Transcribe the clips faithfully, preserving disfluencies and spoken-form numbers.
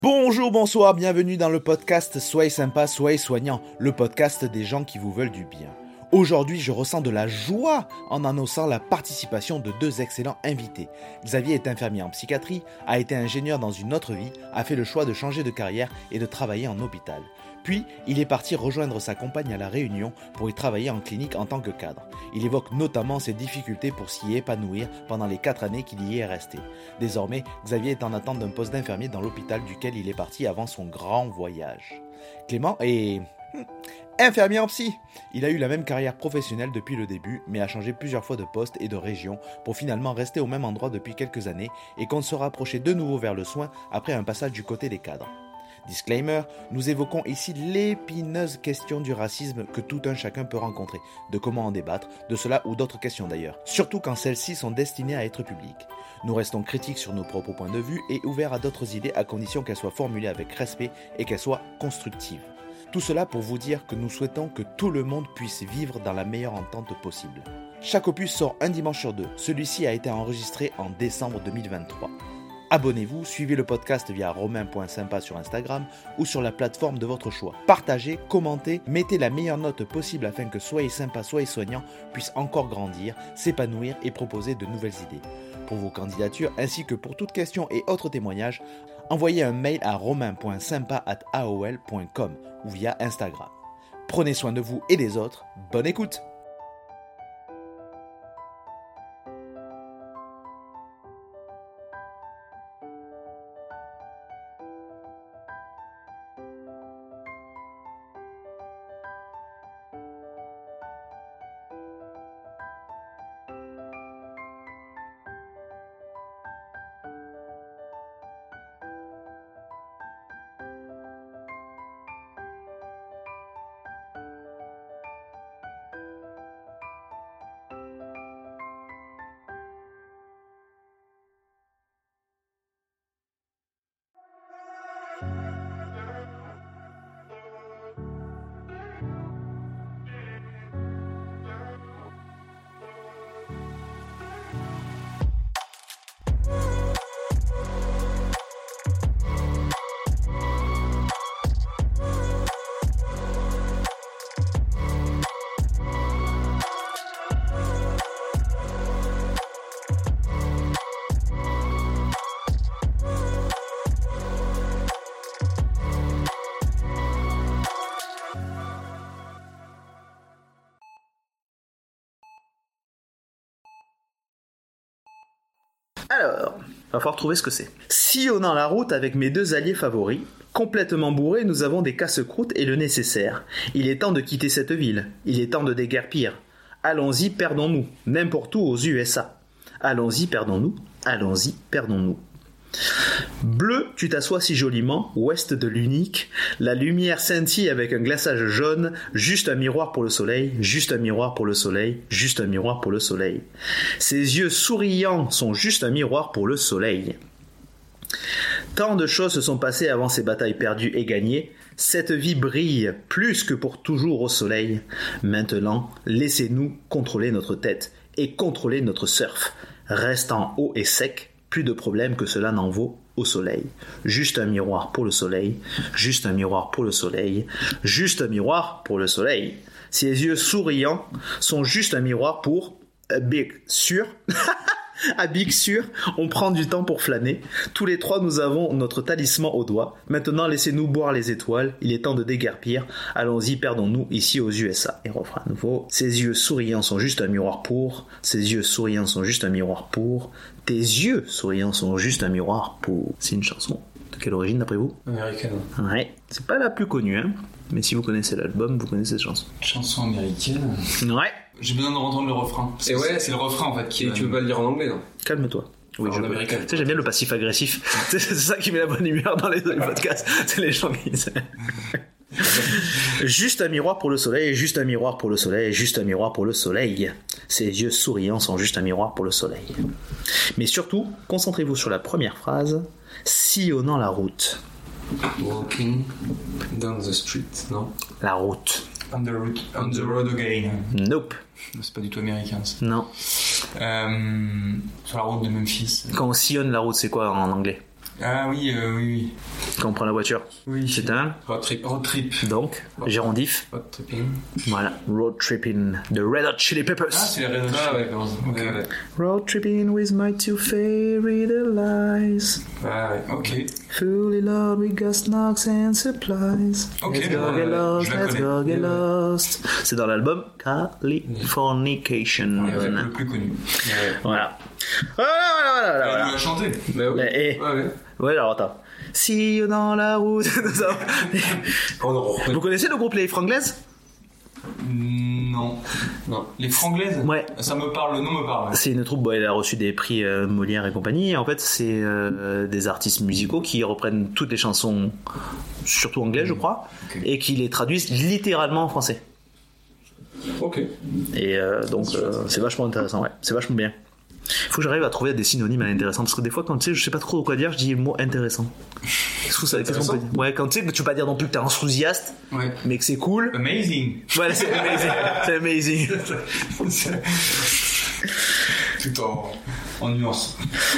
Bonjour, bonsoir, bienvenue dans le podcast Soyez sympa, soyez soignant, le podcast des gens qui vous veulent du bien. Aujourd'hui, je ressens de la joie en annonçant la participation de deux excellents invités. Xavier est infirmier en psychiatrie, a été ingénieur dans une autre vie, a fait le choix de changer de carrière et de travailler en hôpital. Puis, il est parti rejoindre sa compagne à La Réunion pour y travailler en clinique en tant que cadre. Il évoque notamment ses difficultés pour s'y épanouir pendant les quatre années qu'il y est resté. Désormais, Xavier est en attente d'un poste d'infirmier dans l'hôpital duquel il est parti avant son grand voyage. Clément est... infirmier en psy. Il a eu la même carrière professionnelle depuis le début, mais a changé plusieurs fois de poste et de région pour finalement rester au même endroit depuis quelques années et compte se rapprocher de nouveau vers le soin après un passage du côté des cadres. Disclaimer, nous évoquons ici l'épineuse question du racisme que tout un chacun peut rencontrer, de comment en débattre, de cela ou d'autres questions d'ailleurs, surtout quand celles-ci sont destinées à être publiques. Nous restons critiques sur nos propres points de vue et ouverts à d'autres idées à condition qu'elles soient formulées avec respect et qu'elles soient constructives. Tout cela pour vous dire que nous souhaitons que tout le monde puisse vivre dans la meilleure entente possible. Chaque opus sort un dimanche sur deux, celui-ci a été enregistré en décembre deux mille vingt-trois. Abonnez-vous, suivez le podcast via romain point sympa sur Instagram ou sur la plateforme de votre choix. Partagez, commentez, mettez la meilleure note possible afin que Soyez sympa, soyez soignant puisse encore grandir, s'épanouir et proposer de nouvelles idées. Pour vos candidatures ainsi que pour toute question et autres témoignages, envoyez un mail à romain point sympa arobase a o l point com ou via Instagram. Prenez soin de vous et des autres, bonne écoute! Alors, va falloir trouver ce que c'est. Sillonnant la route avec mes deux alliés favoris, complètement bourrés, nous avons des casse-croûtes et le nécessaire. Il est temps de quitter cette ville. Il est temps de déguerpir. Allons-y, perdons-nous. N'importe où aux U S A. Allons-y, perdons-nous. Allons-y, perdons-nous. Bleu, tu t'assois si joliment, ouest de l'unique. La lumière scintille avec un glaçage jaune. Juste un miroir pour le soleil, juste un miroir pour le soleil, juste un miroir pour le soleil. Ses yeux souriants sont juste un miroir pour le soleil. Tant de choses se sont passées avant ces batailles perdues et gagnées. Cette vie brille plus que pour toujours au soleil. Maintenant, laissez-nous contrôler notre tête et contrôler notre surf. Restant haut et sec, plus de problème que cela n'en vaut au soleil. Juste un miroir pour le soleil, juste un miroir pour le soleil, juste un miroir pour le soleil. Ses yeux souriants sont juste un miroir pour euh, Big Sur. À Big Sur, on prend du temps pour flâner. Tous les trois, nous avons notre talisman au doigt. Maintenant, laissez-nous boire les étoiles. Il est temps de déguerpir. Allons-y, perdons-nous ici aux U S A. Et refrain nouveau. Ses yeux souriants sont juste un miroir pour. Ses yeux souriants sont juste un miroir pour. Tes yeux souriants sont juste un miroir pour. C'est une chanson. De quelle origine, d'après vous? Américaine. Ouais. C'est pas la plus connue, hein. Mais si vous connaissez l'album, vous connaissez cette chanson. Chanson américaine. Ouais. J'ai besoin de entendre le refrain. Et ouais, c'est le refrain en fait qui. Et tu veux pas le dire en anglais, non? Calme-toi. Oui, en je américain. Tu sais, j'aime bien le passif agressif. c'est ça qui met la bonne humeur dans les, les podcasts. C'est les gens qui disent. Juste un miroir pour le soleil, juste un miroir pour le soleil, juste un miroir pour le soleil. Ses yeux souriants sont juste un miroir pour le soleil. Mais surtout, concentrez-vous sur la première phrase. Sillonnant la route. Walking down the street, non? La route. On the road, on the road again. Nope. C'est pas du tout américain, ça. Non. Euh, sur la route de Memphis. Quand on sillonne la route, c'est quoi en anglais? Ah oui, euh, oui, oui. Quand on prend la voiture. Oui. C'est un. Road trip. Road trip. Donc, gérondif. Road tripping. Voilà. Road tripping. The Red Hot Chili Peppers. Ah, c'est les Red Hot. Ah ouais, non, Ok. ouais, ouais. Road tripping with my two favorite allies. Ah ouais. Ok. Fully loaded with gas knocks and supplies. Ok, Let's go ouais, get ouais, lost, je la let's connais. go get Ouais, ouais. lost. C'est dans l'album Californication. Ouais, c'est le plus connu. Ouais. Voilà. Voilà, voilà, voilà, voilà, Elle voilà. nous l'a chanté. Bah oui. Mais, eh. Ouais, ouais. Ouais, alors attends. Si dans la route. nous avons- Oh non. Vous connaissez le groupe Les Franglaises? Non. Non. Les Franglaises. Ouais. Ça me parle, le nom me parle. Ouais. C'est une troupe, bon, elle a reçu des prix euh, Molière et compagnie. Et en fait, c'est euh, des artistes musicaux qui reprennent toutes les chansons, surtout anglaises, je crois, Ok. et qui les traduisent littéralement en français. Ok. Et euh, donc, euh, c'est vachement intéressant, ouais. C'est vachement bien. Faut que j'arrive à trouver des synonymes à intéressant, parce que des fois, quand tu sais, je sais pas trop quoi dire, je dis le mot intéressant. Qu'est-ce que ça- qu'est-ce qu'on peut dire? Ouais, quand tu sais que tu peux pas dire non plus que t'es enthousiaste, Ouais. mais que c'est cool. Amazing. Voilà, c'est amazing. C'est amazing. Tout en, en nuance.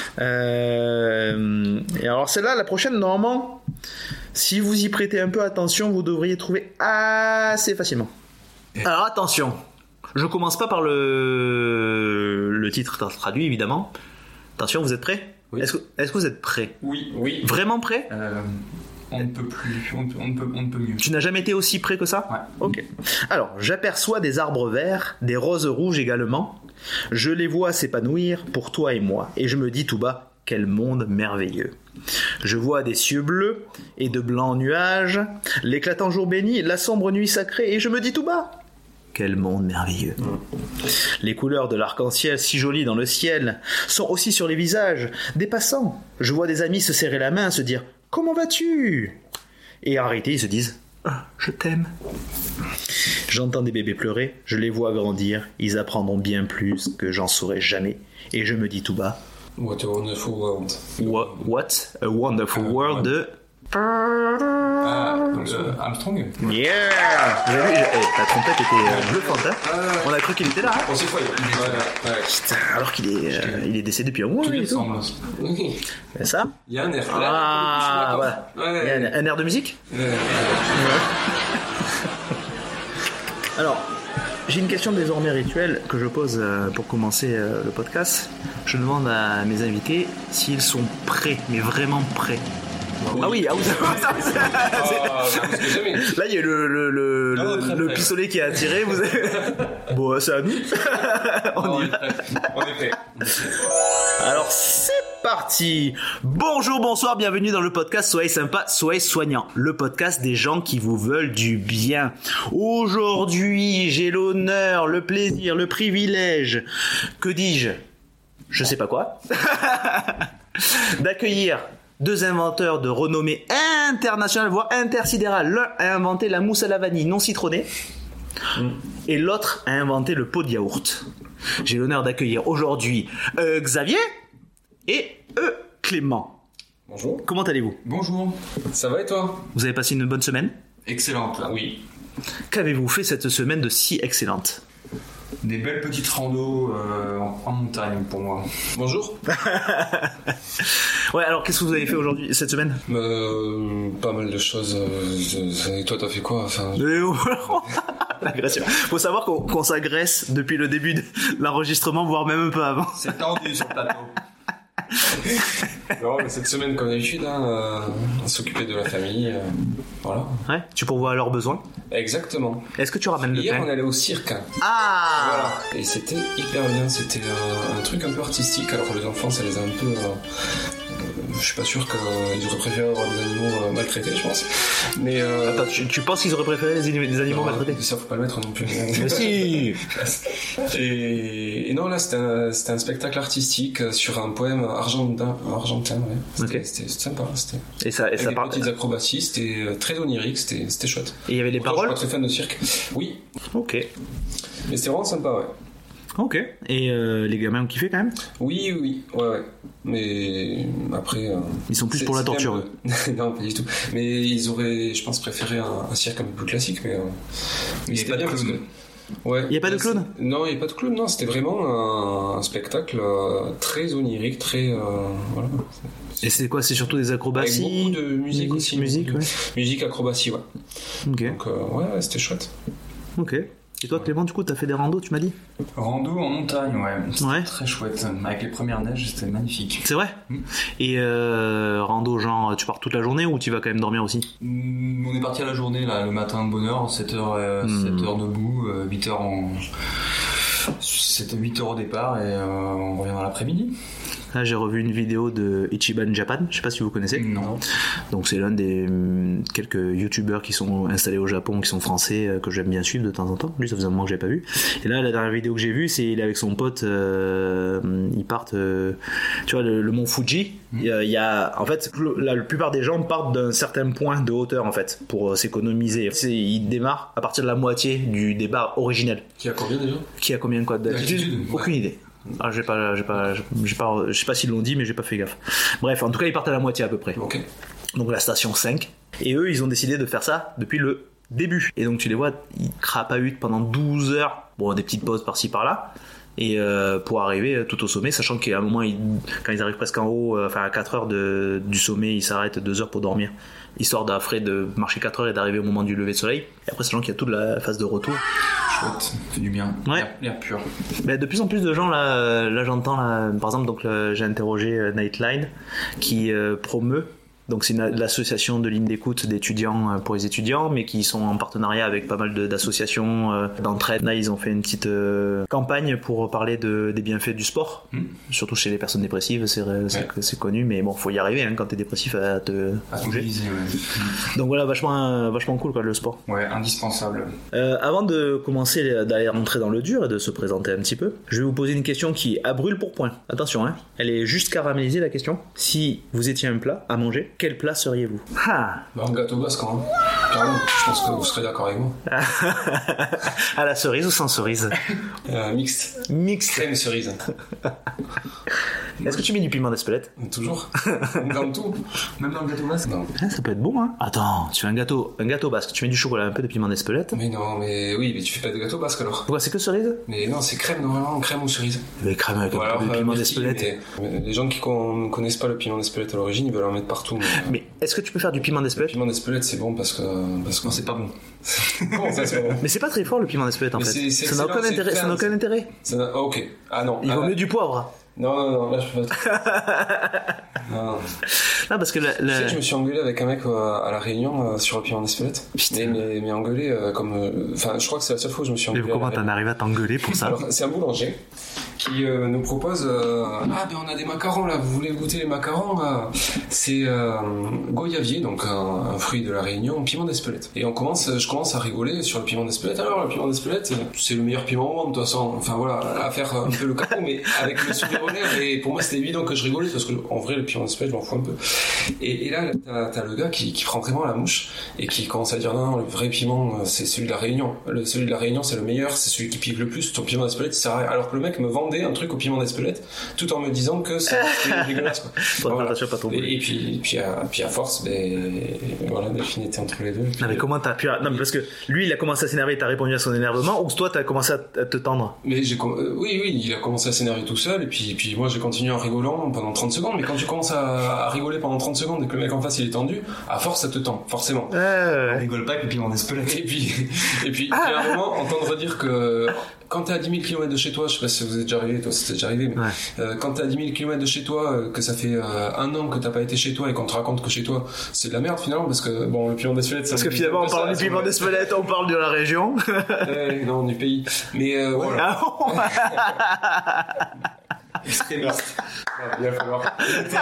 Euh, et alors celle-là, la prochaine, normalement, si vous y prêtez un peu attention, vous devriez trouver assez facilement. Alors attention, je commence pas par le, le titre traduit, évidemment. Attention, vous êtes prêts? Oui. Est-ce que, est-ce que vous êtes prêts? Oui. Oui. Vraiment prêts? Euh, on ne peut plus. On, peut- on ne peut, on ne peut mieux. Tu n'as jamais été aussi près que ça? Ouais. Ok. Alors, j'aperçois des arbres verts, des roses rouges également. Je les vois s'épanouir pour toi et moi. Et je me dis tout bas, quel monde merveilleux. Je vois des cieux bleus et de blancs nuages, l'éclatant jour béni, la sombre nuit sacrée. Et je me dis tout bas, quel monde merveilleux. Les couleurs de l'arc-en-ciel si jolies dans le ciel sont aussi sur les visages des passants. Je vois des amis se serrer la main, se dire « Comment vas-tu ?» Et en réalité, ils se disent ah, « Je t'aime ». J'entends des bébés pleurer, je les vois grandir, ils apprendront bien plus que j'en saurai jamais. Et je me dis tout bas What a wonderful world. « What, what a wonderful world de... Ah, euh, Armstrong. Yeah !» Vous avez vu, eh, ta trompette était euh, bluffante, hein. On a cru qu'il était là, hein. On s'est croyé. Ouais, ouais. Putain, alors qu'il est, euh, il est décédé depuis un mois. Tout et lui tout. ressemble. Oui. Et ça Il y a un air. Ah, voilà. Ouais. Il y a un, un air de musique. Ouais. Alors, j'ai une question désormais rituelle que je pose euh, pour commencer euh, le podcast. Je demande à mes invités s'ils sont prêts, mais vraiment prêts. Ah oui, ah oui, Ah, parce que jamais. là il y a le, le, le, Non, le- très le prêt. pistolet qui est attiré. Vous avez... Bon, c'est à nous. On y va. On est prêt. Alors c'est parti. Bonjour, bonsoir, bienvenue dans le podcast Soyez sympa, soyez soignant, le podcast des gens qui vous veulent du bien. Aujourd'hui, j'ai l'honneur, le plaisir, le privilège, que dis-je, je sais pas quoi, d'accueillir deux inventeurs de renommée internationale, voire intersidérale. L'un a inventé la mousse à la vanille non citronnée et l'autre a inventé le pot de yaourt. J'ai l'honneur d'accueillir aujourd'hui euh, Xavier et euh, Clément. Bonjour. Comment allez-vous? Bonjour. Ça va et toi? Vous avez passé une bonne semaine? Excellente. Oui. Qu'avez-vous fait cette semaine de si excellente? Des belles petites randos euh, en, en montagne pour moi. Bonjour. Ouais, alors qu'est-ce que vous avez fait aujourd'hui, cette semaine? Euh, pas mal de choses. euh, Et toi, t'as fait quoi? Enfin, Euh, L'agression. Faut savoir qu'on qu'on s'agresse depuis le début de l'enregistrement, voire même un peu avant. C'est tendu sur le plateau. non, mais cette semaine, comme d'habitude, hein, euh, on s'occupait de la famille. euh, voilà. Ouais, tu pourvois à leurs besoins. Exactement. Est-ce que tu ramènes le Hier, on pain? allait au cirque. hein. Ah Voilà. Et c'était hyper bien. C'était un, un truc un peu artistique. Alors les enfants, ça les a un peu. Euh, euh, je suis pas sûr qu'ils auraient préféré avoir des animaux euh, maltraités, je pense. Mais. Euh, Attends, tu, tu penses qu'ils auraient préféré les, les animaux non, maltraités? Ça, faut pas le mettre non plus. Mais si. Et, et non, là, c'était un, c'était un spectacle artistique sur un poème argentin. argentin ouais. C'était, Ok. c'était, c'était sympa. C'était, Et ça, et avec ça des parle. petites acrobaties. C'était euh, très onirique. C'était, c'était chouette. Et il y avait les Pourtant, paroles? Je suis pas très fan de cirque. Oui, Ok. mais c'était vraiment sympa, ouais. Ok. Et euh, les gamins ont kiffé quand même? Oui, oui, oui, ouais, ouais. Mais après. euh, Ils sont plus c'est- pour la c'était torture, un eux. peu- non, pas du tout. Mais ils auraient, je pense, préféré un, un cirque un peu plus classique. Mais, euh, mais Il y c'était avait pas bien de parce clown. que. Ouais. Il y a pas de Là, clown? c'est- Non, il n'y a pas de clown, non. C'était vraiment un, un spectacle euh, très onirique, très. euh, voilà. Et c'est quoi? C'est surtout des acrobaties? Avec beaucoup de musique, musique aussi. Musique, ouais. Musique, acrobatie, ouais. Ok. Donc, euh, ouais, ouais, c'était chouette. Ok. Et toi, Clément, du coup, t'as fait des randos, tu m'as dit? Rando en montagne, ouais. C'était Ouais. très chouette. Avec les premières neiges, c'était magnifique. C'est vrai? Mm. Et euh, rando, genre, tu pars toute la journée ou tu vas quand même dormir aussi? Mm, On est parti à la journée, là, le matin de bonne heure, sept heures, euh, Mm. sept heures debout, euh, huit heures en... C'était huit heures au départ et euh, on revient dans l'après-midi. Là, j'ai revu une vidéo de Ichiban Japan, je sais pas si vous connaissez. Non. Donc c'est l'un des hum, quelques youtubeurs qui sont installés au Japon, qui sont français, euh, que j'aime bien suivre de temps en temps. Lui, ça faisait un moment que j'ai pas vu. Et là, la dernière vidéo que j'ai vue, c'est il est avec son pote, euh, ils partent, euh, tu vois, le, le mont Fuji. Mm. Il y, a, il y a, en fait, la, la plupart des gens partent d'un certain point de hauteur en fait pour euh, s'économiser. C'est, ils démarrent à partir de la moitié du départ originel. Qui a combien déjà? Qui a combien quoi d'altitude? D'altitude, ouais. Aucune idée. Ah, j'ai pas, j'ai pas, j'ai pas, je sais pas s'ils l'ont dit, mais j'ai pas fait gaffe. Bref, en tout cas, ils partent à la moitié à peu près. Ok. Donc la station cinq. Et eux, ils ont décidé de faire ça depuis le début. Et donc tu les vois, ils crapahutent pendant douze heures. Bon, des petites pauses par-ci par-là. Et euh, pour arriver tout au sommet, sachant qu'à un moment, ils, quand ils arrivent presque en haut, euh, enfin à quatre heures de, du sommet, ils s'arrêtent deux heures pour dormir. Histoire d'après de marcher quatre heures et d'arriver au moment du lever de soleil. Et après, sachant qu'il y a toute la phase de retour. Chouette, fait du bien. Ouais. L'air, l'air pur. Mais de plus en plus de gens là, euh, là j'entends là, par exemple donc là, j'ai interrogé euh, Nightline qui euh, promeut. Donc c'est une, l'association de ligne d'écoute d'étudiants euh, pour les étudiants, mais qui sont en partenariat avec pas mal de, d'associations euh, d'entraide. Là ils ont fait une petite euh, campagne pour parler de, des bienfaits du sport, Mm. surtout chez les personnes dépressives, c'est, c'est, Ouais. c'est connu, mais bon faut y arriver hein, quand t'es dépressif à te À se bouger. mobiliser, ouais. Donc voilà vachement euh, vachement cool quoi le sport. Ouais, indispensable. Euh, avant de commencer d'aller rentrer dans le dur et de se présenter un petit peu, je vais vous poser une question qui est à brûle pour point. Attention, hein, elle est juste caramélisée la question. Si vous étiez un plat à manger, quel plat seriez-vous? Ah, Bah, un gâteau basque, quand même. Carrément, je pense que vous serez d'accord avec moi. à la cerise ou sans cerise? Euh, mixte. Mixte. Crème cerise. Est-ce que tu mets du piment d'Espelette? Toujours. Dans tout. Même dans le gâteau basque. Non. Ah, ça peut être bon, hein. Attends, tu fais un gâteau, un gâteau basque, tu mets du chocolat, un peu de piment d'Espelette. Mais non, mais oui, mais tu fais pas de gâteau basque alors. Pourquoi c'est que cerise? Mais non, c'est crème, normalement, crème ou cerise. Mais crème avec Ou un alors, peu de euh, piment myrtille, d'Espelette. mais- mais les gens qui con- connaissent pas le piment d'Espelette à l'origine, ils veulent en mettre partout. Mais, euh, Mais est-ce que tu peux faire du piment le d'Espelette? piment d'Espelette, c'est bon parce que. Parce que Non, c'est pas bon. Comment ça, c'est pas bon? Mais c'est pas très fort le piment d'Espelette en Mais fait. c'est- c'est Ça n'a excellent, aucun c'est intérêt. Ça clair, n'a aucun c'est- intérêt. Ça n'a- oh, ok. Ah non. Il ah, vaut là- mieux du poivre. Non, non, non, là je peux pas. non, non. Ah parce que la, Tu la- sais que je me suis engueulé avec un mec euh, à la Réunion euh, sur le piment d'Espelette. Putain. Mais, mais, mais engueulé euh, comme. euh, Enfin, je crois que c'est la seule fois où je me suis Mais engueulé. à la comment Réunion. t'en arrives à t'engueuler pour ça? Alors, c'est un boulanger qui euh, nous propose euh, ah ben on a des macarons là, vous voulez goûter les macarons là? C'est euh, goyavier, donc un, un fruit de la Réunion, piment d'Espelette. Et on commence, je commence à rigoler sur le piment d'Espelette. Alors le piment d'Espelette, c'est le meilleur piment au monde de toute façon. Enfin voilà, à faire un peu le capot, mais avec le sourire aux lèvres. Et pour moi c'était évident que je rigolais parce que en vrai le piment d'Espelette je m'en fous un peu. Et, et là t'as, t'as le gars qui, qui prend vraiment la mouche et qui commence à dire non, non le vrai piment c'est celui de la Réunion. Le, celui de la Réunion c'est le meilleur, c'est celui qui pique le plus. Ton piment d'Espelette, ça sert à rien. Alors que le mec me vendait un truc au piment d'Espelette tout en me disant que c'est, c'est dégueulasse quoi. Faut faire Voilà. attention à pas tomber. Et, et puis, puis, à, puis à force, ben, voilà, Delphine était entre les deux. Non mais comment t'as pu... Non mais parce que lui il a commencé à s'énerver, t'as répondu à son énervement, ou toi t'as commencé à t- à te tendre? Mais j'ai, com- euh, oui, oui, il a commencé à s'énerver tout seul, et puis, et puis moi j'ai continué en rigolant pendant trente secondes, mais quand tu commences à, à rigoler pendant trente secondes et que le mec en face il est tendu, à force ça te tend, forcément. Ouais, ouais, On ouais. rigole pas avec le piment d'Espelette. Et puis, et puis, puis à un moment, entendre dire que quand t'es à dix mille kilomètres de chez toi, je sais pas si vous êtes déjà arrivé, toi c'était déjà arrivé, mais Ouais. euh, quand t'es à dix mille kilomètres de chez toi, euh, que ça fait euh, un an que t'as pas été chez toi et qu'on te raconte que chez toi c'est de la merde finalement, parce que bon, le piment d'Espelette, ça Parce que me dit finalement un on peu parle ça, du ça piment me- d'Espelette, on parle de la région. Ouais, non, du pays. Mais euh, voilà. Ah bon? Extrémiste. Ah, il va falloir.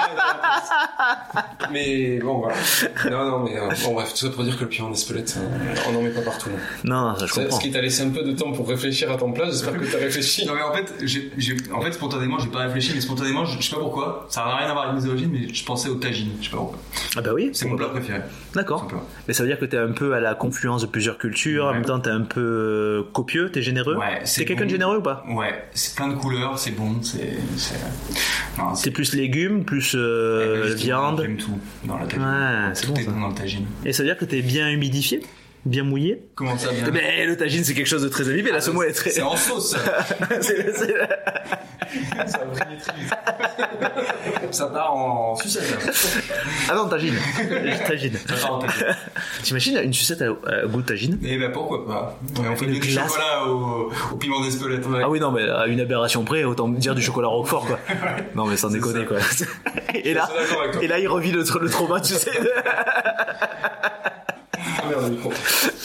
Mais bon, voilà. Non, non, mais euh, bon, bref, tout ça pour dire que le piment d'Espelette, euh, on n'en met pas partout. Non, non, ça je Ça, comprends. ce qui t'a laissé un peu de temps pour réfléchir à ton plat, j'espère que t'as réfléchi. Non mais en fait, j'ai, j'ai, en fait spontanément, j'ai pas réfléchi, mais spontanément, je, je sais pas pourquoi, ça n'a rien à voir avec mes origines, mais je pensais au tagine, je sais pas pourquoi. Ah bah oui, C'est mon plat préféré. d'accord. Simplement. Mais ça veut dire que t'es un peu à la confluence de plusieurs cultures, en Ouais. même temps t'es un peu euh, copieux, t'es généreux. Ouais, T'es quelqu'un bon. de généreux ou pas? Ouais, c'est plein de couleurs, c'est bon, c'est, c'est... Non, c'est T'es plus légumes, plus euh, j'aime- viande. J'aime tout dans la tagine. Ouais, c'est tout bon est ça. bon dans le tagine. Et ça veut dire que t'es bien humidifié? Bien mouillé. Comment ça, bien? Ben, le tagine, c'est quelque chose de très imbibé. La Ah, semoule est très... C'est en sauce. c'est, c'est... Ça brille très vite. Ça part en sucette. Ah non, tagine. Tagine. Ça part en tagine. T'imagines une sucette à, à goût de tagine? Eh ben pourquoi pas. Ouais, on fait Une du glace. chocolat au, au piment d'Espelette. Ah oui, non, mais à une aberration près, autant dire du chocolat Roquefort, quoi. Non, mais sans déconner, quoi. Et là, Je suis d'accord avec toi. et là, il revit le, le trauma, tu sais. Ah merde, le micro.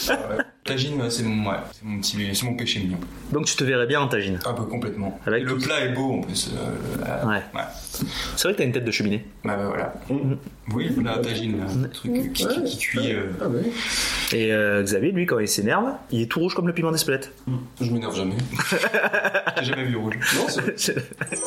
Tagine, ouais, c'est mon, ouais, c'est mon petit, c'est mon péché mignon. Donc, tu te verrais bien en tagine. Un peu complètement. Avec Et le tout- plat est beau en plus. Euh, euh, Ouais. ouais. C'est vrai que t'as une tête de cheminée. Bah, bah voilà. Oui, la tagine, un truc qui, qui, qui cuit. Euh... Ah ouais. Et euh, Xavier, lui, quand il s'énerve, il est tout rouge comme le piment d'Espelette. Je m'énerve jamais. J'ai jamais vu rouge. Non, c'est...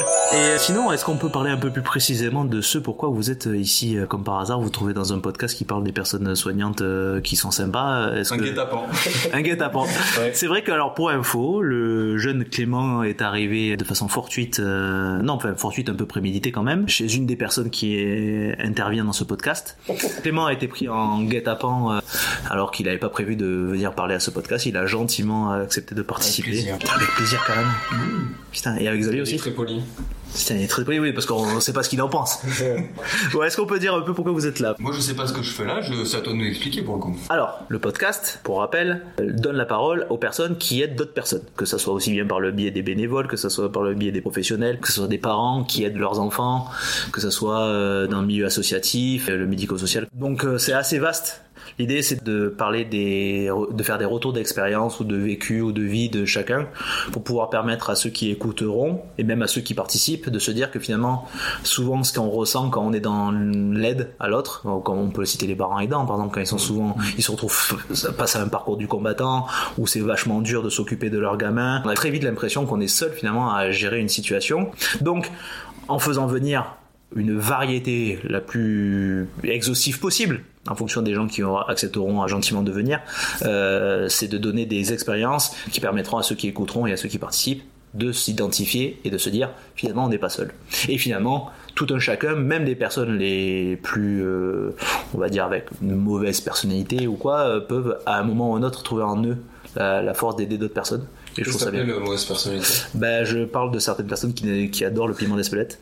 Et sinon, est-ce qu'on peut parler un peu plus précisément de ce pourquoi vous êtes ici, euh, comme par hasard, vous vous trouvez dans un podcast qui parle des personnes soignantes euh, qui sont sympas. Est-ce Un que... guet-apens. Un guet-apens. Ouais. C'est vrai que, alors, pour info, le jeune Clément est arrivé de façon fortuite, euh, non, enfin, fortuite un peu préméditée quand même, chez une des personnes qui est... intervient dans ce podcast. Clément a été pris en guet-apens euh, alors qu'il n'avait pas prévu de venir parler à ce podcast. Il a gentiment accepté de participer. plaisir. Putain, avec plaisir, carrément. Mmh. Putain, et avec Xavier Il est aussi. très poli. Putain, il est très poli, oui, parce qu'on ne sait pas ce qu'il en pense. Bon, est-ce qu'on peut dire un peu pourquoi vous êtes là? Moi, je sais pas ce que je fais là, je... c'est à toi de nous expliquer pour le coup. Alors, le podcast, pour rappel, donne la parole aux personnes qui aident d'autres personnes. Que ça soit aussi bien par le biais des bénévoles, que ça soit par le biais des professionnels, que ce soit des parents qui aident leurs enfants, que ça soit euh, dans le milieu associatif, le médico-social. Donc, euh, c'est assez vaste. L'idée, c'est de parler des, de faire des retours d'expérience ou de vécu ou de vie de chacun pour pouvoir permettre à ceux qui écouteront et même à ceux qui participent de se dire que finalement, souvent, ce qu'on ressent quand on est dans l'aide à l'autre, comme on peut citer les parents aidants, par exemple, quand ils sont souvent, ils se retrouvent face à un parcours du combattant où c'est vachement dur de s'occuper de leurs gamins. On a très vite l'impression qu'on est seul finalement à gérer une situation. Donc, en faisant venir une variété la plus exhaustive possible en fonction des gens qui accepteront gentiment de venir, euh, c'est de donner des expériences qui permettront à ceux qui écouteront et à ceux qui participent de s'identifier et de se dire finalement on n'est pas seul. Et finalement tout un chacun, même les personnes les plus euh, on va dire avec une mauvaise personnalité ou quoi, euh, peuvent à un moment ou un autre trouver en eux la, la force d'aider d'autres personnes. Et je trouve ça bien. Qu'est-ce que mauvaise personnalité? Ben, je parle de certaines personnes qui, qui adorent le piment d'Espelette.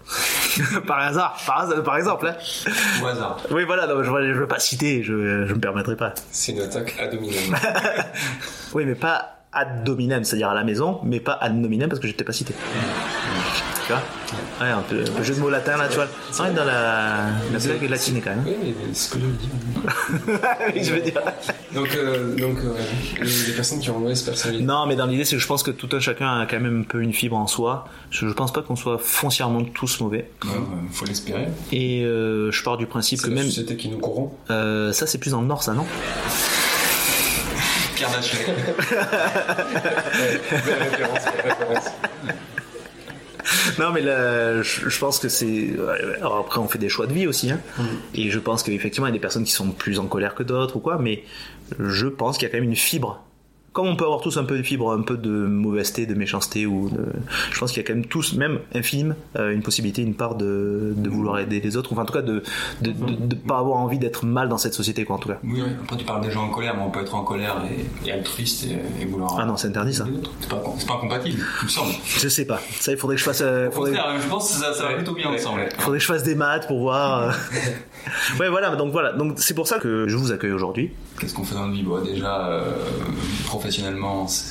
par hasard, par, hasard, par exemple. Hein. Au hasard. Oui, voilà, non, je ne veux pas citer, je je me permettrai pas. C'est une attaque ad hominem. Oui, mais pas ad hominem, c'est-à-dire à la maison, mais pas ad nominem parce que je t'ai pas cité. Tu vois? Ouais, un peu, un peu jeu de mots latin là, tu vois. On est dans la, la blague latinée quand même. Oui, mais c'est ce que je dis. je veux dire. Donc, euh, donc euh, les, les personnes qui ont une mauvaise personnalité. Non, mais dans l'idée, c'est que je pense que tout un chacun a quand même un peu une fibre en soi. Je, je pense pas qu'on soit foncièrement tous mauvais. Ouais, ouais, faut l'espérer. Et euh, je pars du principe C'est que la même. société qui nous corrompt. Euh, ça, c'est plus dans le nord, ça, non? Kardashian. Ouais, belle référence, belle référence. Non, mais là, je, je pense que c'est. Alors après, on fait des choix de vie aussi, hein. Mmh. Et je pense qu'effectivement, il y a des personnes qui sont plus en colère que d'autres ou quoi, mais je pense qu'il y a quand même une fibre. Comme on peut avoir tous un peu de fibre, un peu de mauvaiseté, de méchanceté, ou de... je pense qu'il y a quand même tous, même infime, euh, une possibilité, une part de, de vouloir aider les autres, enfin en tout cas de de, de, de pas avoir envie d'être mal dans cette société, quoi, en tout cas. Oui, oui. Après tu parles des gens en colère, mais on peut être en colère et, et altruiste et, et vouloir. Ah non, c'est interdit ça. C'est pas, c'est pas incompatible, il me semble. Je sais pas. Ça, il faudrait que je fasse. Euh, Au faudrait... contraire, je pense que ça, ça va plutôt bien ensemble. Il faudrait que je fasse des maths pour voir. Ouais, voilà. Donc voilà. Donc c'est pour ça que je vous accueille aujourd'hui. Qu'est-ce qu'on fait dans notre vie? Bon, déjà, euh, professionnellement, c'est.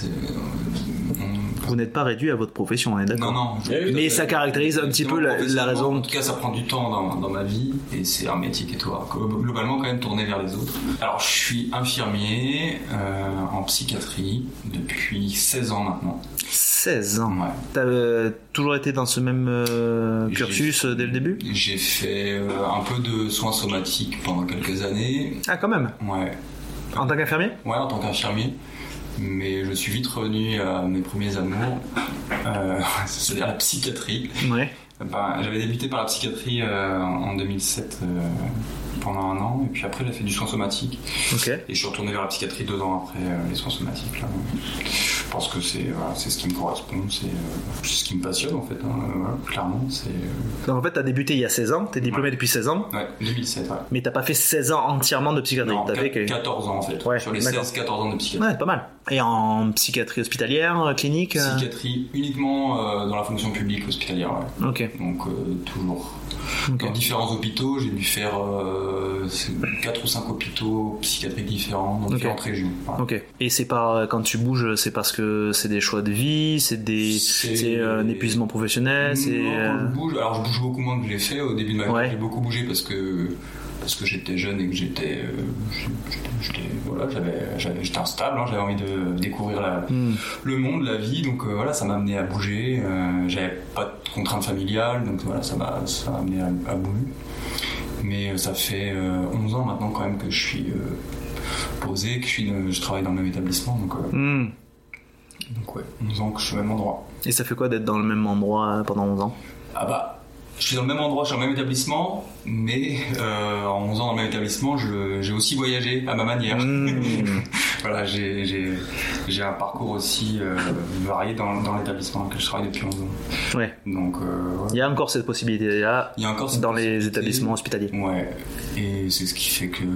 Vous n'êtes pas réduit à votre profession, on est d'accord? Non, non. Oui, Mais ça caractérise un petit peu la, la raison. En tout cas, ça prend du temps dans, dans ma vie et c'est un métier qui est toi, globalement quand même tourné vers les autres. Alors, je suis infirmier euh, en psychiatrie depuis seize ans maintenant. seize ans. Ouais. T'as euh, toujours été dans ce même euh, cursus j'ai, dès le début? J'ai fait euh, un peu de soins somatiques pendant quelques années. Ah, quand même. Ouais. En tant qu'infirmier? Ouais, en tant qu'infirmier. Mais je suis vite revenu à mes premiers amours, euh, c'est-à-dire la psychiatrie. Ouais. Ben, j'avais débuté par la psychiatrie euh, en deux mille sept euh, pendant un an, et puis après j'ai fait du soin somatique. Ok. Et je suis retourné vers la psychiatrie deux ans après euh, les soins somatiques. Là. Je pense que c'est, voilà, c'est ce qui me correspond, c'est, euh, c'est ce qui me passionne en fait, hein, euh, voilà, clairement. C'est, euh... Donc en fait, t'as débuté il y a seize ans, t'es diplômé ouais. depuis seize ans. Ouais, deux mille sept, ouais. Mais t'as pas fait seize ans entièrement de psychiatrie. Non, t'as fait que... quatorze ans en fait, ouais, sur les d'accord. seize quatorze ans de psychiatrie. Ouais, pas mal. Et en psychiatrie hospitalière, clinique euh... Psychiatrie uniquement euh, dans la fonction publique hospitalière, ouais. Ok. Donc euh, toujours. Okay. Dans différents hôpitaux, j'ai dû faire euh, quatre ou cinq hôpitaux psychiatriques différents dans okay. différentes régions. Voilà. Ok. Et c'est par quand tu bouges, c'est parce que c'est des choix de vie, c'est des, c'est, c'est euh, un épuisement professionnel, non, c'est. Quand je bouge, alors je bouge beaucoup moins que je l'ai fait au début de ma vie. Ouais. J'ai beaucoup bougé parce que parce que j'étais jeune et que j'étais, euh, j'étais, j'étais voilà, j'avais, j'avais, j'étais instable, hein, j'avais envie de découvrir la, mm. le monde, la vie, donc euh, voilà, ça m'a amené à bouger. Euh, j'avais pas de contraintes familiales, donc voilà, ça m'a, ça m'a amené à, à bouger. Mais euh, ça fait euh, onze ans maintenant quand même que je suis euh, posé, que je suis, je travaille dans le même établissement, donc. Euh, mm. Donc ouais, onze ans que je suis au même endroit. Et ça fait quoi d'être dans le même endroit pendant onze ans ? Ah bah. Je suis dans le même endroit, je suis dans le même établissement, mais euh, en onze ans dans le même établissement, je, j'ai aussi voyagé à ma manière. Mmh. Voilà, j'ai, j'ai, j'ai un parcours aussi euh, varié dans, dans l'établissement dans lequel je travaille depuis onze ans. Ouais. Donc, euh, ouais. Il y a encore cette possibilité-là Il y a encore cette dans possibilité. Les établissements hospitaliers. Ouais, et c'est ce qui fait que...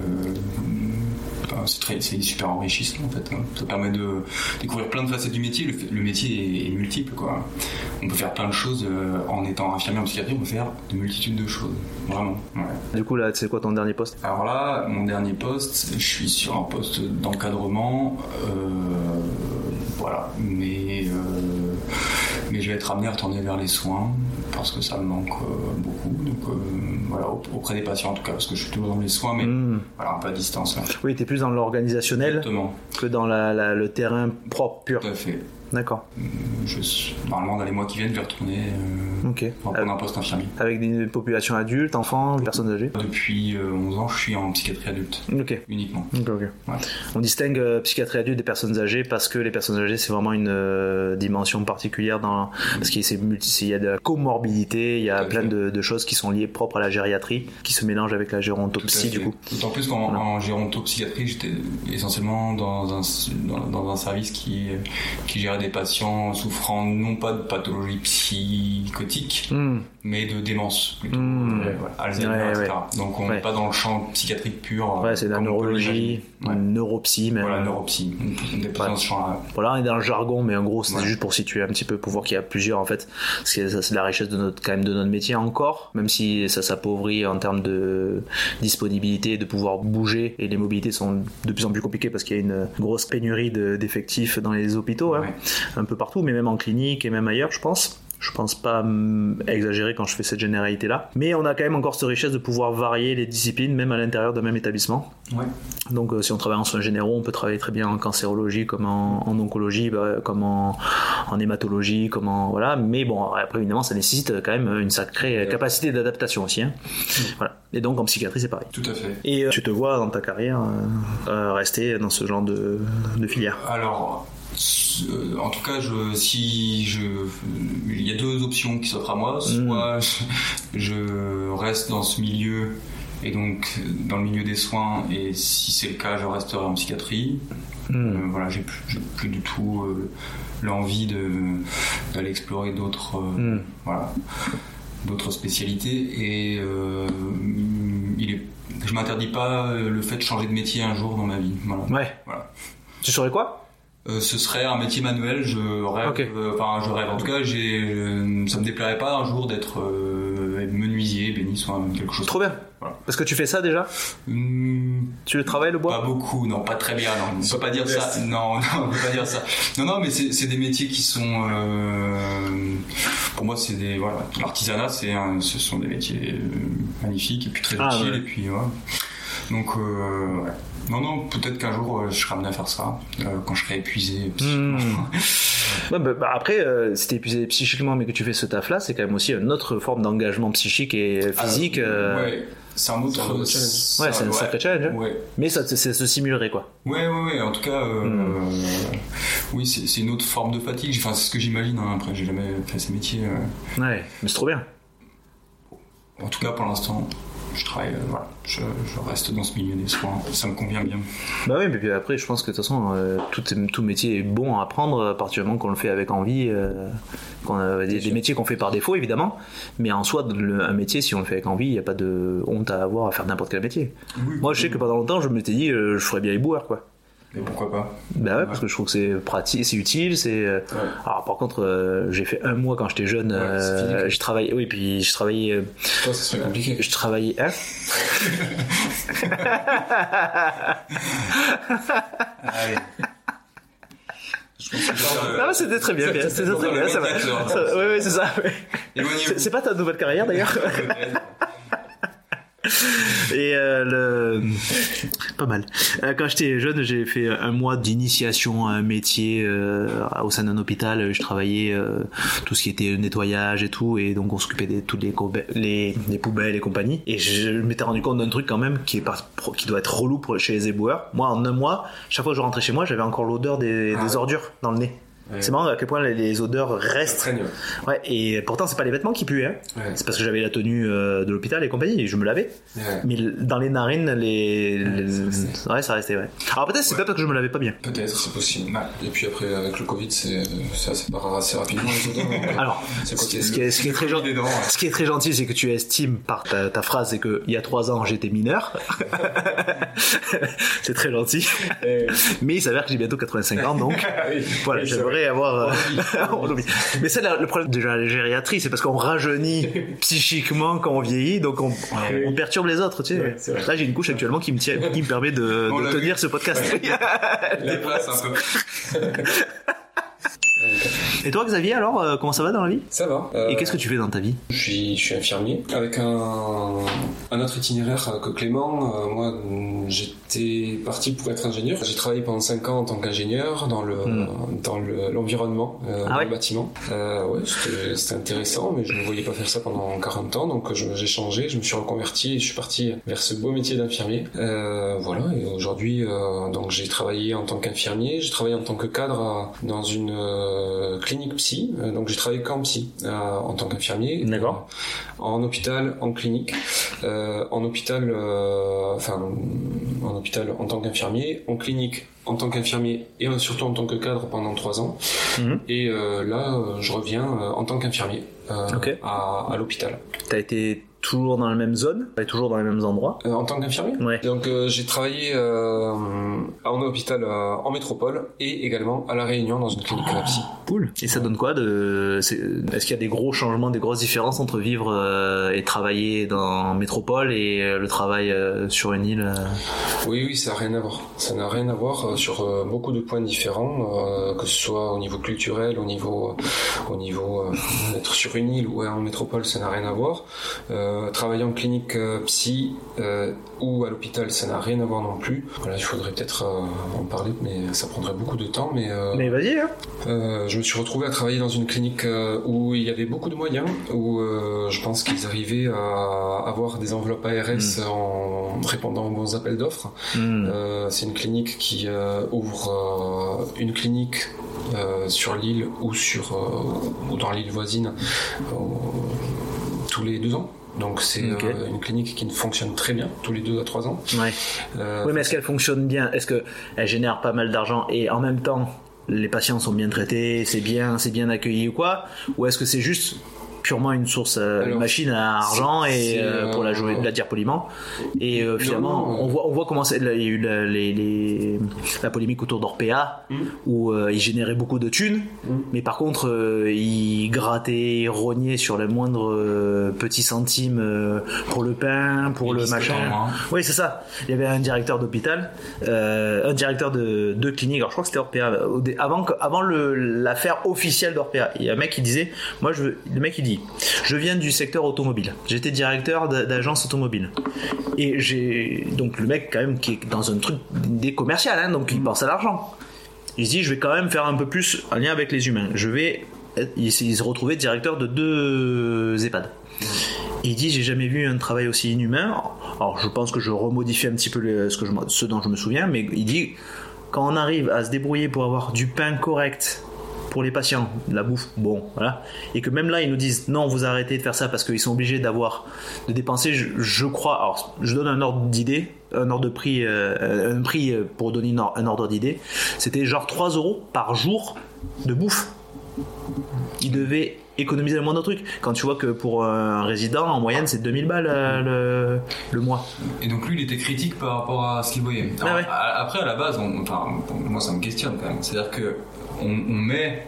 C'est, très, c'est super enrichissant en fait. Hein. Ça permet de découvrir plein de facettes du métier. Le, le métier est, est multiple, quoi. On peut faire plein de choses euh, en étant infirmier en psychiatrie. On peut faire de multitudes de choses, vraiment. Ouais. Du coup là, c'est quoi ton dernier poste ? Alors là, mon dernier poste, je suis sur un poste d'encadrement, euh, voilà. Mais euh, mais je vais être amené à retourner vers les soins parce que ça me manque euh, beaucoup. Donc euh, voilà, auprès des patients en tout cas, parce que je suis toujours dans les soins, mais mmh. voilà, un peu à distance. Là. Oui, t'es plus dans l'organisationnel Exactement. Que dans la, la, le terrain propre, pur. Tout à fait. D'accord. Je suis, normalement, dans les mois qui viennent, je vais retourner euh, okay. reprendre un poste infirmier. Avec des populations adultes, enfants, personnes âgées ? Depuis euh, onze ans, je suis en psychiatrie adulte. Ok. Uniquement. Ok, ok. Ouais. On distingue euh, psychiatrie adulte des personnes âgées parce que les personnes âgées, c'est vraiment une euh, dimension particulière dans... parce qu'il c'est multi... y a de la comorbidité, il y a plein de, de choses qui sont liées propres à la gériatrie, qui se mélangent avec la gérontopsie, du coup. D'autant plus qu'en voilà. en gérontopsychiatrie, j'étais essentiellement dans un, dans, dans un service qui, qui gérait des patients souffrant non pas de pathologie psychotique, mm. mais de démence plutôt, mm. euh, voilà, Alzheimer, ouais, et cetera. Ouais. Donc on n'est ouais. pas dans le champ psychiatrique pur. Ouais, c'est de la neurologie, ouais. neuropsy, même. Voilà, neuropsy. On n'est pas ouais. dans ce champ-là. Voilà, on est dans le jargon, mais en gros, c'est ouais. juste pour situer un petit peu, pour voir qu'il y a plusieurs, en fait. Parce que ça, c'est la richesse de notre, quand même, de notre métier encore, même si ça s'appauvrit en termes de disponibilité, de pouvoir bouger, et les mobilités sont de plus en plus compliquées parce qu'il y a une grosse pénurie de, d'effectifs dans les hôpitaux, hein, ouais. un peu partout, mais même en clinique et même ailleurs, je pense. Je pense pas exagérer quand je fais cette généralité-là. Mais on a quand même encore cette richesse de pouvoir varier les disciplines, même à l'intérieur d'un même établissement. Ouais. Donc euh, si on travaille en soins généraux, on peut travailler très bien en cancérologie, comme en, en oncologie, bah, comme en, en hématologie, comme en... Voilà. Mais bon, après, évidemment, ça nécessite quand même une sacrée ouais. capacité d'adaptation aussi. Hein. Mmh. Voilà. Et donc en psychiatrie, c'est pareil. Tout à fait. Et euh, tu te vois dans ta carrière euh, euh, rester dans ce genre de, de filière ? Alors... En tout cas, je, si je, il y a deux options qui s'offrent à moi. Soit mmh. je, je reste dans ce milieu et donc dans le milieu des soins, et si c'est le cas, je resterai en psychiatrie. Mmh. Euh, voilà, j'ai plus, j'ai plus du tout euh, l'envie de d'aller explorer d'autres, euh, mmh. voilà, d'autres spécialités. Et euh, il est, je m'interdis pas le fait de changer de métier un jour dans ma vie. Voilà. Ouais. Voilà. Tu saurais quoi? Euh, ce serait un métier manuel, je rêve, okay. euh, enfin je rêve, en tout cas j'ai, euh, ça me déplairait pas un jour d'être euh, menuisier, bénisse, ou quelque chose. Trop bien. Voilà. Parce que tu fais ça déjà mmh, Tu le travailles le bois? Pas beaucoup, non, pas très bien, non, on peut pas dire ça, non, non, on peut pas dire ça. Non, non, mais c'est, c'est des métiers qui sont, euh, pour moi c'est des, voilà, l'artisanat c'est un, ce sont des métiers magnifiques et puis très utiles, ah, ouais. et puis voilà. Donc euh, ouais. Non, non, peut-être qu'un jour euh, je serai amené à faire ça, euh, quand je serai épuisé psychiquement. Mmh. Ouais, bah, bah, après, euh, si t'es épuisé psychiquement mais que tu fais ce taf-là, c'est quand même aussi une autre forme d'engagement psychique et physique. Ah, euh, ouais. c'est un autre C'est un autre challenge. Ouais, c'est un sacré challenge. Hein. Ouais. Mais ça, ça, ça se simulerait quoi. Ouais, ouais, ouais. En tout cas, euh, Mm. euh, oui, c'est, c'est une autre forme de fatigue. Enfin, c'est ce que j'imagine. Hein. Après, j'ai jamais fait ces métiers. Euh. Ouais, mais c'est trop bien. En tout cas, pour l'instant, je travaille. Euh, voilà, je, je reste dans ce milieu des soins. Ça me convient bien. Bah oui, mais puis après, je pense que de toute façon, euh, tout, tout métier est bon à apprendre à partir du moment qu'on le fait avec envie. Euh, qu'on a des, des métiers qu'on fait par défaut, évidemment. Mais en soi, le, un métier, si on le fait avec envie, il n'y a pas de honte à avoir à faire n'importe quel métier. Oui, Moi, je sais que pendant longtemps, je m'étais dit, euh, je ferais bien éboueur, quoi. Et pourquoi pas? Bah ouais, parce que je trouve que c'est pratique, c'est utile, c'est. euh, Ouais. Alors par contre, euh, j'ai fait un mois quand j'étais jeune. Ouais, c'est euh, physique. je travaillais, oui, puis je travaillais, euh, Toi, ça serait compliqué. je travaillais. Hein Allez. Je pense que ça, Non, mais c'était très bien, bien, c'est- c'était c'est très dans bien, le ça va. médiateur. Ça- Ouais, ouais, c'est ça. Ouais. éloignez-vous. C'est, c'est pas ta nouvelle carrière d'ailleurs. Et euh, le... pas mal. Euh, Quand j'étais jeune, j'ai fait un mois d'initiation à un métier euh, au sein d'un hôpital. Je travaillais euh, tout ce qui était nettoyage et tout, et donc on s'occupait de toutes les, cobe- les, les poubelles et compagnie. Et je m'étais rendu compte d'un truc quand même qui est pas, qui doit être relou pour, chez les éboueurs. Moi, en un mois, chaque fois que je rentrais chez moi, j'avais encore l'odeur des, Ah des ouais. ordures dans le nez. Ouais. C'est marrant à quel point les, les odeurs Ça restent. traîne. Ouais, et pourtant c'est pas les vêtements qui puent, hein. Ouais. C'est parce que j'avais la tenue euh, de l'hôpital et compagnie, et je me lavais. Ouais. Mais l- dans les narines, les, les- ça restait. ouais, ça restait, ouais. Alors peut-être c'est Ouais. pas parce que je me lavais pas bien. Peut-être, c'est possible. Ouais. Et puis après, avec le Covid, c'est, ça se part assez rapidement les odeurs. donc, Alors, c'est ce quoi qui, qui ce qui est, ce qui est très gentil, des dents, ouais. ce qui est très gentil, c'est que tu estimes par ta, ta phrase, c'est que il y a trois ans j'étais mineur. C'est très gentil. Et- Mais il s'avère que j'ai bientôt quatre-vingt-cinq ans, donc Oui. voilà, Oui, c'est j'aimerais avoir. euh, on l'oublie. Mais c'est la- le problème de la gériatrie, c'est parce qu'on rajeunit psychiquement quand on vieillit, donc on, Ouais. on perturbe les autres. Tu sais. Ouais, c'est vrai. Là, j'ai une couche actuellement qui me tient, qui me permet de, On de l'a tenir vu. ce podcast. La place un peu. Et toi, Xavier, alors, euh, comment ça va dans la vie? Ça va. Euh, Et qu'est-ce que tu fais dans ta vie? Je suis, je suis infirmier avec un, un autre itinéraire que Clément. Euh, moi, j'étais parti pour être ingénieur. J'ai travaillé pendant cinq ans en tant qu'ingénieur dans le Mm. dans le, l'environnement, euh, Ah dans ouais. le bâtiment. Euh, ouais, c'était, c'était intéressant, mais je ne me voyais pas faire ça pendant quarante ans. Donc je- j'ai changé, je me suis reconverti et je suis parti vers ce beau métier d'infirmier. Euh, voilà. Et aujourd'hui, euh, donc j'ai travaillé en tant qu'infirmier. J'ai travaillé en tant que cadre euh, dans une euh, clinique psy. Euh, donc j'ai travaillé qu'en psy euh, en tant qu'infirmier. D'accord. En hôpital, en clinique, euh, en hôpital, euh, enfin en hôpital en tant qu'infirmier, en clinique en tant qu'infirmier et euh, surtout en tant que cadre pendant trois ans. Mhm. Et euh, là, euh, je reviens euh, en tant qu'infirmier euh, Ok. à, à l'hôpital. T'as été toujours dans la même zone? T'as été toujours dans les mêmes endroits? Euh, en tant qu'infirmier. Ouais. Donc euh, j'ai travaillé euh, en hôpital euh, en métropole et également à La Réunion dans une clinique à la psy. Cool. Et ça donne quoi de... c'est- Est-ce qu'il y a des gros changements, des grosses différences entre vivre euh, et travailler dans métropole et euh, le travail euh, sur une île euh Oui, oui, ça n'a rien à voir. Ça n'a rien à voir euh, sur euh, beaucoup de points différents, euh, que ce soit au niveau culturel, au niveau, euh, au niveau euh, d'être sur une île ou en métropole, ça n'a rien à voir. Euh, travailler en clinique euh, psy euh, ou à l'hôpital, ça n'a rien à voir non plus. Voilà, il faudrait peut-être euh, en parler, mais ça prendrait beaucoup de temps. Mais, euh, Mais vas-y, hein. euh, je me suis retrouvé à travailler dans une clinique euh, où il y avait beaucoup de moyens, où euh, je pense qu'ils arrivaient à avoir des enveloppes A R S Mm. en répondant aux bons appels d'offres. Hmm. Euh, c'est une clinique qui euh, ouvre euh, une clinique euh, sur l'île ou sur euh, ou dans l'île voisine euh, tous les deux ans. Donc c'est Ok. euh, une clinique qui fonctionne très bien tous les deux à trois ans. Ouais. Euh, Oui, mais est-ce qu'elle fonctionne bien? Est-ce qu'elle génère pas mal d'argent et en même temps les patients sont bien traités, c'est bien, c'est bien accueilli ou quoi? Ou est-ce que c'est juste purement une source, euh, Alors, une machine à argent c'est- et c'est, euh, pour la jouer, euh, la dire poliment? Et euh, finalement, non, non, on voit, on voit comment c'est. Il y a eu la, les, les- la polémique autour d'Orpea Mm. où euh, il générait beaucoup de thunes, Mm. mais par contre, euh, il grattait, il rognait sur le moindre euh, petit centime euh, pour le pain, pour Il le discute machin. en moins. Oui, c'est ça. Il y avait un directeur d'hôpital, euh, un directeur de, de clinique. Alors je crois que c'était Orpea. Au dé- Avant, que- avant le, l'affaire officielle d'Orpea, il y a un mec qui disait, moi je veux, le mec il dit, je viens du secteur automobile. J'étais directeur d'a- d'agence automobile. Et j'ai donc le mec quand même qui est dans un truc des commercial, hein, donc il pense à l'argent. Il se dit, je vais quand même faire un peu plus en lien avec les humains. Je vais, être- il, s'est- il se retrouvait directeur de deux EHPAD. il dit j'ai jamais vu un travail aussi inhumain. Alors je pense que je remodifie un petit peu le, ce, que je, ce dont je me souviens, mais il dit quand on arrive à se débrouiller pour avoir du pain correct pour les patients, de la bouffe, bon, voilà, et que même là ils nous disent non, vous arrêtez de faire ça parce qu'ils sont obligés d'avoir, de dépenser, je, je crois, alors je donne un ordre d'idée, un ordre de prix, euh, un prix pour donner un ordre d'idée, c'était genre trois euros par jour de bouffe. Ils devaient économiser le moindre truc. Quand tu vois que pour un résident, en moyenne, c'est deux mille balles euh, le, le mois. Et donc lui, il était critique par rapport à ce qu'il voyait. Alors, ah ouais. à, après, à la base, on, enfin, moi, ça me questionne quand même. C'est-à-dire que on, on met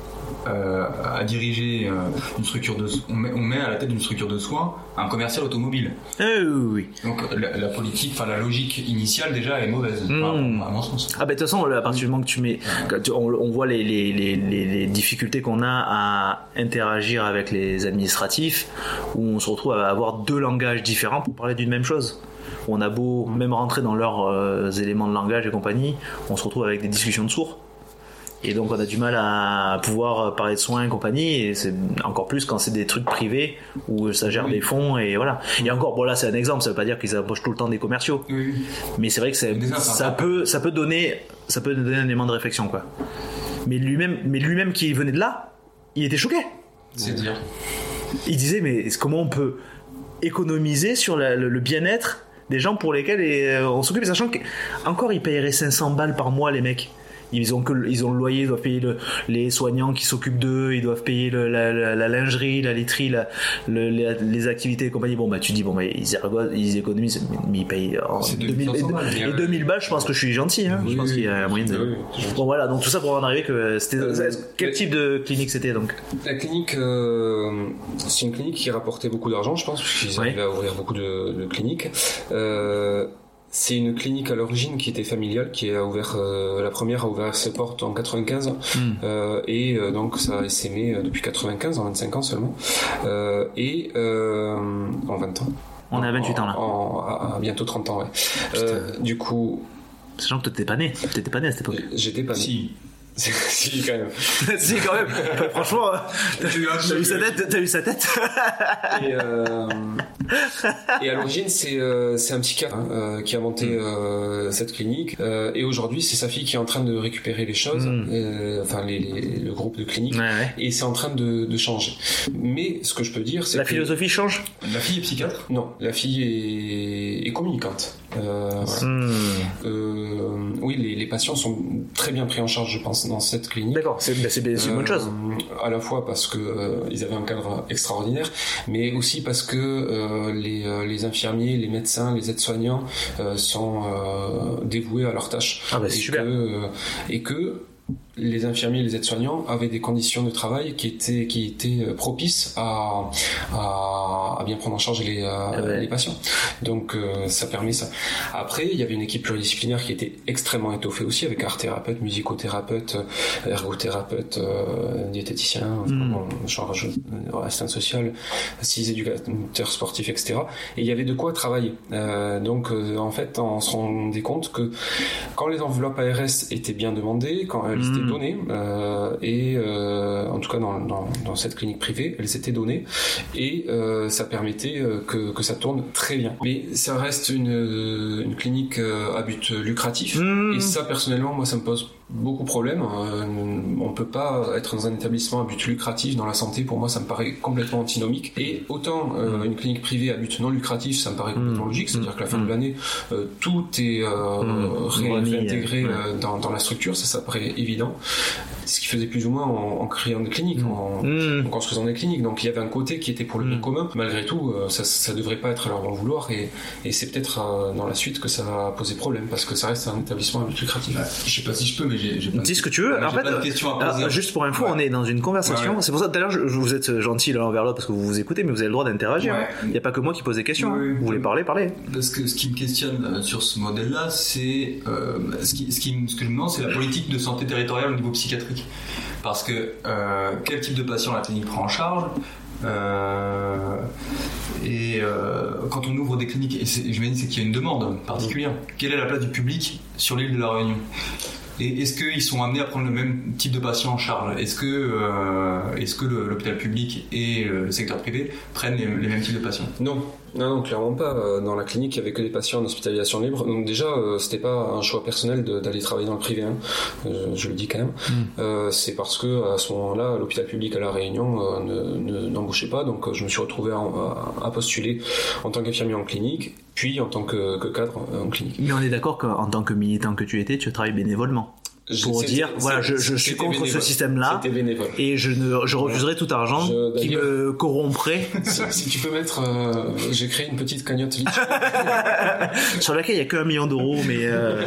euh, à diriger euh, une structure de, on met, on met à la tête d'une structure de soins un commercial automobile. Euh, oui, oui. Donc la, la politique, enfin la logique initiale déjà est mauvaise, mmh. enfin, à mon sens. Ah ben bah, de toute façon, à partir du moment que tu mets, tu, on, on voit les, les, les, les, les difficultés qu'on a à interagir avec les administratifs, où on se retrouve à avoir deux langages différents pour parler d'une même chose. On a beau même rentrer dans leurs euh, éléments de langage et compagnie, on se retrouve avec des discussions de sourds. Et donc on a du mal à pouvoir parler de soins et compagnie, et c'est encore plus quand c'est des trucs privés où ça gère oui. des fonds et voilà. Et encore, bon là c'est un exemple, ça veut pas dire qu'ils embauchent tout le temps des commerciaux, oui. mais c'est vrai que c'est, ça peut, ça peut donner, ça peut donner un élément de réflexion quoi. Mais lui-même, mais lui-même qui venait de là, il était choqué. C'est dire. Il disait mais comment on peut économiser sur la, le, le bien-être des gens pour lesquels on s'occupe, sachant qu'encore ils paieraient cinq cents balles par mois les mecs. Ils ont, que, ils ont le loyer, ils doivent payer le, les soignants qui s'occupent d'eux, ils doivent payer le, la, la, la lingerie, la laiterie, la, le, les, les activités et compagnie. Bon, bah, tu dis, bon, bah, ils, ils économisent, mais ils payent oh, deux mille balles. Et deux mille balles, je pense que je suis gentil, hein. Oui, je pense qu'il y a moyen de. Oui, bon, voilà, donc tout ça pour en arriver que c'était. Euh, quel type de clinique c'était donc? La clinique, euh, c'est une clinique qui rapportait beaucoup d'argent, je pense, puisqu'ils arrivaient à ouvrir beaucoup de, de cliniques. Euh, C'est une clinique à l'origine qui était familiale, qui a ouvert euh, la première a ouvert ses portes en quatre-vingt-quinze mm. euh, et euh, donc ça a essaimé depuis quatre-vingt-quinze, en vingt-cinq ans seulement, euh, et euh, en vingt ans. On est à vingt-huit ans là. En, à, à bientôt trente ans, ouais. Euh, du coup. Sachant que t'étais pas né, t'étais pas né à cette époque. J'étais pas né. Si. Si quand même. Si quand même. Franchement, t'as, t'as eu sa tête, t'as eu sa tête. Et, euh, et à l'origine, c'est euh, c'est un psychiatre hein, euh, qui a monté euh, cette clinique. Euh, et aujourd'hui, c'est sa fille qui est en train de récupérer les choses, mm. euh, enfin les, les, le groupe de clinique. Ouais, ouais. Et c'est en train de, de changer. Mais ce que je peux dire, c'est la que philosophie change. La fille est psychiatre ? Non, la fille est, est communicante. Euh, voilà. mm. euh, oui, les, les patients sont très bien pris en charge, je pense, dans cette clinique. D'accord, c'est, c'est, c'est une bonne chose. Euh, à la fois parce que euh, ils avaient un cadre extraordinaire, mais aussi parce que euh, les, euh, les infirmiers, les médecins, les aides-soignants euh, sont euh, dévoués à leur tâche. Ah bah c'est et super. Que, euh, et que les infirmiers et les aides-soignants avaient des conditions de travail qui étaient, qui étaient propices à, à, à bien prendre en charge les, ah ouais. les patients. Donc euh, ça permet ça. Après, il y avait une équipe pluridisciplinaire qui était extrêmement étoffée aussi, avec art thérapeute, musicothérapeute, ergothérapeute, euh, diététicien, mm. bon, genre assistant social, six éducateurs sportifs, et cetera. Et il y avait de quoi travailler. Euh, donc euh, en fait, on se rendait compte que quand les enveloppes A R S étaient bien demandées, quand elles mmh. étaient données, euh, et euh, en tout cas dans, dans, dans cette clinique privée, elles étaient données, et euh, ça permettait euh, que, que ça tourne très bien. Mais ça reste une, une clinique euh, à but lucratif, mmh. et ça personnellement, moi ça me pose beaucoup de problèmes. Euh, on peut pas être dans un établissement à but lucratif dans la santé, pour moi ça me paraît complètement antinomique. Et autant euh, une clinique privée à but non lucratif, ça me paraît complètement mmh. logique, c'est-à-dire qu'à la fin mmh. de l'année, euh, tout est euh, mmh. ré- réintégré mmh. euh, dans, dans la structure, ça, ça paraît évident. Ce qui faisait plus ou moins en, en créant des cliniques, mmh. en, mmh. en construisant des cliniques. Donc il y avait un côté qui était pour le bien mmh. commun. Malgré tout, euh, ça, ça devrait pas être à leur bon vouloir, et, et c'est peut-être euh, dans la suite que ça va poser problème, parce que ça reste un établissement à but lucratif. Ouais. Je sais pas si je peux, mais j'ai, j'ai pas dis ce que tu veux. En fait, alors, juste pour info, ouais. on est dans une conversation. Ouais, ouais. C'est pour ça tout à l'heure, je, vous êtes gentil l'un envers l'autre parce que vous vous écoutez, mais vous avez le droit d'interagir. Ouais. Il n'y a pas que moi qui pose des questions. Ouais, vous voulez parler, parlez. Parce que ce qui me questionne sur ce modèle-là, c'est euh, ce, qui, ce, qui, ce que je me demande, c'est la politique de santé territoriale au niveau psychiatrique. Parce que euh, quel type de patient la clinique prend en charge, euh, et euh, quand on ouvre des cliniques, et c'est, j'imagine c'est qu'il y a une demande particulière. Quelle est la place du public sur l'île de la Réunion ? Et est-ce qu'ils sont amenés à prendre le même type de patient en charge ? Est-ce que, euh, est-ce que le, l'hôpital public et le secteur privé prennent les, les mêmes types de patients ? Non. Non, non, clairement pas. Dans la clinique, il n'y avait que des patients en hospitalisation libre. Donc déjà, euh, c'était pas un choix personnel de, d'aller travailler dans le privé. Hein. Euh, je le dis quand même. Mm. Euh, c'est parce que à ce moment-là, l'hôpital public à La Réunion euh, ne, ne, n'embauchait pas. Donc je me suis retrouvé à, à postuler en tant qu'infirmier en clinique, puis en tant que, que cadre en clinique. Mais on est d'accord qu'en tant que militant que tu étais, tu travailles bénévolement. Pour C'était, dire, voilà, je, je suis contre bénévole. Ce système-là, et je, ne, je refuserai voilà. tout argent je, qui me corromprait. Si, si tu peux mettre, euh, j'ai créé une petite cagnotte sur laquelle il n'y a qu'un million d'euros, mais. Euh...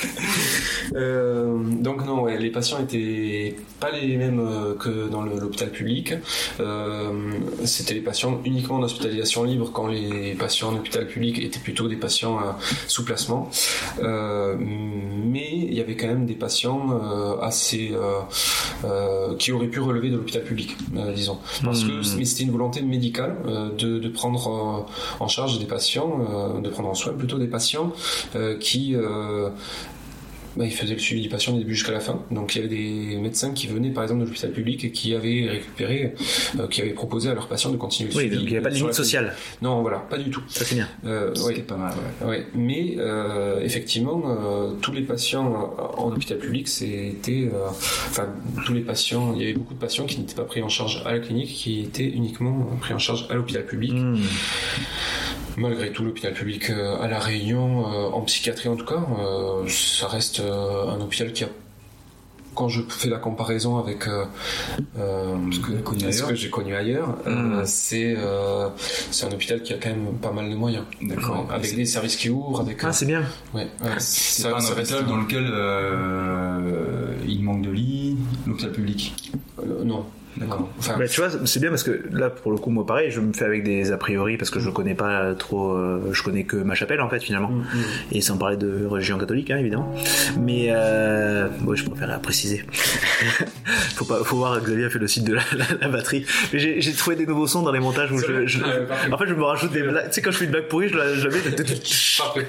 euh, donc non, ouais, les patients étaient pas les mêmes que dans le, l'hôpital public. Euh, c'était les patients uniquement en hospitalisation libre, quand les patients en hôpital public étaient plutôt des patients euh, sous placement. Euh, mais il y avait quand même des patients Euh, assez euh, euh, qui aurait pu relever de l'hôpital public, euh, disons, parce mmh. que mais c'était une volonté médicale euh, de, de prendre euh, en charge des patients, euh, de prendre en soin plutôt des patients euh, qui euh, bah, il faisait le suivi du patient du début jusqu'à la fin. Donc il y avait des médecins qui venaient par exemple de l'hôpital public et qui avaient récupéré, euh, qui avaient proposé à leurs patients de continuer le oui, suivi. Oui, donc il n'y avait pas de limite sociale. Non, voilà, pas du tout. Ça c'est bien. Euh, C'était ouais, pas mal. Ouais. Ouais. Mais euh, effectivement, euh, tous les patients en hôpital public, c'était, euh, enfin tous les patients, il y avait beaucoup de patients qui n'étaient pas pris en charge à la clinique, qui étaient uniquement pris en charge à l'hôpital public. Mmh. Malgré tout, l'hôpital public euh, à La Réunion, euh, en psychiatrie en tout cas, euh, ça reste euh, un hôpital qui a, quand je fais la comparaison avec euh, euh, ce, que connu ce que j'ai connu ailleurs, mmh. euh, c'est, euh, c'est un hôpital qui a quand même pas mal de moyens. D'accord. Ouais, avec c'est... des services qui ouvrent. Avec, ah, c'est bien. Ouais, ouais, c'est ça, pas un hôpital dans lequel euh, il manque de lits, l'hôpital public euh, Non. D'accord. Enfin, mais tu vois, c'est bien parce que là, pour le coup, moi, pareil, je me fais avec des a priori parce que je connais pas trop, euh, je connais que ma chapelle en fait finalement, mm-hmm. et sans parler de religion catholique, hein, évidemment. Mais euh, ouais, je préfère préciser. faut pas, faut voir. Xavier a fait le site de la, la, la batterie. Mais j'ai, j'ai trouvé des nouveaux sons dans les montages où je, je, je, en fait, je me rajoute des blagues. Tu sais, quand je fais une blague pourrie, je la, je la mets. Parfait.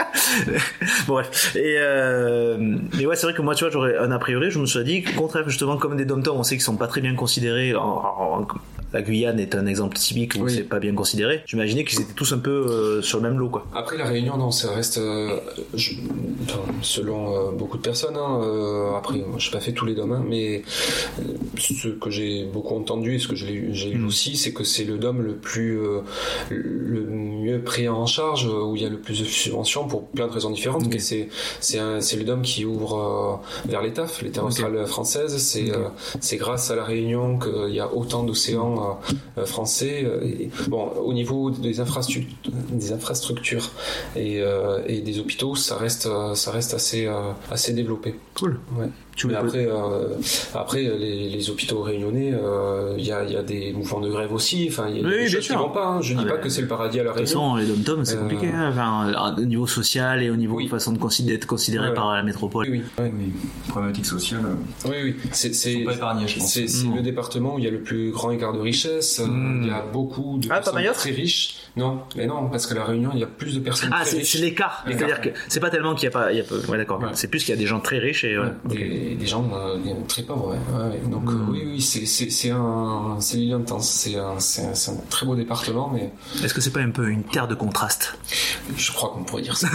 Bon bref, et euh, mais ouais, c'est vrai que moi, tu vois, j'aurais un a priori, je me suis dit, contraire justement, comme des dom-toms, on sait qu'ils sont pas très bien considérés. En, en, la Guyane est un exemple typique où oui. c'est pas bien considéré. J'imaginais qu'ils étaient tous un peu euh, sur le même lot, quoi. Après la Réunion, non, ça reste euh, je, enfin, selon euh, beaucoup de personnes. Hein, euh, après, moi, j'ai pas fait tous les dômes, hein, mais euh, ce que j'ai beaucoup entendu et ce que j'ai, j'ai lu mmh. aussi, c'est que c'est le dôme le plus euh, le mieux pris en charge, où il y a le plus de subventions pour plein de raisons différentes. Okay. C'est c'est un, c'est le dôme qui ouvre euh, vers l'E T A F, l'État okay. austral française. C'est okay. euh, c'est grâce à la Réunion qu'il y a autant d'océans euh, français. Et, bon, au niveau des infrastructures, des infrastructures et, euh, et des hôpitaux, ça reste ça reste assez euh, assez développé. Cool. Ouais. Tu Mais après, euh, après les, les hôpitaux réunionnais, il euh, y, a, y a des mouvements de grève aussi. Enfin, il y a oui, des choses qui vont pas. Hein. Je ah dis pas que c'est le paradis à la Réunion. De toute façon, les dom-toms, c'est euh... compliqué. Hein. Enfin, au niveau social et au niveau oui. de façon de considérer, d'être considéré ouais. par la métropole. Oui, oui. oui. Problématique sociale. Oui, oui. C'est, c'est, sont pas épargnés, je pense. C'est, c'est le département où il y a le plus grand écart de richesse. Mm. Il y a beaucoup de ah, personnes très riches. Non, mais non, parce que la Réunion, il y a plus de personnes ah, très c'est, riches. Ah, c'est l'écart. l'écart. C'est-à-dire que c'est pas tellement qu'il y a pas, il y a pas. Ouais, d'accord. Ouais. C'est plus qu'il y a des gens très riches et ouais. Ouais. Des, okay. des gens euh, très pauvres. Ouais. Ouais. Donc mm. euh, oui, oui, c'est, c'est, c'est un, c'est l'île intense. C'est un, c'est un, c'est un très beau département, mais. Est-ce que c'est pas un peu une terre de contraste? Je crois qu'on pourrait dire ça.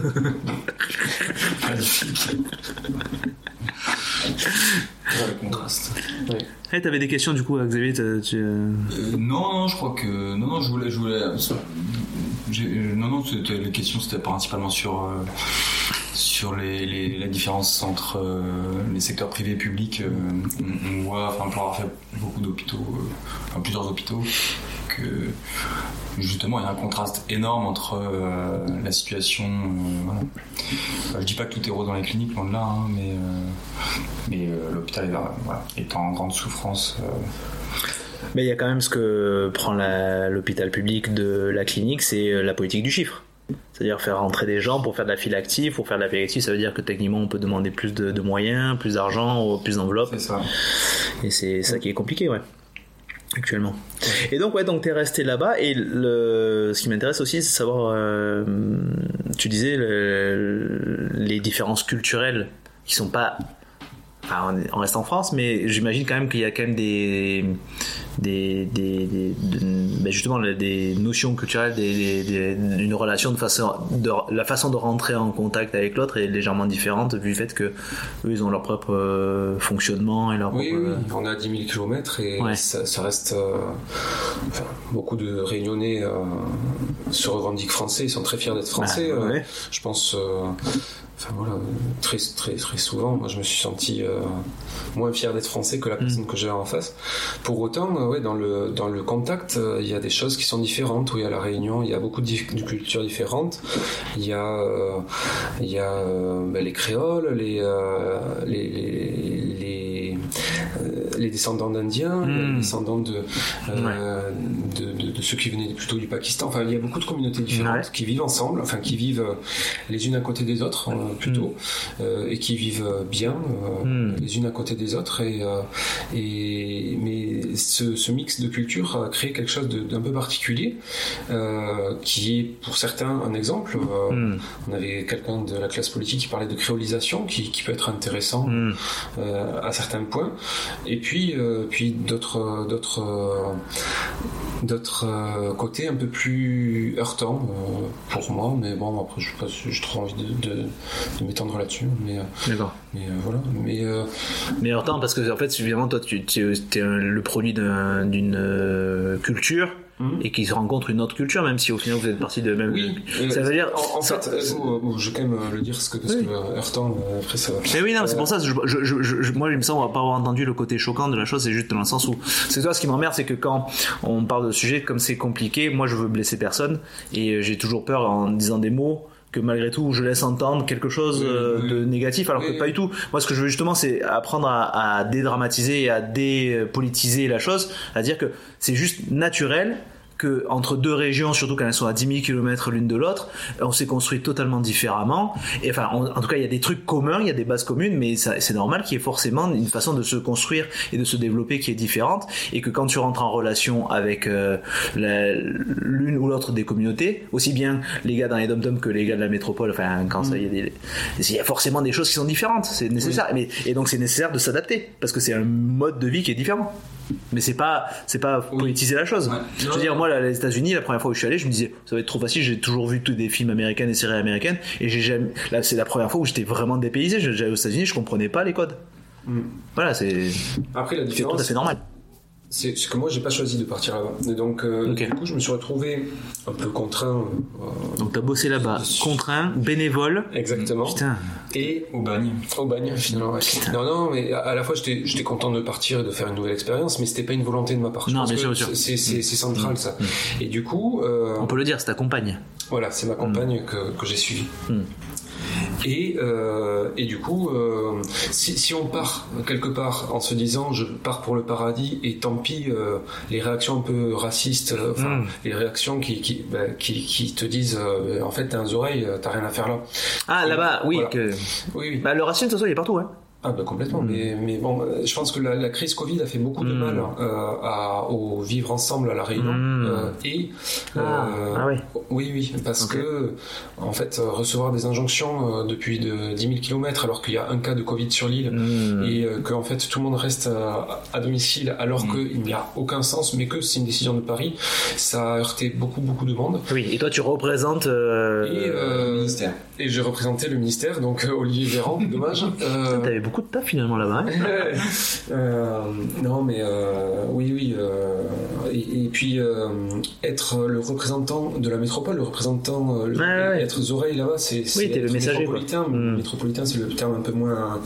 Magnifique. Ouais, le contraste. Ouais. Hey, t'avais des questions du coup, Xavier tu... euh, Non, non, je crois que non, non, je voulais, je voulais. J'ai... Non, non, c'était... les questions c'était principalement sur euh, sur les, les la différence entre euh, les secteurs privés et publics. Euh, on, on voit, enfin, pour avoir fait beaucoup d'hôpitaux, euh, enfin plusieurs hôpitaux, que justement il y a un contraste énorme entre euh, la situation. Euh, voilà. Enfin, je dis pas que tout est rose dans les cliniques, loin de là, hein, mais euh, mais euh, l'hôpital est, voilà, est en grande souffrance. Euh, Mais il y a quand même ce que prend la, l'hôpital public de la clinique, c'est la politique du chiffre. C'est-à-dire faire rentrer des gens pour faire de la file active. Pour faire de la file active, ça veut dire que techniquement on peut demander plus de, de moyens, plus d'argent, plus d'enveloppes. C'est ça. Et c'est ça qui est compliqué, ouais. Actuellement. Et donc ouais, donc t'es resté là-bas et le, ce qui m'intéresse aussi, c'est de savoir, euh, tu disais le, les différences culturelles qui sont pas... Enfin, on, est, on reste en France, mais j'imagine quand même qu'il y a quand même des, des, des, des de, ben justement des notions culturelles, des, des, des, une relation de façon, de, la façon de rentrer en contact avec l'autre est légèrement différente vu le fait que eux ils ont leur propre euh, fonctionnement et leur oui, propre. Oui, on est à dix mille kilomètres et ouais. ça, ça reste. Euh, enfin, beaucoup de Réunionnais euh, se revendiquent français, ils sont très fiers d'être français. Ah, ouais. euh, je pense. Euh, Enfin voilà, très très très souvent, moi je me suis senti euh, moins fier d'être français que la personne mmh. que j'ai en face. Pour autant, euh, ouais, dans le dans le contact, euh, il y a des choses qui sont différentes. Oui, à la Réunion, il y a beaucoup de, de cultures différentes. Il y a euh, il y a euh, ben, les créoles, les euh, les les, les, euh, les descendants d'Indiens, mmh. les descendants de, euh, ouais. de, de de ceux qui venaient plutôt du Pakistan. Enfin, il y a beaucoup de communautés différentes ouais. qui vivent ensemble, enfin qui vivent les unes à côté des autres. Euh, plutôt mmh. euh, et qui vivent bien euh, mmh. les unes à côté des autres et, euh, et mais ce, ce mix de cultures a créé quelque chose de, d'un peu particulier euh, qui est pour certains un exemple euh, mmh. on avait quelqu'un de la classe politique qui parlait de créolisation qui, qui peut être intéressant mmh. euh, à certains points et puis, euh, puis d'autres d'autres euh, d'autres euh, côtés un peu plus heurtants euh, pour moi mais bon après je sais pas si j'ai trop envie de, de de m'étendre là-dessus mais, D'accord. mais euh, voilà mais euh... mais alors parce que en fait évidemment toi tu es le produit d'un, d'une euh, culture mmh. et qui se rencontre une autre culture même si au final vous êtes partis de même oui, ça euh, veut dire en, en ça, fait euh, euh, je vais quand même le dire parce que, parce oui. que Heurtant euh, après ça mais oui non euh... c'est pour ça je, je, je, je, moi il me semble pas avoir entendu le côté choquant de la chose c'est juste dans le sens où c'est toi ce qui m'emmerde c'est que quand on parle de sujet comme c'est compliqué moi je veux blesser personne et j'ai toujours peur en disant des mots que malgré tout je laisse entendre quelque chose oui, euh, oui. de négatif alors oui, que pas oui. du tout. Moi ce que je veux justement c'est apprendre à, à dédramatiser et à dépolitiser la chose, à dire que c'est juste naturel que entre deux régions, surtout quand elles sont à dix mille kilomètres l'une de l'autre, on s'est construit totalement différemment. Et enfin, on, en tout cas, il y a des trucs communs, il y a des bases communes, mais ça, c'est normal qu'il y ait forcément une façon de se construire et de se développer qui est différente. Et que quand tu rentres en relation avec euh, la, l'une ou l'autre des communautés, aussi bien les gars dans les dom-toms que les gars de la métropole, enfin, quand ça, il y a des, il y a forcément des choses qui sont différentes. C'est nécessaire. Oui. Mais, et donc, c'est nécessaire de s'adapter parce que c'est un mode de vie qui est différent. Mais c'est pas, c'est pas politiser oui. la chose. Ouais. Je veux dire, moi, là, les États-Unis, la première fois où je suis allé, je me disais, ça va être trop facile. J'ai toujours vu tous des films américains, des séries américaines, et j'ai jamais. Là, c'est la première fois où j'étais vraiment dépaysé. J'allais aux États-Unis, je comprenais pas les codes. Mm. Voilà, c'est. Après, la différence. C'est tout à fait normal. C'est, c'est que moi j'ai pas choisi de partir là-bas et donc euh, okay. du coup je me suis retrouvé un peu contraint euh, donc t'as bossé là-bas suis... contraint bénévole exactement putain et au bagne au bagne finalement ouais. non non mais à la fois j'étais j'étais content de partir et de faire une nouvelle expérience mais c'était pas une volonté de ma part non bien sûr, sûr c'est, c'est, c'est central mmh. ça mmh. et du coup euh, on peut le dire c'est ta compagne voilà c'est ma compagne mmh. que, que j'ai suivie mmh. Et, euh, et du coup, euh, si, si on part quelque part en se disant je pars pour le paradis et tant pis, euh, les réactions un peu racistes, enfin, mm. les réactions qui, qui, bah, qui, qui te disent euh, en fait t'as un oreille, t'as rien à faire là. Ah et, là-bas, oui. Voilà. Que... oui, oui. Bah, le racisme, de toute façon, il est partout, hein. Ah bah complètement, mmh. mais, mais bon, je pense que la, la crise Covid a fait beaucoup de mmh. mal euh, à, au vivre ensemble à La Réunion mmh. euh, et ah. Euh, ah oui. oui oui parce okay. que en fait recevoir des injonctions euh, depuis de dix mille kilomètres alors qu'il y a un cas de Covid sur l'île mmh. et euh, que en fait tout le monde reste à, à domicile alors mmh. qu'il n'y a aucun sens mais que c'est une décision de Paris, ça a heurté beaucoup beaucoup de monde. Oui, et toi tu représentes euh, et, euh, le ministère. Et j'ai représenté le ministère, donc euh, Olivier Véran, dommage. Euh, T'avais beaucoup de taf finalement là-bas. Hein euh, non, mais euh, oui, oui. Euh, et, et puis euh, être le représentant de la métropole, le représentant, le, ah, ouais. être aux oreilles là-bas, c'est, c'est oui, t'es le messager. Métropolitain. Mm. Métropolitain, c'est le terme un peu moins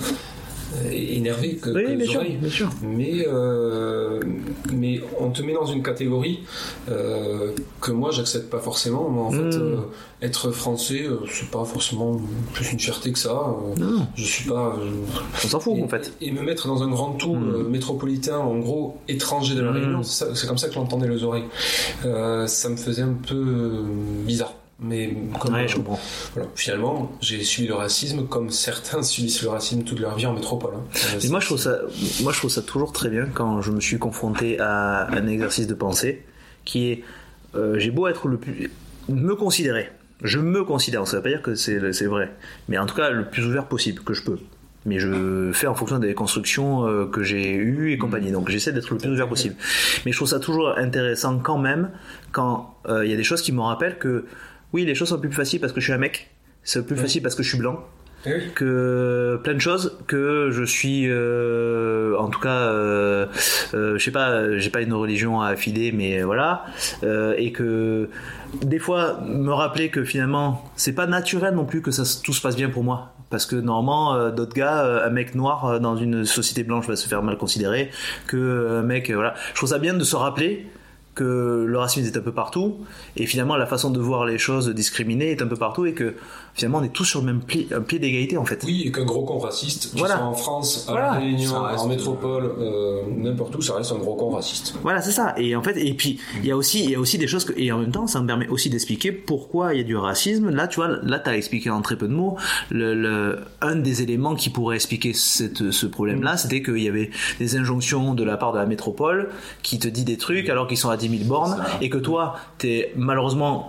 énervé que, oui, que bien les sûr, oreilles. bien sûr. Mais, euh, mais on te met dans une catégorie euh, que moi j'accepte pas forcément. Mais en mmh. fait, euh, être français, euh, c'est pas forcément plus une fierté que ça. Euh, non. Je suis pas. Euh, on s'en fout et, en fait. Et me mettre dans un grand tout mmh. euh, métropolitain, en gros étranger de la Réunion, mmh. c'est, c'est comme ça que j'entendais les oreilles. Euh, ça me faisait un peu euh, bizarre. Mais comme, ouais, euh, je comprends. Voilà, finalement, j'ai subi le racisme comme certains subissent le racisme toute leur vie en métropole. Hein. Euh, Mais moi, je trouve ça, moi, je trouve ça toujours très bien quand je me suis confronté à un exercice de pensée qui est, euh, j'ai beau être le plus, me considérer, je me considère, ça veut pas dire que c'est, c'est vrai, mais en tout cas le plus ouvert possible que je peux. mais je fais en fonction des constructions euh, que j'ai eues et compagnie. Donc j'essaie d'être le plus ouvert possible. Mais je trouve ça toujours intéressant quand même quand il euh, y a des choses qui me rappellent que oui, les choses sont plus faciles parce que je suis un mec, c'est plus mmh. facile parce que je suis blanc. Oui. Que plein de choses, que je suis euh, en tout cas euh, euh, je sais pas, j'ai pas une religion à affider, mais voilà, euh, et que des fois me rappeler que finalement c'est pas naturel non plus que ça tout se passe bien pour moi, parce que normalement euh, d'autres gars, euh, un mec noir euh, dans une société blanche va se faire mal considérer, que euh, un mec euh, voilà, je trouve ça bien de se rappeler que le racisme est un peu partout, et finalement la façon de voir les choses discriminées est un peu partout, et que finalement on est tous sur le même pied, un pied d'égalité en fait. Oui, et qu'un gros con raciste, que voilà. ce soit en France, à voilà. La Réunion, reste, en métropole, euh, n'importe où, ça reste un gros con raciste. Voilà, c'est ça. Et en fait, et puis il y a aussi, il y a aussi des choses que, et en même temps, ça me permet aussi d'expliquer pourquoi il y a du racisme. Là, tu vois, là, t'as expliqué en très peu de mots. Le, le un des éléments qui pourrait expliquer cette, ce problème-là, c'était qu'il y avait des injonctions de la part de la métropole qui te dit des trucs alors qu'ils sont à dix mille bornes, et que toi, t'es malheureusement,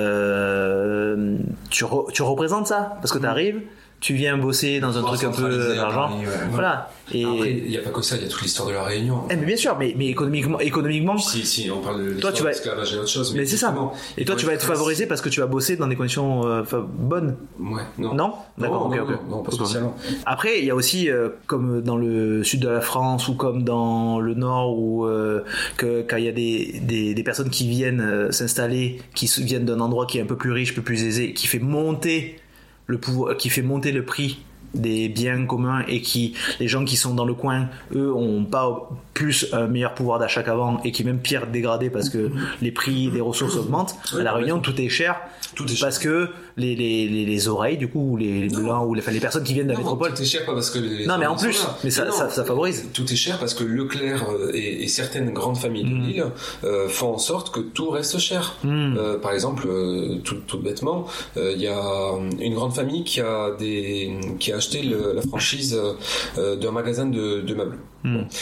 euh, tu, re, tu représentes ça parce que t'arrives. Tu viens bosser dans un truc un peu d'argent, Paris, ouais. voilà. Et après, il n'y a pas que ça, il y a toute l'histoire de la Réunion. Eh mais bien sûr, mais, mais économiquement, économiquement. Si, si, on parle de toi, tu vas, l'esclavage et autre chose. Mais, mais c'est ça. Et toi, tu vas être favorisé parce que tu vas bosser dans des conditions euh, bonnes. Ouais, non. Non, d'accord, non, ok, non, ok. Non, non, pas spécialement. Après, il y a aussi, euh, comme dans le sud de la France ou comme dans le nord, où euh, que quand il y a des, des, des personnes qui viennent euh, s'installer, qui viennent d'un endroit qui est un peu plus riche, un peu plus aisé, qui fait monter le pouvoir, qui fait monter le prix des biens communs, et qui les gens qui sont dans le coin, eux, ont pas plus un meilleur pouvoir d'achat qu'avant, et qui même pire dégradé parce que les prix des ressources augmentent. À La Réunion, tout est cher, tout est parce cher. que les, les, les, les oreilles, du coup, ou les, les blancs, ou les, enfin, les personnes qui viennent de la non, métropole. Tout est cher pas parce que les non, mais en plus, mais ça, mais non, ça, ça favorise. Tout est cher parce que Leclerc et, et certaines grandes familles de mmh. l'île euh, font en sorte que tout reste cher. Mmh. Euh, par exemple, euh, tout, tout bêtement, il euh, y a une grande famille qui a des, qui a acheté le, la franchise euh, d'un magasin de, de meubles. Mmh. Bon.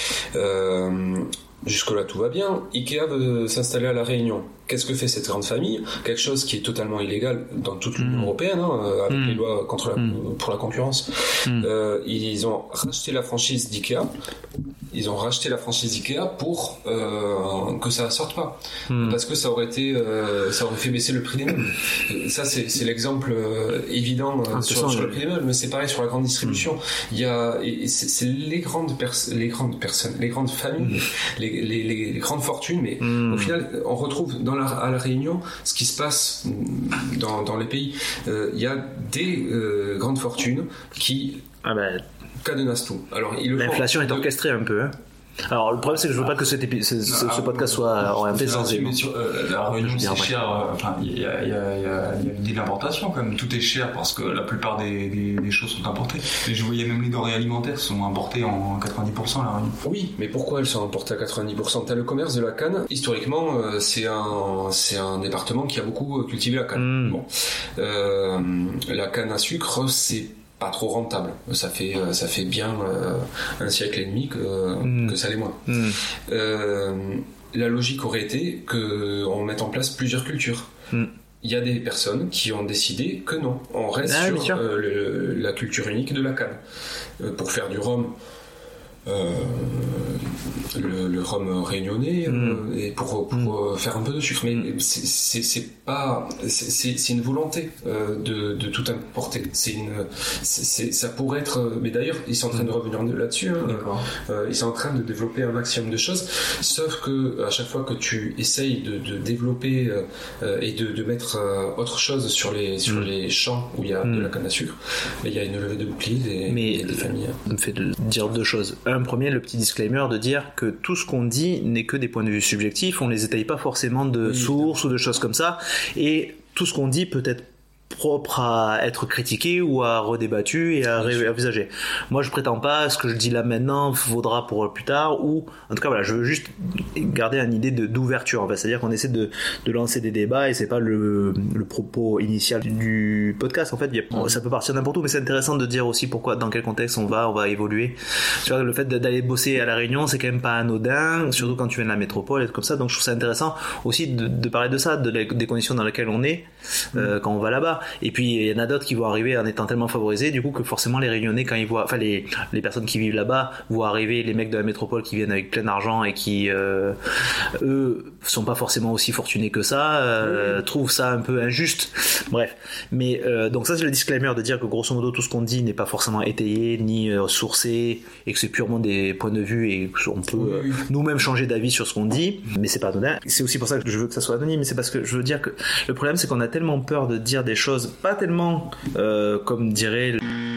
Euh, Jusque-là, tout va bien. Ikea veut s'installer à La Réunion. Qu'est-ce que fait cette grande famille ? Quelque chose qui est totalement illégal dans toute l'Union mmh. européenne, hein, avec mmh. les lois contre la, mmh. pour la concurrence. Mmh. Euh, ils ont racheté la franchise d'Ikea. Ils ont racheté la franchise Ikea pour euh, que ça sorte pas, mmh. parce que ça aurait été, euh, ça aurait fait baisser le prix des meubles. Ça, c'est, c'est l'exemple euh, évident euh, ah, sur, sur le prix des meubles, mais c'est pareil sur la grande distribution. Mmh. Il y a, et c'est, c'est les grandes personnes, les grandes personnes, les grandes familles, mmh. les, les, les, les grandes fortunes, mais mmh. au final, on retrouve dans la, à la Réunion ce qui se passe dans, dans les pays. Euh, il y a des euh, grandes fortunes qui ah ben, cadenassent tout. Alors, il l'inflation faut, est orchestrée un peu. Hein. Alors le problème c'est que je veux pas que cet épi- ce, ce, ce podcast soit orienté sans mais sur, euh, La Réunion c'est cher, euh, enfin il y a, y, a, y, a, y a l'idée de l'importation quand même, tout est cher parce que la plupart des, des, des choses sont importées. Et je voyais même les denrées alimentaires sont importées en quatre-vingt-dix pour cent à La Réunion. Oui, mais pourquoi elles sont importées à quatre-vingt-dix pour cent ? T'as le commerce de la canne, historiquement euh, c'est, un, c'est un département qui a beaucoup cultivé la canne. Mmh. Bon. Euh, la canne à sucre c'est pas trop rentable. Ça fait, ça fait bien euh, un siècle et demi que, mmh. que ça l'est moins. Mmh. Euh, la logique aurait été qu'on mette en place plusieurs cultures. Mmh. Il y a des personnes qui ont décidé que non, on reste ah, sur euh, le, la culture unique de la canne. Euh, pour faire du rhum, Euh, le, le rhum réunionnais mmh. euh, et pour, pour mmh. faire un peu de sucre, mais c'est, c'est, c'est pas c'est, c'est, c'est une volonté euh, de, de tout importer. C'est une c'est, c'est, ça pourrait être, mais d'ailleurs ils sont en train de revenir là-dessus. Hein, euh, ils sont en train de développer un maximum de choses, sauf que à chaque fois que tu essayes de, de développer euh, et de, de mettre euh, autre chose sur les sur mmh. les champs où il y a mmh. de la canne à sucre, il y a une levée de bouclier des, mais des familles. Ça me fait dire deux choses. Un premier, le petit disclaimer de dire que tout ce qu'on dit n'est que des points de vue subjectifs, on les étaye pas forcément de oui, sources ou de choses comme ça, et tout ce qu'on dit peut être propre à être critiqué ou à redébattu et à réenvisager. Moi je prétends pas ce que je dis là maintenant vaudra pour plus tard, ou en tout cas voilà, je veux juste garder une idée de, d'ouverture en fait. C'est-à-dire qu'on essaie de, de lancer des débats et c'est pas le, le propos initial du podcast en fait. A, ça peut partir n'importe où, mais c'est intéressant de dire aussi pourquoi, dans quel contexte on va on va évoluer. Tu vois, le fait d'aller bosser à La Réunion c'est quand même pas anodin, surtout quand tu viens de la métropole et comme ça, donc je trouve ça intéressant aussi de, de parler de ça, de la, des conditions dans lesquelles on est euh, quand on va là-bas. Et puis il y en a d'autres qui vont arriver en étant tellement favorisés, du coup que forcément les Réunionnais quand ils voient, enfin les les personnes qui vivent là-bas voient arriver les mecs de la métropole qui viennent avec plein d'argent et qui euh, eux sont pas forcément aussi fortunés que ça, euh, oui. trouvent ça un peu injuste. Bref, mais euh, donc ça c'est le disclaimer de dire que grosso modo tout ce qu'on dit n'est pas forcément étayé ni euh, sourcé et que c'est purement des points de vue et on peut oui. euh, nous-mêmes changer d'avis sur ce qu'on dit, mais c'est pas anodin. C'est aussi pour ça que je veux que ça soit anonyme, mais c'est parce que je veux dire que le problème c'est qu'on a tellement peur de dire des choses, pas tellement euh, comme dirait le...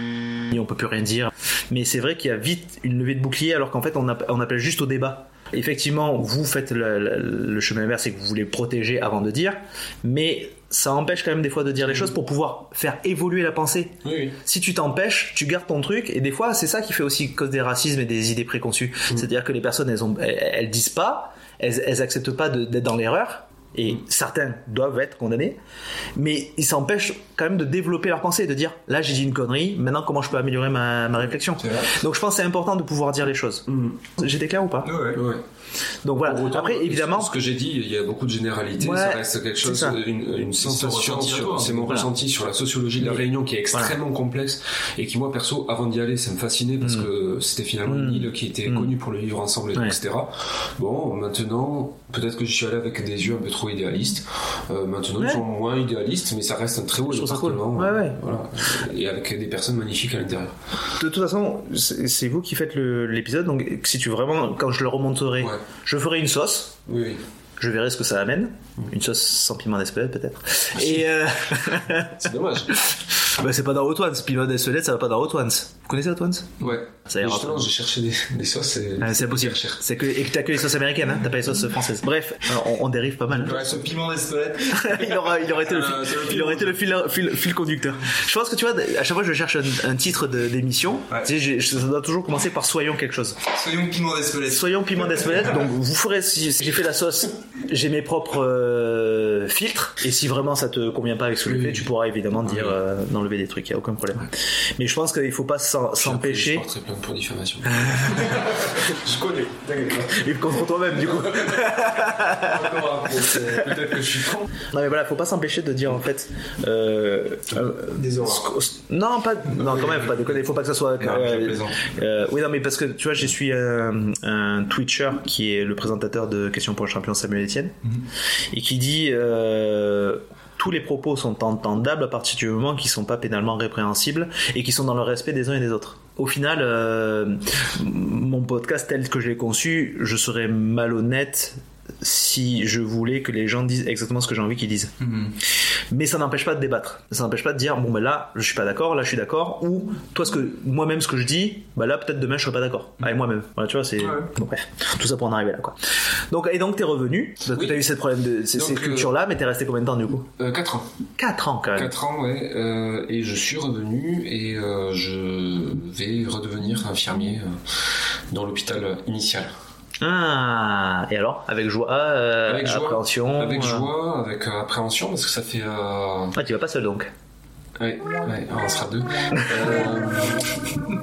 on peut plus rien dire, mais c'est vrai qu'il y a vite une levée de bouclier alors qu'en fait on, a, on appelle juste au débat. Effectivement, vous faites le, le, le chemin inverse, c'est que vous voulez protéger avant de dire, mais ça empêche quand même des fois de dire les choses pour pouvoir faire évoluer la pensée. Oui, oui. Si tu t'empêches, tu gardes ton truc, et des fois c'est ça qui fait aussi cause des racismes et des idées préconçues. Mmh. C'est-à-dire que les personnes elles, ont, elles, elles disent pas, elles, elles acceptent pas de, d'être dans l'erreur. Et certains doivent être condamnés, mais ils s'empêchent quand même de développer leur pensée et de dire là j'ai dit une connerie, maintenant comment je peux améliorer ma, ma réflexion. Donc je pense que c'est important de pouvoir dire les choses. Mmh. J'étais clair ou pas? Ouais, ouais. Donc voilà. Autant, après évidemment, ce que j'ai dit, il y a beaucoup de généralités, ouais, ça reste quelque chose, une, une sensation. Sur, c'est mon voilà. ressenti sur la sociologie de la Réunion qui est extrêmement voilà. complexe et qui moi perso avant d'y aller ça me fascinait parce mmh. que c'était finalement mmh. une île qui était mmh. connue pour le vivre ensemble et, ouais. et cetera. Bon maintenant peut-être que j'y suis allé avec des yeux un peu trop idéalistes. Euh, maintenant ouais. ils sont moins idéalistes, mais ça reste un très beau département. Cool. Ouais, ouais. Voilà. Et avec des personnes magnifiques à l'intérieur. De toute façon, c'est, c'est vous qui faites le, l'épisode, donc si tu vraiment, quand je le remonterai, ouais. je ferai une sauce. Oui, oui. Je verrai ce que ça amène. Une sauce sans piment d'Espelette peut-être. Et euh... c'est dommage. Bah c'est pas dans Hot Ones. Piment d'Espelette ça va pas dans Hot Ones. Vous connaissez Hot Ones? Ouais. Ça ira. Justement j'ai cherché des, des sauces et... ah, c'est impossible. C'est que, et que t'as que les sauces américaines, hein. T'as pas les sauces françaises. Bref, on, on dérive pas mal. Ouais, ce piment d'Espelette. il, aura, il aurait été le fil, euh, il aurait été le fil, fil, fil conducteur. Je pense que tu vois, à chaque fois je cherche un, un titre de, d'émission. Ouais. Tu sais, ça doit toujours commencer par Soyons quelque chose. Soyons piment d'Espelette. Soyons piment d'Espelette. Donc vous ferez, si j'ai fait la sauce, j'ai mes propres euh, filtres. Et si vraiment ça te convient pas avec ce que je fais, tu pourras évidemment dire oui. euh, d'enlever des trucs. Il y a aucun problème. Ouais. Mais je pense qu'il faut pas s'en, s'empêcher. Je porterai plainte pour diffamation. Je connais. Et contre toi-même du coup. Peut-être que je suis con. Non mais voilà, faut pas s'empêcher de dire en fait. Euh, euh, des horreurs. Non pas. Non quand même, faut pas déconner. Faut pas que ça soit. Non, euh, euh, oui non mais parce que tu vois, je suis un, un Twitcher qui est le présentateur de Questions pour le champion Samuel Etienne mm-hmm. et qui dit. Euh, tous les propos sont entendables à partir du moment qu'ils sont pas pénalement répréhensibles et qui sont dans le respect des uns et des autres. Au final, euh, mon podcast tel que je l'ai conçu, je serais malhonnête si je voulais que les gens disent exactement ce que j'ai envie qu'ils disent. Mmh. Mais ça n'empêche pas de débattre. Ça n'empêche pas de dire bon ben là je suis pas d'accord, là je suis d'accord, ou toi ce que moi-même ce que je dis, bah là peut-être demain je serai pas d'accord mmh. avec moi-même. Voilà, tu vois, c'est ouais. Bon, bref, tout ça pour en arriver là quoi. Donc et donc t'es revenu parce oui. que t'as eu cette problème de c- cette culture là, euh, mais t'es resté combien de temps du coup? euh, quatre ans. quatre ans quand même. quatre ans ouais. Euh, et je suis revenu et euh, je vais redevenir infirmier euh, dans l'hôpital initial. Ah, et alors avec joie, euh, avec joie, appréhension, avec euh... joie, avec euh, appréhension parce que ça fait. Euh... Ah, tu vas pas seul donc. Ouais, ouais, on sera deux. euh...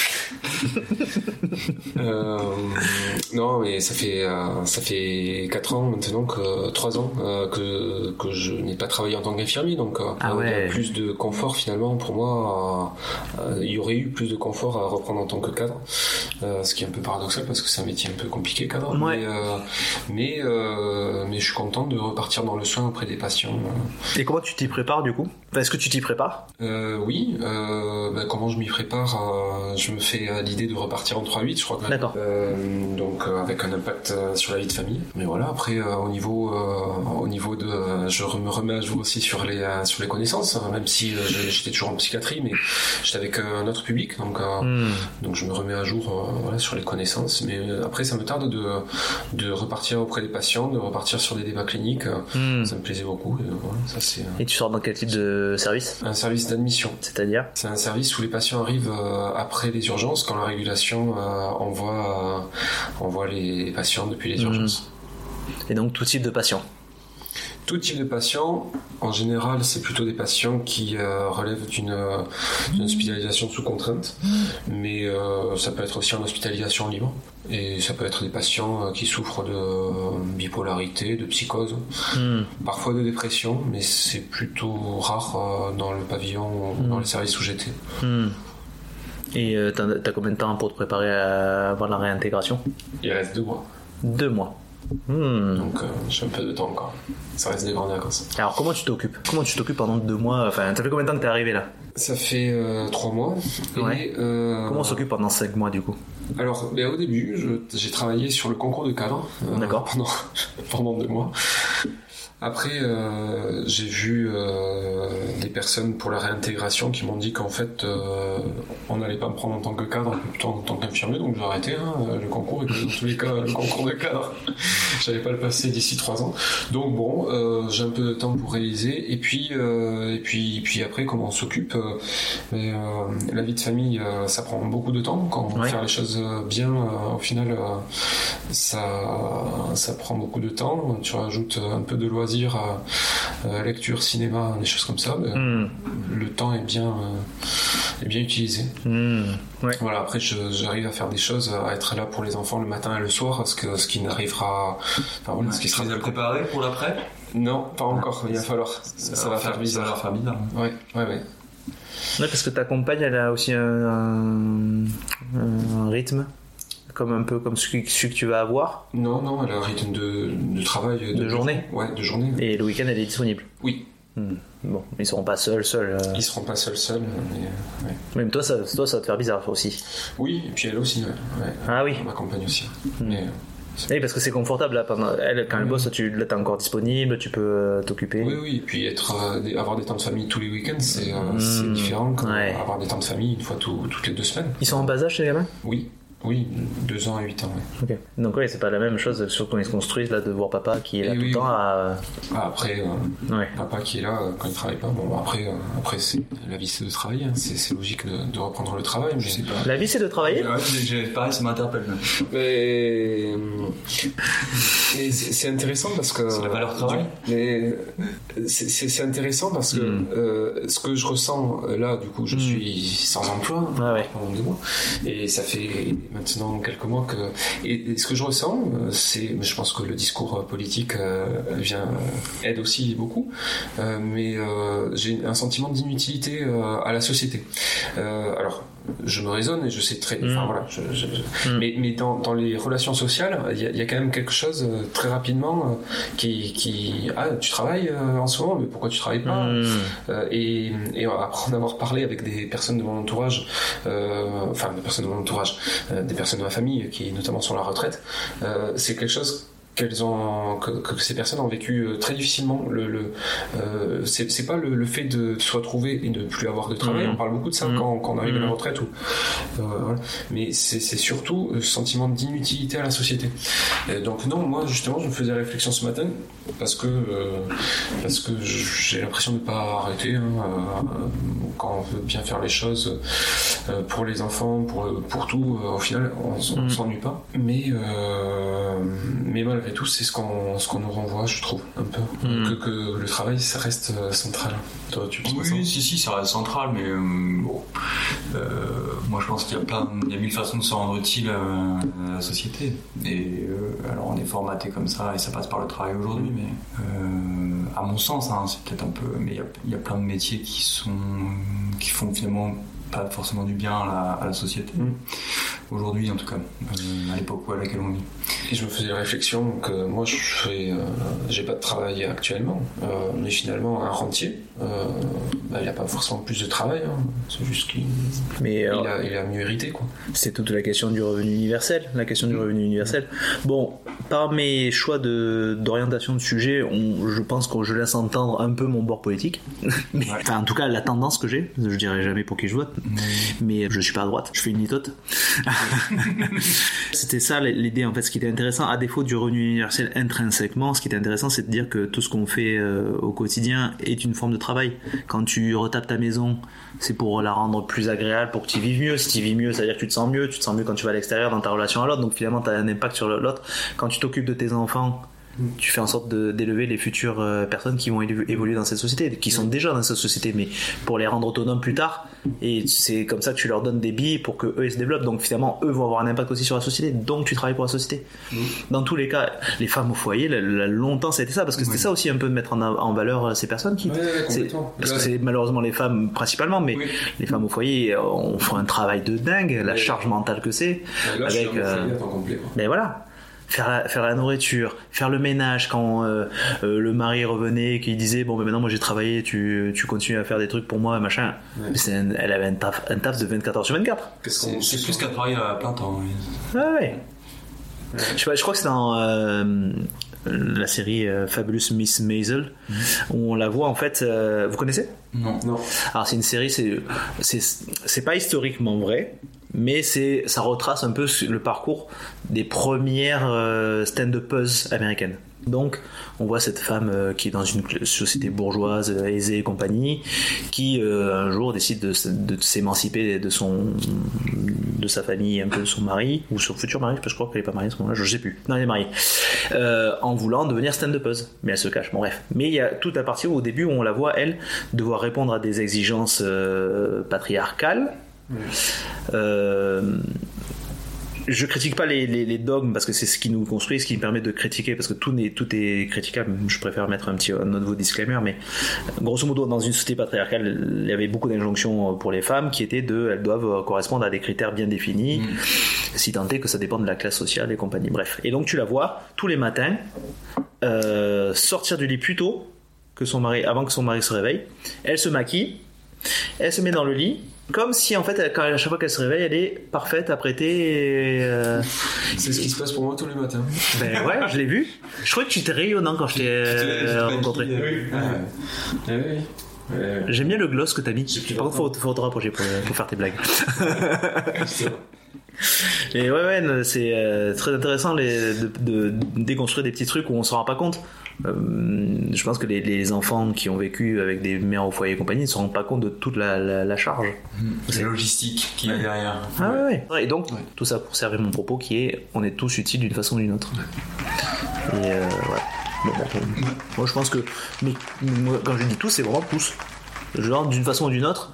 euh, non, mais ça fait euh, ça fait quatre ans maintenant que trois ans euh, que que je n'ai pas travaillé en tant qu'infirmier, donc euh, ah ouais. il y a plus de confort finalement pour moi. Euh, il y aurait eu plus de confort à reprendre en tant que cadre, euh, ce qui est un peu paradoxal parce que c'est un métier un peu compliqué cadre. Ouais. Mais euh, mais, euh, mais je suis content de repartir dans le soin auprès des patients. Et comment tu t'y prépares du coup? Enfin, est-ce que tu t'y prépares? Euh, oui. Euh, ben, comment je m'y prépare? euh, Je me fais euh, l'idée de repartir en trois huit, je crois que d'accord. Euh, donc euh, avec un impact euh, sur la vie de famille. Mais voilà, après euh, au niveau euh, au niveau de euh, je me remets à jour aussi sur les euh, sur les connaissances, hein, même si euh, j'étais toujours en psychiatrie, mais j'étais avec euh, un autre public, donc euh, mm. donc je me remets à jour euh, voilà sur les connaissances. Mais euh, après ça me tarde de de repartir auprès des patients, de repartir sur des débats cliniques. Mm. Ça me plaisait beaucoup. Et, voilà, ça c'est. Euh... Et tu sors dans quel type de service? Un service d'admission. C'est-à-dire? C'est un service où les patients arrivent euh, après les urgences, quand la régulation euh, envoie, euh, envoie les patients depuis les urgences. Mmh. Et donc tout type de patients? tout type de patients. En général, c'est plutôt des patients qui euh, relèvent d'une, d'une hospitalisation sous contrainte, mais euh, ça peut être aussi en hospitalisation libre. Et ça peut être des patients euh, qui souffrent de euh, bipolarité, de psychose, mm. parfois de dépression, mais c'est plutôt rare euh, dans le pavillon, mm. dans le service où j'étais. Mm. Et euh, t'as, t'as combien de temps pour te préparer à avoir la réintégration ? Il reste deux mois. Deux mois. Hmm. Donc euh, j'ai un peu de temps encore. Ça reste des grandes vacances. Alors comment tu t'occupes Comment tu t'occupes pendant deux mois ? Enfin, ça fait combien de temps que t'es arrivé là ? Ça fait euh, trois mois. Ouais. Et, euh... Comment on s'occupe pendant cinq mois du coup ? Alors, ben, au début, je, j'ai travaillé sur le concours de cadre euh, D'accord. pendant, pendant deux mois. Après, euh, j'ai vu euh, des personnes pour la réintégration qui m'ont dit qu'en fait, euh, on n'allait pas me prendre en tant que cadre, mais plutôt en tant qu'infirmier, donc j'ai arrêté hein, le concours, et que dans tous les cas, le concours de cadre, j'allais pas le passer d'ici trois ans. Donc bon, euh, j'ai un peu de temps pour réaliser, et puis, euh, et puis, et puis après, comment on s'occupe euh, mais, euh, la vie de famille, euh, ça prend beaucoup de temps. Quand on veut ouais. faire les choses bien, euh, au final, euh, ça, ça prend beaucoup de temps. Tu rajoutes un peu de loisirs, Euh, lecture, cinéma, des choses comme ça, mm. le temps est bien, euh, est bien utilisé. Mm. Ouais. Voilà, après je, j'arrive à faire des choses, à être là pour les enfants le matin et le soir, ce, que, ce qui n'arrivera... Enfin, voilà, ouais, ce qui sera préparé pour l'après ? Non, pas encore, il va falloir. Ça, ça va faire bizarre. Ça va faire bizarre. Ouais, ouais, ouais. Ouais, parce que ta compagne, elle a aussi un, un, un rythme comme un peu comme celui, celui que tu vas avoir. Non, non, elle a un rythme de, de travail. De, de journée. Ouais, de journée. Et le week-end, elle est disponible. Oui. Hmm. Bon, ils seront pas seuls, seuls. Euh... Ils seront pas seuls, seuls. Mais, ouais. Même toi, ça, toi, ça va te faire bizarre aussi. Oui, et puis elle aussi. Ouais. Ouais. Ah oui. Ma compagne aussi. Hmm. Mais, oui, parce que c'est confortable là. Pendant elle, quand elle bosse, tu là, t'es encore disponible, tu peux euh, t'occuper. Oui, oui. Et puis être, euh, avoir des temps de famille tous les week-ends, c'est, euh, mmh. c'est différent qu'avoir ouais. des temps de famille une fois tout, toutes les deux semaines. Ils sont en bas âge, ces gamins ? Oui. Oui, deux ans et huit ans, oui. Ok. Donc oui, c'est pas la même chose, surtout quand ils se construisent, là, de voir papa qui est là et tout oui, le temps oui. à... Ah, après, euh, ouais. papa qui est là euh, quand il travaille pas, bon, après, euh, après c'est, la vie c'est de travailler, hein. c'est, c'est logique de, de reprendre le travail, mais... Je sais pas. La vie c'est de travailler ? Ouais, j'ai, pareil, ça m'interpelle. Mais... mais c'est, c'est intéressant parce que... C'est la valeur travail. Mais c'est, c'est, c'est intéressant parce que mm. euh, ce que je ressens là, du coup, je mm. suis sans emploi ah ouais. pendant deux mois, et ça fait... maintenant quelques mois que et, et ce que je ressens c'est, je pense que le discours politique euh, vient euh, aide aussi beaucoup euh, mais euh, j'ai un sentiment d'inutilité euh, à la société euh, alors je me raisonne et je sais très enfin mmh. voilà je, je, je, mmh. mais, mais dans, dans les relations sociales il y, y a quand même quelque chose euh, très rapidement euh, qui, qui ah tu travailles euh, en ce moment mais pourquoi tu travailles pas mmh. euh, et, et après en avoir parlé avec des personnes de mon entourage euh, enfin des personnes de mon entourage euh, des personnes de ma famille qui notamment sont à la retraite euh, c'est quelque chose qu'elles ont que, que ces personnes ont vécu très difficilement le, le euh, c'est, c'est pas le, le fait de se retrouver et de ne plus avoir de travail mmh. on parle beaucoup de ça mmh. quand, quand on arrive mmh. à la retraite ou, euh, voilà. mais c'est, c'est surtout le sentiment d'inutilité à la société et donc non moi justement je me faisais réflexion ce matin parce que euh, parce que j'ai l'impression de ne pas arrêter hein, euh, quand on veut bien faire les choses euh, pour les enfants pour, pour tout euh, au final on, on mmh. s'ennuie pas mais euh, mais malgré tout c'est ce qu'on, ce qu'on nous renvoie je trouve un peu mmh. que, que le travail ça reste euh, central. Toi tu penses oui, pas ça ? Oui si si ça reste central mais euh, bon euh, moi je pense qu'il y a plein il y a mille façons de se rendre utile à, à la société et euh, alors on est formaté comme ça et ça passe par le travail aujourd'hui mais euh, à mon sens hein, c'est peut-être un peu mais il y a, il y a plein de métiers qui sont qui font finalement pas forcément du bien à la, à la société mmh. aujourd'hui en tout cas euh, à l'époque à laquelle on vit. Et je me faisais la réflexion que moi je fais, euh, j'ai pas de travail actuellement euh, mais finalement un rentier euh, bah, il a pas forcément plus de travail hein. C'est juste qu'il mais, euh, il, a, il a mieux hérité quoi. C'est toute la question du revenu universel la question du revenu universel bon par mes choix de, d'orientation de sujet on, je pense que je laisse entendre un peu mon bord politique mais, ouais. enfin, en tout cas la tendance que j'ai je dirais jamais pour qui je vote mmh. mais je suis pas à droite je fais une litote c'était ça l'idée en fait. Ce qui était intéressant à défaut du revenu universel intrinsèquement ce qui était intéressant c'est de dire que tout ce qu'on fait euh, au quotidien est une forme de travail. Quand tu retapes ta maison c'est pour la rendre plus agréable pour que tu vives mieux. Si tu vis mieux ça veut dire que tu te sens mieux tu te sens mieux quand tu vas à l'extérieur dans ta relation à l'autre donc finalement tu as un impact sur l'autre. Quand tu t'occupes de tes enfants tu fais en sorte de, d'élever les futures euh, personnes qui vont élu- évoluer dans cette société, qui sont déjà dans cette société, mais pour les rendre autonomes plus tard. Et c'est comme ça que tu leur donnes des billes pour que eux ils se développent. Donc finalement, eux vont avoir un impact aussi sur la société. Donc tu travailles pour la société. Mmh. Dans tous les cas, les femmes au foyer, là, là, longtemps c'était ça, parce que c'était oui. ça aussi un peu de mettre en, en valeur ces personnes qui. Ouais, ouais, c'est, parce ouais. que c'est malheureusement les femmes principalement, mais oui. les femmes au foyer, on fait un travail de dingue, la ouais. charge mentale que c'est. Ouais, là, avec. Euh, complet, mais voilà. Faire la, faire la nourriture, faire le ménage quand euh, euh, le mari revenait, qu'il disait bon ben maintenant moi j'ai travaillé, tu, tu continues à faire des trucs pour moi machin. Ouais. C'est un, elle avait un taf, un taf de vingt-quatre heures sur vingt-quatre. C'est, c'est plus qu'à travailler à plein temps. Oui. Ah ouais. ouais. Je sais pas, je crois que c'est dans euh, la série euh, Fabulous Miss Maisel mmh. où on la voit en fait. Euh, vous connaissez ? Non. Non. Alors c'est une série, c'est c'est c'est pas historiquement vrai. Mais c'est, ça retrace un peu le parcours des premières euh, stand-uppeuses américaines. Donc, on voit cette femme euh, qui est dans une société bourgeoise, euh, aisée et compagnie, qui euh, un jour décide de, de, de s'émanciper de son, de sa famille, un peu de son mari ou son futur mari, parce que je crois qu'elle est pas mariée à ce moment-là, je sais plus. Non, elle est mariée, euh, en voulant devenir stand-upeuse, mais elle se cache. Bon, bref. Mais il y a toute la partie où, au début où on la voit elle devoir répondre à des exigences euh, patriarcales. Euh, je critique pas les, les, les dogmes parce que c'est ce qui nous construit, ce qui me permet de critiquer parce que tout est, tout est critiquable. Je préfère mettre un petit un nouveau disclaimer, mais grosso modo dans une société patriarcale il y avait beaucoup d'injonctions pour les femmes qui étaient de elles doivent correspondre à des critères bien définis, mmh. si tant est que ça dépend de la classe sociale et compagnie, bref. Et donc tu la vois tous les matins euh, sortir du lit plus tôt que son mari, avant que son mari se réveille. Elle se maquille, elle se met dans le lit comme si en fait elle, quand, à chaque fois qu'elle se réveille elle est parfaite, apprêtée et, euh... c'est ce qui se passe pour moi tous les matins. Ben ouais, je l'ai vu. Je crois que tu étais rayonnant quand je t'ai euh, rencontré. Oui. Ah, ah, oui. Ouais. J'aime bien le gloss que t'as mis. Par contre faut, faut te rapprocher pour, pour faire tes blagues. Et ouais ouais c'est euh, très intéressant les, de, de, de déconstruire des petits trucs où on se rend pas compte. Euh, je pense que les, les enfants qui ont vécu avec des mères au foyer et compagnie ne se rendent pas compte de toute la, la, la charge. Mmh. C'est la logistique qui est derrière. Ah ouais, ouais. Et donc, ouais. tout ça pour servir mon propos qui est on est tous utiles d'une façon ou d'une autre. Ouais. Et euh, ouais. Bon, bon, bon. Moi je pense que. Mais moi, quand je dis tous, c'est vraiment tous. Genre d'une façon ou d'une autre,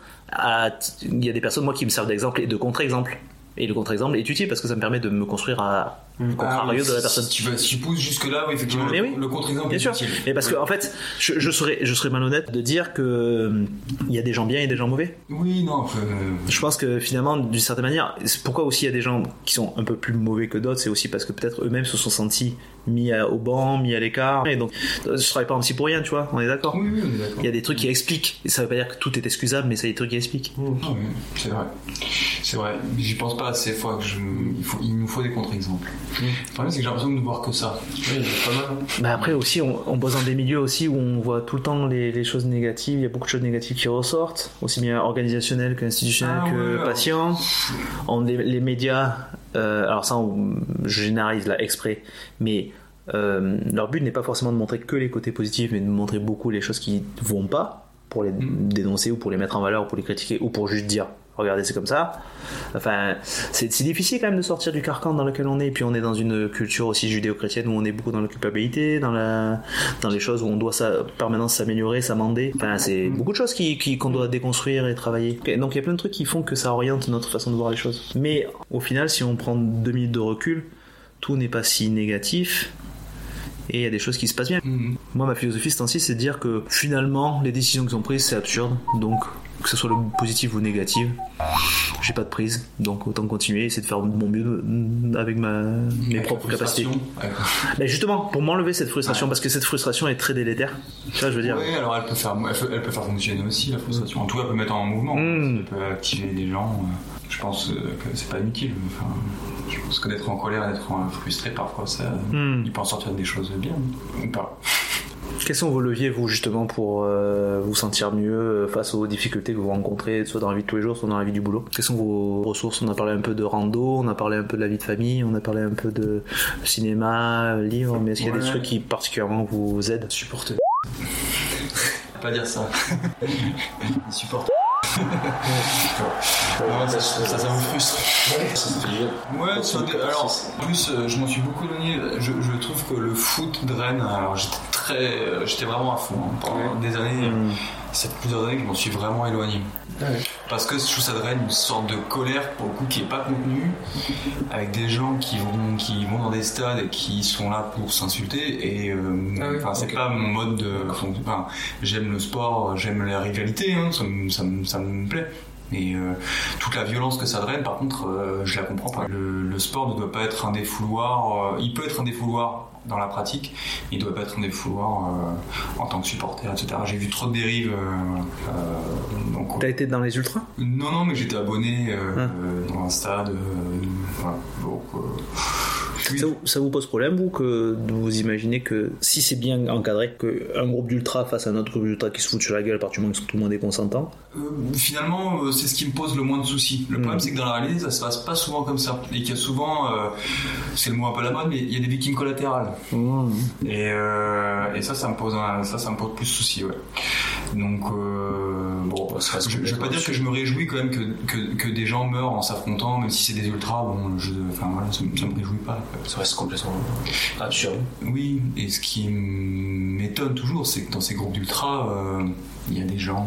il y a des personnes moi qui me servent d'exemple et de contre-exemple. Et le contre-exemple est utile parce que ça me permet de me construire à contrario ah, oui, de la personne. Si tu, vas, si tu pousses jusque là, oui, effectivement, mais le, oui, le contre-exemple bien est sûr. utile. Mais parce que en fait, je, je serais, je serais malhonnête de dire que il y a des gens bien et des gens mauvais. Oui, non. Euh... Je pense que finalement, d'une certaine manière, c'est pourquoi aussi il y a des gens qui sont un peu plus mauvais que d'autres, c'est aussi parce que peut-être eux-mêmes se sont sentis mis à, au banc, mis à l'écart. Et donc, je travaille pas en psy pour rien, tu vois. On est d'accord. Oui, oui, on est d'accord. Il y a des trucs qui expliquent. Et ça veut pas dire que tout est excusable, mais ça y a des trucs qui expliquent. Mmh. Ah oui, c'est vrai. C'est vrai. J'y pense pas assez fois que je. Il, faut, il nous faut des contre-exemples. Mmh. Le problème, c'est que j'ai l'impression de ne voir que ça. Oui, il y a pas mal. Bah après aussi, on, on bosse dans des milieux aussi où on voit tout le temps les, les choses négatives. Il y a beaucoup de choses négatives qui ressortent, aussi bien organisationnelles qu'institutionnelles ah, que ouais, patients. On, les, les médias, euh, alors ça, on, je généralise là exprès, mais euh, leur but n'est pas forcément de montrer que les côtés positifs, mais de montrer beaucoup les choses qui ne vont pas pour les mmh. dénoncer ou pour les mettre en valeur ou pour les critiquer ou pour juste dire regardez c'est comme ça. Enfin c'est, c'est difficile quand même de sortir du carcan dans lequel on est, et puis on est dans une culture aussi judéo-chrétienne où on est beaucoup dans la culpabilité, dans, la, dans les choses où on doit sa, permanence s'améliorer, s'amender. Enfin c'est beaucoup de choses qui, qui, qu'on doit déconstruire et travailler. Et donc il y a plein de trucs qui font que ça oriente notre façon de voir les choses. Mais au final si on prend deux minutes de recul, tout n'est pas si négatif. Et il y a des choses qui se passent bien. Mmh. Moi, ma philosophie, ce temps-ci, c'est de dire que finalement, les décisions qu'ils ont prises, c'est absurde. Donc, que ce soit le positif ou le négatif, j'ai pas de prise. Donc, autant continuer, essayer de faire de mon mieux avec ma, mes avec propres capacités. Ouais. Mais justement, pour m'enlever cette frustration, ouais. parce que cette frustration est très délétère. Tu vois, je veux dire. Oui, alors elle peut faire, elle peut, elle peut faire fonctionner aussi la frustration. En tout cas, elle peut mettre en mouvement. Mmh. Elle peut activer des gens. Je pense que c'est pas inutile. Enfin, je pense que d'être en colère et d'être frustré parfois, ça, mmh. il peut en sortir des choses bien ou pas. Quels sont vos leviers, vous, justement, pour euh, vous sentir mieux face aux difficultés que vous rencontrez, soit dans la vie de tous les jours, soit dans la vie du boulot? Quelles sont vos ressources? On a parlé un peu de rando, on a parlé un peu de la vie de famille, on a parlé un peu de cinéma, livres, mais est-ce qu'il y a ouais. des trucs qui particulièrement vous aident? Supporter. Pas dire ça. Supporter. Ouais, ça, ça, ça me frustre. Ouais, ça fait bien. Ouais, sur des- alors, en plus, euh, je m'en suis beaucoup donné. Je, je trouve que le foot de Rennes, alors j'étais très, euh, j'étais vraiment à fond hein, pendant Ouais. des années. Mmh. Ça fait plusieurs années que je m'en suis vraiment éloigné. Ouais. Parce que je trouve ça draine une sorte de colère pour le coup qui est pas contenue, avec des gens qui vont, qui vont dans des stades et qui sont là pour s'insulter. Et euh, Ah oui, enfin, c'est ok. pas mon mode de. Enfin, j'aime le sport, j'aime la rivalité, hein, ça, me, ça, me, ça me plaît. Et euh, toute la violence que ça draine, par contre, euh, je la comprends pas. Le, le sport ne doit pas être un défouloir. Euh, il peut être un défouloir dans la pratique, il doit pas être un défouloir euh, en tant que supporter, et cetera. J'ai vu trop de dérives. Euh, euh, donc, T'as été dans les ultras? non, non, mais j'étais abonné euh, Ah. euh, dans un stade. Euh, voilà. Donc, euh, oui. Ça vous, ça vous pose problème, vous, que de vous imaginez que si c'est bien encadré, qu'un groupe d'ultra face à un autre groupe d'ultra qui se fout sur la gueule à partir du moment où tout le monde est consentant? Euh, finalement, euh, c'est ce qui me pose le moins de soucis. Le Mm. problème, c'est que dans la réalité, ça se passe pas souvent comme ça. Et qu'il y a souvent, euh, c'est le mot un peu à la mode, mais il y a des victimes collatérales. Mmh. Et, euh, et ça, ça me pose un, ça, ça me pose plus de soucis, ouais. Donc, euh, bon, Ça reste je, je veux pas dire que je me réjouis quand même que, que, que des gens meurent en s'affrontant, même si c'est des ultras, bon, je, enfin voilà, ça, me- ça me réjouit pas. Ça reste complètement absurde. Oui, et ce qui m'étonne toujours, c'est que dans ces groupes d'ultra, euh, il y a des gens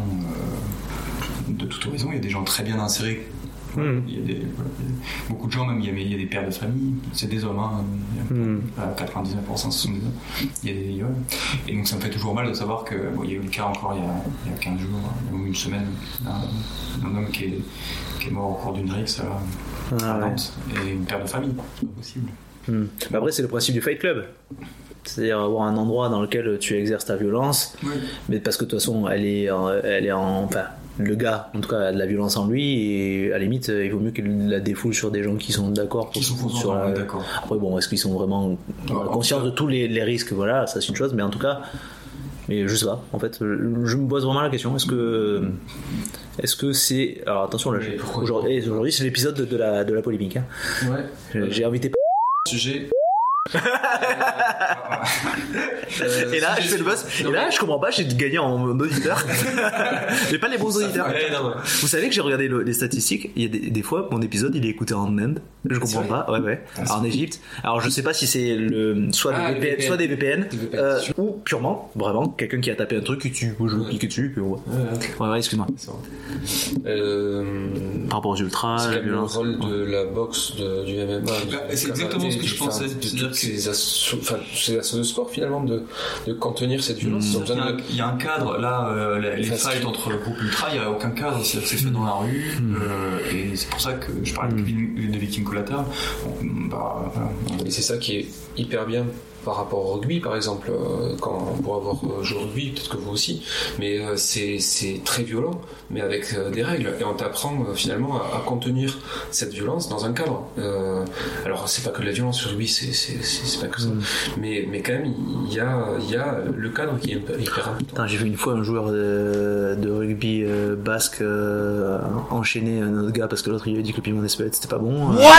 euh, de toute horizon, il y a des gens très bien insérés. Mmh. Il y a des, voilà, il y a beaucoup de gens, même il y a, il y a des pères de famille, c'est des hommes, hein, Mmh. à quatre-vingt-dix-neuf pour cent ce sont des hommes. Il y a des, ouais. Et donc ça me fait toujours mal de savoir que bon, il y a eu le cas encore il y a, il y a quinze jours, ou une semaine, d'un, d'un homme qui est, qui est mort au cours d'une rixe à, Ah à ouais. Nantes, et une père de famille, c'est pas possible. Mmh. Bah après, c'est le principe du Fight Club. C'est-à-dire avoir un endroit dans lequel tu exerces ta violence, Oui. mais parce que de toute façon, elle est, en- elle est en. Enfin, le gars, en tout cas, a de la violence en lui, et à la limite, il vaut mieux qu'il la défoule sur des gens qui sont d'accord pour Qui sont se foutre sur consentants, la. ouais, d'accord. Après, bon, est-ce qu'ils sont vraiment Ah, conscients en tout de tous les, les risques? Voilà, ça c'est une chose, mais en tout cas. Mais je sais pas, en fait, je, je me pose vraiment la question. Est-ce que. Est-ce que c'est. Alors attention, là, Mais j'ai- pourquoi aujourd'hui, et aujourd'hui, c'est l'épisode de, de la, de la polémique. Hein. Ouais. J'ai- J'ai invité. Sujet. Et là, je fais le buzz. Et là, je comprends pas, j'ai gagné en auditeur. Mais pas les bons auditeurs. Ouais, non, ouais. Vous savez que j'ai regardé le- les statistiques. Il y a des, des fois, mon épisode, il est écouté en Inde. Je comprends vrai pas. Ouais, ouais. Alors, en Égypte. Alors, je sais pas si c'est le soit, Ah, des le V P N, V P N. soit des V P N, Des V P N, euh, c'est sûr. ou purement, vraiment, quelqu'un qui a tapé un truc et tu, je veux Ouais. cliquer dessus. Puis, ouais. Ouais, ok. Ouais, ouais, excuse-moi. C'est vrai. Euh, Par rapport aux ultras, c'est la quand même le violence. rôle de la boxe, de, du M M A. du Bah, c'est karaté, exactement ce que du- je pensais. enfin, de C'est-à-dire toutes que- ces assos, enfin, ces assos de sport finalement de, de contenir cette violence. Ils ont Il y, a besoin un, de- il y a un cadre, là, euh, les, les Parce fights que- entre groupes ultra, il n'y a aucun cadre, c'est-à-dire que c'est fait dans la rue, euh, et c'est pour ça que je parlais de, de victimes collatérales. Bon, bah, voilà. Et c'est ça qui est hyper bien par rapport au rugby, par exemple, euh, quand pour avoir euh, joué au rugby, peut-être que vous aussi, mais euh, c'est, c'est très violent, mais avec euh, des règles, et on t'apprend euh, finalement à, à contenir cette violence dans un cadre. Euh, alors c'est pas que de la violence sur rugby, c'est, c'est, c'est, c'est pas que ça, mais, mais quand même il y a, il y a le cadre qui est hyper hyper important. Putain, j'ai vu une fois un joueur de, de rugby euh, basque euh, enchaîner un autre gars parce que l'autre il lui a dit que le piment d'Espelette c'était pas bon. euh.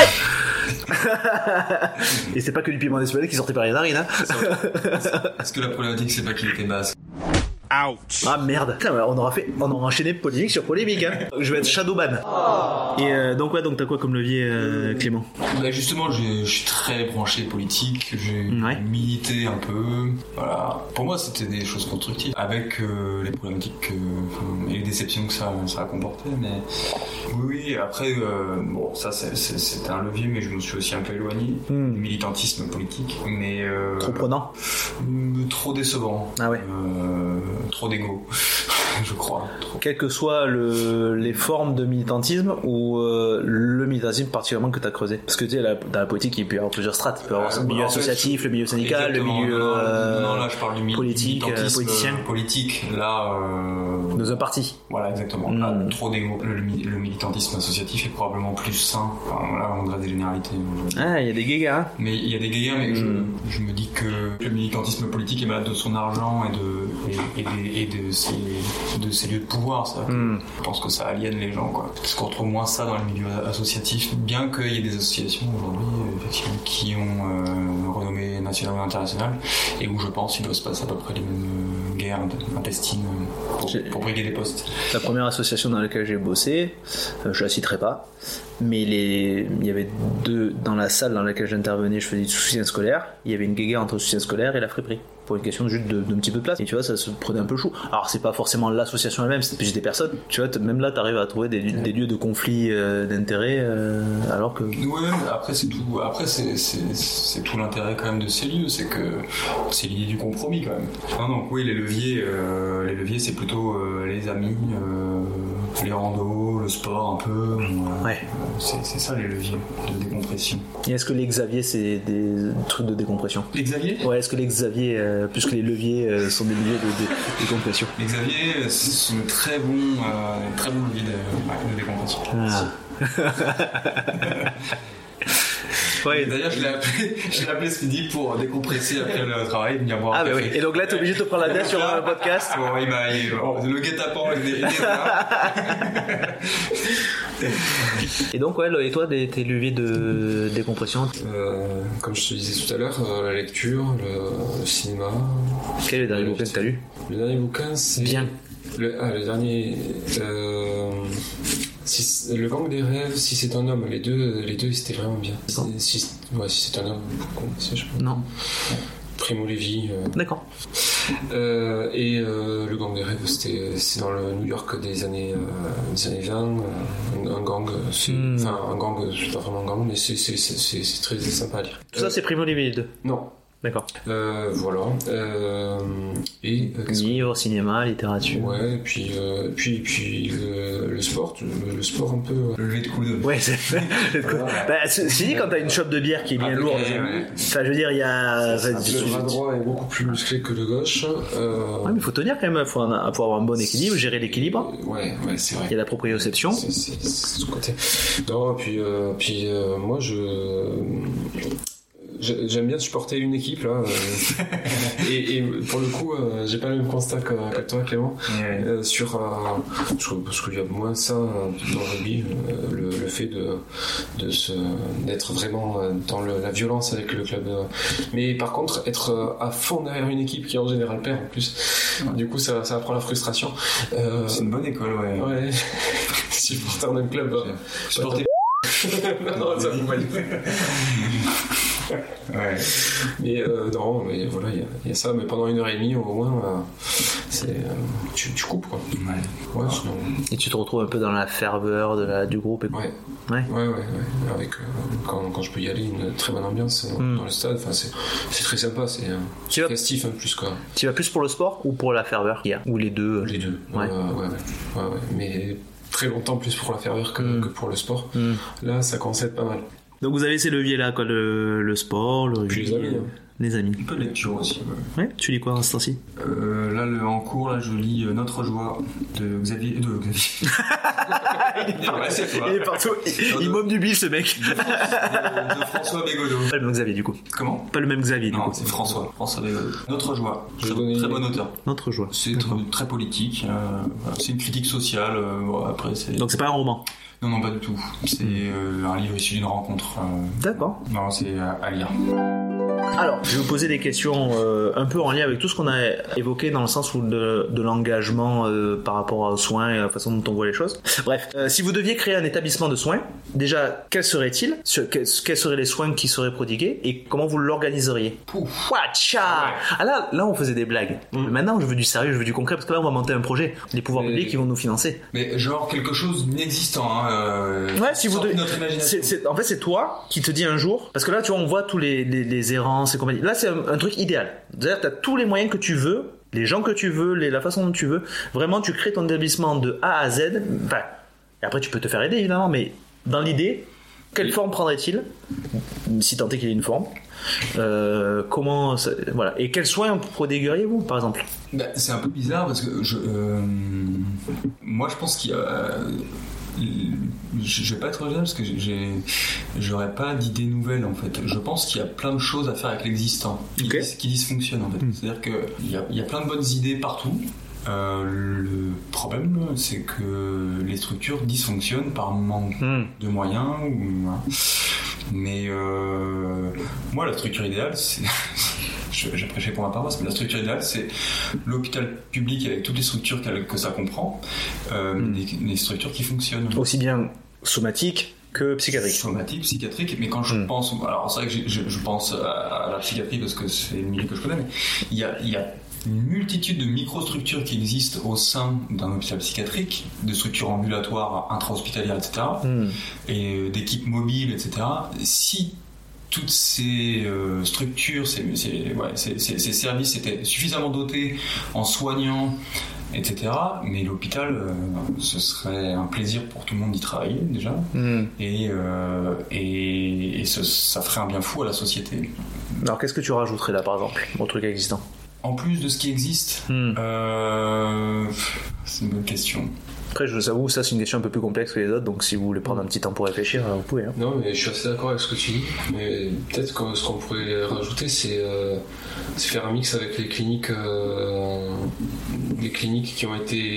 Et c'est pas que du piment d'Espelette qui sortait par les narines. Hein. Est-ce que la problématique, c'est pas qu'il était basque? Ah merde. Putain, on aura fait, on aura enchaîné polémique sur polémique. Hein. Je vais être shadowban. Et euh, donc ouais, donc t'as quoi comme levier, euh, Clément? Bah justement, je, je suis très branché politique, j'ai Ouais. milité un peu. Voilà. Pour moi, c'était des choses constructives, avec euh, les problématiques que, enfin, et les déceptions que ça, ça a comporté. Mais oui, oui. Après, euh, bon, ça, c'est, c'est, c'était un levier, mais je me suis aussi un peu éloigné Hmm. du militantisme politique. Mais euh, Trop prenant. euh, trop décevant. Ah ouais. Euh, trop d'égo, je crois. Trop. Quelles que soient le, les formes de militantisme ou euh, le militantisme particulièrement que tu as creusé. Parce que tu sais, la, dans la politique, il peut y avoir plusieurs strates. Il peut y avoir Euh, le milieu en fait, associatif, le milieu syndical, le Exactement. milieu Non, non, euh, non, non, là je parle du mi- politique, militantisme euh, politicien. politique. Là, euh, dans un parti. voilà, exactement. Mm. Là, trop d'égo. Le, le- le militantisme associatif est probablement plus sain. Enfin, là, on dirait des généralités. Ah, il y a des guégas. Hein. Mais il y a des guéguerres, mais je, Mm. je me dis que le militantisme politique est malade de son argent et de, et, et des- et de, ses, de ses lieux de pouvoir. Ça. Mm. Je pense que ça aliène les gens, quoi. Parce qu'on retrouve moins ça dans le milieu associatif, bien qu'il y ait des associations aujourd'hui, euh, effectivement, qui ont euh, renommée nationale ou internationale, et où je pense qu'il doit se passer à peu près les mêmes euh, guerres intestines. pour, pour briguer des postes. La première association dans laquelle j'ai bossé, euh, je la citerai pas, mais les... il y avait deux dans la salle dans laquelle j'intervenais, je faisais du soutien scolaire, il y avait une guéguerre entre le soutien scolaire et la friperie. Pour une question juste de, d'un petit peu de place. Et tu vois, ça se prenait un peu chou. Alors, c'est pas forcément l'association elle-même, c'est plus des personnes. Tu vois, même là, t'arrives à trouver des, des lieux de conflit euh, d'intérêt, euh, alors que. Ouais, mais après, c'est tout. Après, c'est, c'est, c'est tout l'intérêt quand même de ces lieux, c'est que c'est l'idée du compromis quand même. Ah, donc, oui, les leviers, euh, les leviers, c'est plutôt euh, les amis, euh, les randos, le sport un peu. Euh, ouais. C'est, c'est ça les leviers de décompression. Et est-ce que les Xavier, c'est des trucs de décompression? Les Xavier? Ouais, est-ce que les Xavier. Euh, plus que les leviers euh, sont des leviers de, de, de décompression. Les Xavier sont de très bons, euh, très bons leviers de, de décompression. Ah. Ouais. D'ailleurs, je l'ai appelé, je l'ai appelé ce midi pour décompresser après le travail, venir boire ah un bah café. Oui. Et donc là, t'es obligé de te prendre la tête sur un podcast. Bon, il m'a, il, bon, le guet-apens est là. Et donc, ouais, et toi, tes leviers de décompression? euh, Comme je te disais tout à l'heure, euh, la lecture, le, le cinéma. Quel est le dernier bouquin que t'as lu? Le dernier bouquin, c'est. Bien. Le, ah, le dernier. Euh, si, le gang des rêves, si c'est un homme, les deux, les deux c'était vraiment bien. Si, si, ouais, si c'est un homme, c'est, je pense. Non. Primo Levi. Euh, D'accord. Euh, et euh, le gang des rêves, c'était, c'est dans le New York des années, euh, des années vingt. Euh, un, un gang, c'est, mm. enfin un gang, c'est pas vraiment un gang, mais c'est, c'est, c'est, c'est, c'est très sympa à lire. Tout ça, euh, c'est Primo Levi deux? Non. D'accord. Euh, voilà. Euh, et euh, livre, cinéma, littérature. Ouais, puis euh, puis puis le, le sport, le, le sport un peu. Euh... Le lait de coude. Ouais, c'est. Voilà. Bah, c'est, c'est dit quand t'as une chope de bière qui est bien ah, lourde. Okay, ouais. Enfin, je veux dire, il y a. C'est, c'est, le bras droit est beaucoup plus musclé que le gauche. Euh... Ouais, mais il faut tenir quand même. Il faut, faut avoir un bon équilibre, gérer l'équilibre. Ouais, ouais, c'est vrai. Il y a la proprioception. C'est, c'est, c'est ce côté. Non, puis euh, puis euh, moi je. J'aime bien supporter une équipe là, euh, et, et pour le coup, euh, j'ai pas le même constat que, que toi, Clément, ouais. euh, sur euh, parce qu'il y a moins ça dans le rugby, euh, le, le fait de, de se, d'être vraiment dans le, la violence avec le club. Mais par contre, être à fond derrière une équipe qui en général perd en plus, ouais. Du coup, ça, ça apprend la frustration. Euh, C'est une bonne école, ouais. Ouais. Supporter d'un club. Supporter. non, non, ça vous pas dire. Ouais. Mais euh, non, mais voilà, il y, y a ça, mais pendant une heure et demie au moins, euh, c'est, euh, tu, tu coupes quoi. Ouais. Ouais, sinon... Et tu te retrouves un peu dans la ferveur de la, du groupe et ouais. Ouais. Ouais, ouais, ouais. Avec, euh, quand, quand je peux y aller, une très bonne ambiance euh, mm. dans le stade, enfin, c'est, c'est très sympa, c'est, euh, c'est festif en plus quoi. Tu vas plus pour le sport ou pour la ferveur qu'il y a? Ou les deux? Les deux, ouais. Euh, ouais, ouais, ouais, ouais. Mais très longtemps plus pour la ferveur que, mm. que pour le sport. Mm. Là, ça commence à être pas mal. Donc vous avez ces leviers-là, quoi, le, le sport, le rugby, les amis. Hein. Les amis. Un peu de lecture aussi. Ouais. Ouais, tu lis quoi en ce temps-ci? euh, Là, le, en cours, là, je lis euh, Notre Joie de Xavier. De Xavier. il, est ouais, c'est toi. Il est partout. Il, il môme du bille, ce mec. De, de, de François Bégodeau. Pas le même Xavier, du coup. Comment? Pas le même Xavier, du non, coup. Non, c'est François. François Bégodeau. Notre Joie. Très, très bon auteur. Notre Joie. C'est très, très politique. Euh, c'est une critique sociale. Euh, bon, après, c'est... Donc c'est pas un roman? Non, non, pas du tout. C'est euh, un livre issu d'une rencontre. Euh... D'accord. Non, c'est à, à lire. Alors, je vais vous poser des questions euh, un peu en lien avec tout ce qu'on a évoqué dans le sens où de, de l'engagement euh, par rapport aux soins et à la façon dont on voit les choses. Bref, euh, si vous deviez créer un établissement de soins, déjà, quel serait-il? Quels seraient les soins qui seraient prodigués et comment vous l'organiseriez? Watcha ouais. Ah là, là, on faisait des blagues. Mmh. Maintenant, je veux du sérieux, je veux du concret parce que là, on va monter un projet. Les pouvoirs mais, publics qui vont nous financer. Mais genre quelque chose d'inexistant. Hein, euh, ouais, si vous devez. C'est, c'est, en fait, c'est toi qui te dis un jour, parce que là, tu vois, on voit tous les, les, les errances et compagnie. Là, c'est un, un truc idéal. C'est-à-dire, tu as tous les moyens que tu veux, les gens que tu veux, les, la façon dont tu veux. Vraiment, tu crées ton établissement de A à Z. Enfin, et après, tu peux te faire aider, évidemment, mais dans l'idée, quelle oui. forme prendrait-il, si tant est qu'il ait une forme? Euh, comment ça, voilà, et quels soins prodigueriez-vous par exemple? Bah, c'est un peu bizarre parce que je, euh, moi je pense qu'il y a euh, je vais pas être original parce que j'ai, j'aurais pas d'idées nouvelles en fait. Je pense qu'il y a plein de choses à faire avec l'existant qui, okay. qui dysfonctionnent en fait. Mmh. C'est-à-dire qu'il y a, il y a plein de bonnes idées partout. Euh, le problème, c'est que les structures dysfonctionnent par manque mmh. de moyens. Ou, mais euh, moi, la structure idéale, c'est, j'ai prêché pour ma paroisse, mais la structure idéale, c'est l'hôpital public avec toutes les structures que ça comprend, euh, mm. des, des structures qui fonctionnent. Aussi bien somatique que psychiatrique. Somatique, psychiatrique, mais quand je mm. pense, alors c'est vrai que je, je pense à, à la psychiatrie parce que c'est le milieu que je connais, mais il y a, il y a une multitude de microstructures qui existent au sein d'un hôpital psychiatrique, de structures ambulatoires, intra-hospitalières, et cetera, mm. et d'équipes mobiles, et cetera. Si toutes ces euh, structures, ces, ces, ouais, ces, ces, ces services étaient suffisamment dotés en soignants, et cetera. Mais l'hôpital, euh, ce serait un plaisir pour tout le monde d'y travailler déjà, mm. et, euh, et, et ce, ça ferait un bien fou à la société. Alors qu'est-ce que tu rajouterais là par exemple au truc existant? En plus de ce qui existe, mm. euh, c'est une bonne question. Après, je vous avoue, ça c'est une question un peu plus complexe que les autres, donc si vous voulez prendre un petit temps pour réfléchir, vous pouvez. Hein. Non, mais je suis assez d'accord avec ce que tu dis. Mais peut-être que ce qu'on pourrait rajouter, c'est, euh, c'est faire un mix avec les cliniques, euh, les cliniques qui ont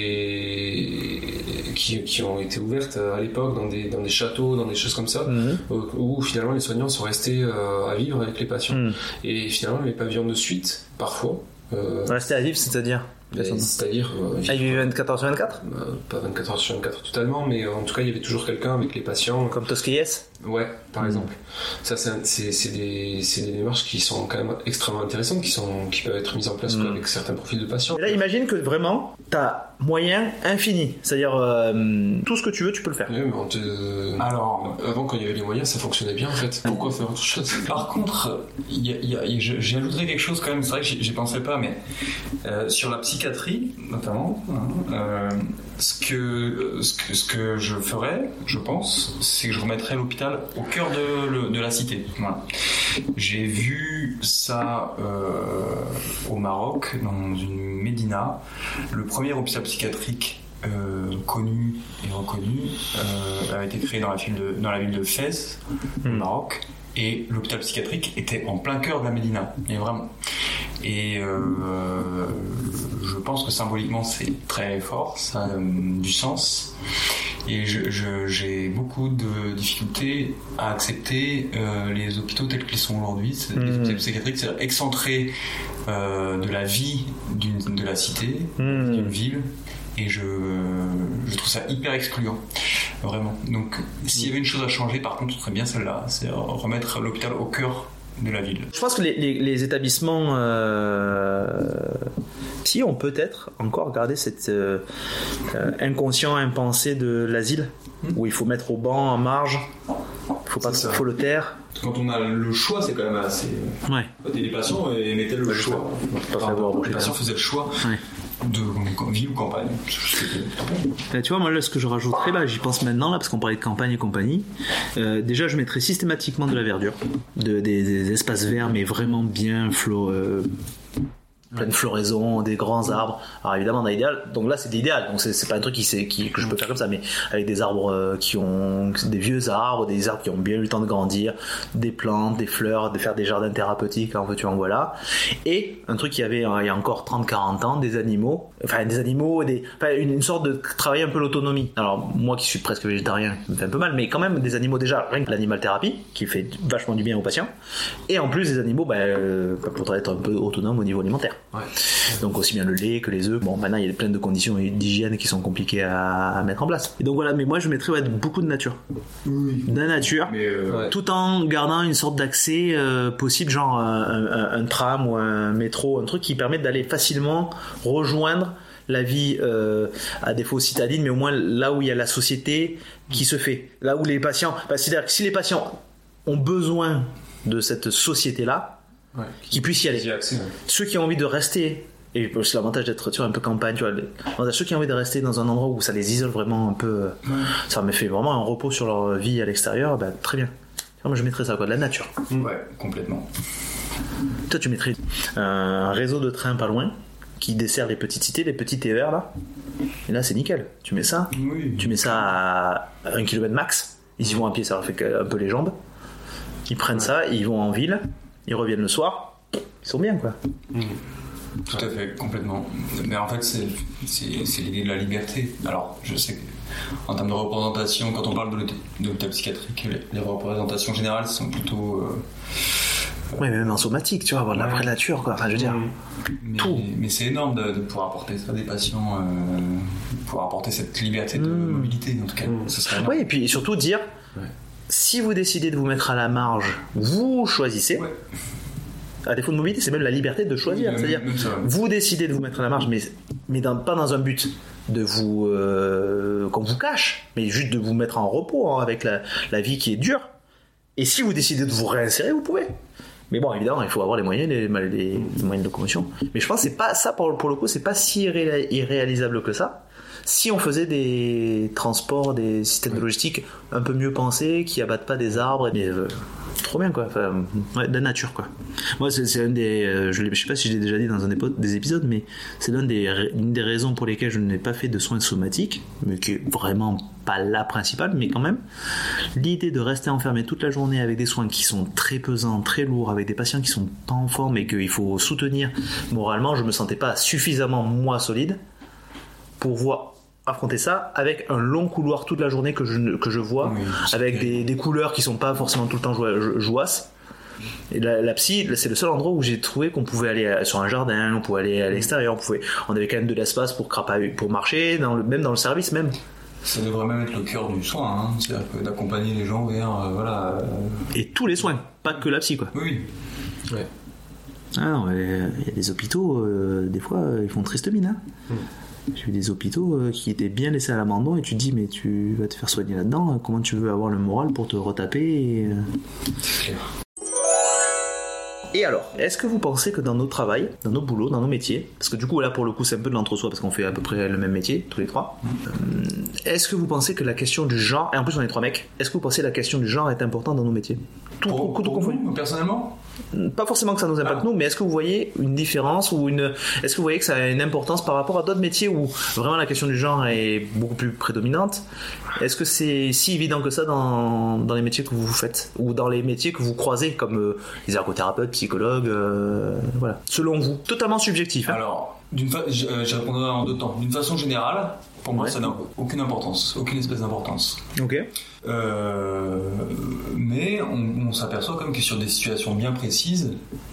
été, qui, qui ont été ouvertes à l'époque dans des, dans des châteaux, dans des choses comme ça, mmh. où, où finalement les soignants sont restés euh, à vivre avec les patients. Mmh. Et finalement, les pavillons de suite, parfois. Euh, rester à vivre, c'est-à-dire C'est-à-dire. Euh, ah, il vivait vingt-quatre heures sur vingt-quatre euh, Pas vingt-quatre heures sur vingt-quatre totalement, mais en tout cas, il y avait toujours quelqu'un avec les patients. Comme Tosquelles? Ouais, par mmh. exemple. Ça, c'est, c'est, c'est, des, c'est des démarches qui sont quand même extrêmement intéressantes, qui, sont, qui peuvent être mises en place mmh. quoi, avec certains profils de patients. Et là, imagine que vraiment, t'as moyen infini. C'est-à-dire, euh, tout ce que tu veux, tu peux le faire. Oui, mais on te... Alors, avant, quand il y avait les moyens, ça fonctionnait bien, en fait. Pourquoi faire autre chose? Par contre, y a, y a, y a, j'ajouterais quelque chose quand même, c'est vrai que j'y, j'y pensais pas, mais euh, sur la psychiatrie, notamment, hein, euh, ce, que, ce, que, ce que je ferais, je pense, c'est que je remettrais l'hôpital au cœur de, le, de la cité. Voilà. J'ai vu ça euh, au Maroc, dans une médina, le premier hôpital psychiatrique euh, connu et reconnu euh, a été créé dans la ville de, dans la ville de Fès, au Maroc, et l'hôpital psychiatrique était en plein cœur de la médina, et vraiment. Et euh, je pense que symboliquement c'est très fort, ça a du sens. Et je, je, j'ai beaucoup de difficultés à accepter euh, les hôpitaux tels qu'ils sont aujourd'hui, c'est, mmh. les hôpitaux psychiatriques, c'est excentrés euh, de la vie d'une, de la cité, mmh. d'une ville, et je, je trouve ça hyper excluant, vraiment. Donc s'il y avait une chose à changer, par contre, ce serait bien celle-là, c'est remettre l'hôpital au cœur de la ville. Je pense que les, les, les établissements euh, psy ont peut-être encore gardé cet euh, inconscient impensé de l'asile, mmh. où il faut mettre au banc en marge, il faut pas faut le taire. Quand on a le choix, c'est quand même assez. Ouais. Les patients mettaient le choix. Enfin, les patients faisaient le choix. Ouais. De ville ou campagne. Là, tu vois, moi là, ce que je rajouterais là, j'y pense maintenant là, parce qu'on parlait de campagne et compagnie. Euh, déjà, je mettrais systématiquement de la verdure, de, des, des espaces verts, mais vraiment bien flo, euh, pleine floraison, des grands arbres. Alors évidemment, dans l'idéal, donc là c'est l'idéal, donc c'est, c'est pas un truc qui, c'est, qui, que je peux faire comme ça, mais avec des arbres qui ont des vieux arbres, des arbres qui ont bien eu le temps de grandir, des plantes, des fleurs, de faire des jardins thérapeutiques, en veux-tu en voilà. Et un truc qu'il y avait il y a encore trente quarante ans, des animaux, enfin des animaux, des, enfin une, une sorte de travailler un peu l'autonomie. Alors moi qui suis presque végétarien, ça me fait un peu mal, mais quand même des animaux déjà, rien que l'animal thérapie, qui fait vachement du bien aux patients, et en plus des animaux, bah, euh, pourraient être un peu autonomes au niveau alimentaire. Ouais. Donc aussi bien le lait que les œufs. Bon, maintenant il y a plein de conditions d'hygiène qui sont compliquées à, à mettre en place. Et donc voilà, mais moi je mettrais ouais, beaucoup de nature. Oui. De la nature, mais euh, ouais. tout en gardant une sorte d'accès euh, possible, genre un, un, un tram ou un métro, un truc qui permet d'aller facilement rejoindre la vie euh, à défaut citadine, mais au moins là où il y a la société qui se fait. Là où les patients, bah, c'est-à-dire que si les patients ont besoin de cette société-là, ouais, qui puissent y aller. Y accès, ouais. Ceux qui ont envie de rester, et c'est l'avantage d'être tu vois, un peu campagne, tu vois, ceux qui ont envie de rester dans un endroit où ça les isole vraiment un peu, ouais. ça me fait vraiment un repos sur leur vie à l'extérieur, bah, très bien. Moi je mettrais ça, quoi, de la nature. Ouais, complètement. Toi tu mettrais un réseau de trains pas loin qui dessert les petites cités, les petits T E R là, et là c'est nickel. Tu mets ça, oui. tu mets ça à un kilomètre max, ils y vont à pied, ça leur fait un peu les jambes, ils prennent ouais. ça, ils vont en ville. Ils reviennent le soir, ils sont bien quoi. Mmh. Tout à fait, complètement. Mais en fait, c'est, c'est, c'est l'idée de la liberté. Alors, je sais qu'en termes de représentation, quand on parle de l'hôpital psychiatrique, les, les représentations générales sont plutôt euh, Ouais, mais même en somatique, tu vois, avoir de la Ouais. prélature, quoi. Enfin, je veux dire. Mais, Tout. mais c'est énorme de, de pouvoir apporter ça à des patients, euh, pouvoir apporter cette liberté de Mmh. mobilité, en tout cas. Mmh. Ça serait énorme. Oui, et puis surtout dire, Ouais. si vous décidez de vous mettre à la marge, vous choisissez. Ouais. À défaut de mobilité, c'est même la liberté de choisir. Oui, C'est-à-dire, même ça, ouais. vous décidez de vous mettre à la marge, mais, mais dans- pas dans un but de vous euh, qu'on vous cache, mais juste de vous mettre en repos hein, avec la, la vie qui est dure. Et si vous décidez de vous réinsérer, vous pouvez. Mais bon, évidemment, il faut avoir les moyens, les, les, les moyens de locomotion. Mais je pense que c'est pas ça pour, pour le coup, c'est pas si irré- irréalisable que ça. Si on faisait des transports, des systèmes de logistique un peu mieux pensés, qui abattent pas des arbres, mais euh, trop bien quoi. Enfin, ouais, de la nature quoi. Moi, c'est, c'est un des, euh, je, l'ai- je sais pas si je l'ai déjà dit dans un des, pod- des épisodes, mais c'est l'une des, une des raisons pour lesquelles je n'ai pas fait de soins somatiques, mais qui est vraiment pas la principale, mais quand même, l'idée de rester enfermé toute la journée avec des soins qui sont très pesants, très lourds, avec des patients qui sont pas en forme et qu'il faut soutenir moralement, je me sentais pas suffisamment moi solide pour voir affronter ça avec un long couloir toute la journée que je, ne- que je vois, Oui, avec des, des couleurs qui sont pas forcément tout le temps joie- jo- joyeuses. Et la, la psy, c'est le seul endroit où j'ai trouvé qu'on pouvait aller à- sur un jardin, on pouvait aller à l'extérieur, on pouvait, on avait quand même de l'espace pour crapahuter, pour marcher, dans le, même dans le service même. Ça devrait même être le cœur du soin, hein. C'est-à-dire que d'accompagner les gens vers, euh, voilà. euh, Et tous les soins, pas que la psy quoi. Oui, Ouais. Ah non, il y a des hôpitaux, euh, des fois, euh, ils font triste mine. Hein. Mm. J'ai vu des hôpitaux euh, qui étaient bien laissés à l'abandon et tu te dis, mais tu vas te faire soigner là-dedans, euh, comment tu veux avoir le moral pour te retaper et, euh... c'est clair. Et alors, est-ce que vous pensez que dans nos travails, dans nos boulots, dans nos métiers, parce que du coup là pour le coup c'est un peu de l'entre-soi parce qu'on fait à peu près le même métier, tous les trois, euh, est-ce que vous pensez que la question du genre, et en plus on est trois mecs, est-ce que vous pensez que la question du genre est importante dans nos métiers? Tout, Pour, tout, tout pour confondu. vous, personnellement, Pas forcément que ça nous impacte Ah. nous, mais est-ce que vous voyez une différence ou une, est-ce que vous voyez que ça a une importance par rapport à d'autres métiers où vraiment la question du genre est beaucoup plus prédominante? Est-ce que c'est si évident que ça dans, dans les métiers que vous faites ou dans les métiers que vous croisez comme euh, les ergothérapeutes, psychologues, euh, voilà. Selon vous, totalement subjectif. Hein. alors, d'une fa... je, euh, je répondrai en deux temps. D'une façon générale, pour moi, Ouais. ça n'a aucune importance, aucune espèce d'importance. Ok. Euh, mais on, on s'aperçoit quand même que sur des situations bien précises,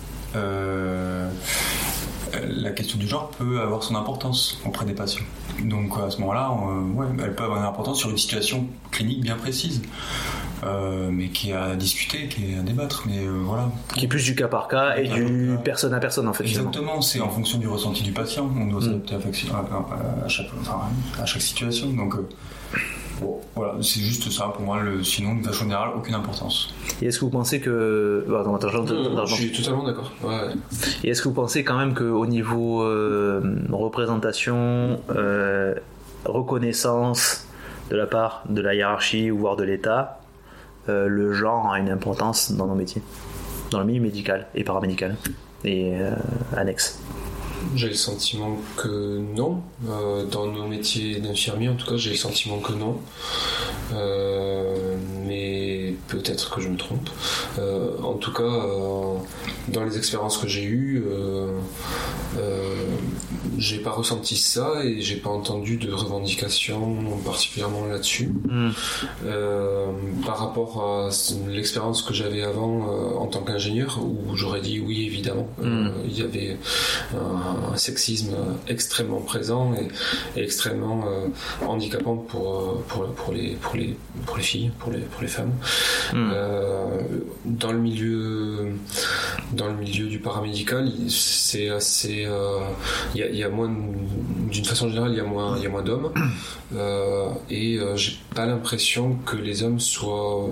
euh, la question du genre peut avoir son importance auprès des patients. Donc à ce moment-là, euh, ouais, elle peut avoir une importance sur une situation clinique bien précise, euh, mais qui est à discuter, qui est à débattre. Mais euh, voilà. Qui est plus du cas par cas et Cas du par cas. personne à personne en fait. finalement. Exactement, c'est en fonction du ressenti du patient. On doit Mm. s'adapter à, à, à, à chaque, enfin, à chaque situation. Donc euh, bon, voilà, c'est juste ça pour moi. Le, sinon, de façon générale, aucune importance. Et est-ce que vous pensez que, bah, attends, attends, attends, attends, Non, attends. je suis totalement d'accord. Ouais. Et est-ce que vous pensez quand même qu'au niveau euh, représentation, euh, reconnaissance de la part de la hiérarchie ou voire de l'État, euh, le genre a une importance dans nos métiers, dans le milieu médical et paramédical et euh, annexe? J'ai le sentiment que non. Euh, dans nos métiers d'infirmier, en tout cas, j'ai le sentiment que non. Euh, mais peut-être que je me trompe. Euh, en tout cas, euh, dans les expériences que j'ai eues, euh, euh, j'ai pas ressenti ça et j'ai pas entendu de revendications particulièrement là-dessus. Mm. Euh, par rapport à l'expérience que j'avais avant euh, en tant qu'ingénieur, où j'aurais dit oui évidemment, Mm. euh, il y avait un, un sexisme extrêmement présent et, et extrêmement euh, handicapant pour, pour, pour, les, pour, les, pour les filles, pour les, pour les femmes. Mm. Euh, dans le milieu dans le milieu du paramédical, c'est assez euh, il y a, il y a moins d'une façon générale il y a moins il y a moins d'hommes euh, et euh, j'ai pas l'impression que les hommes soient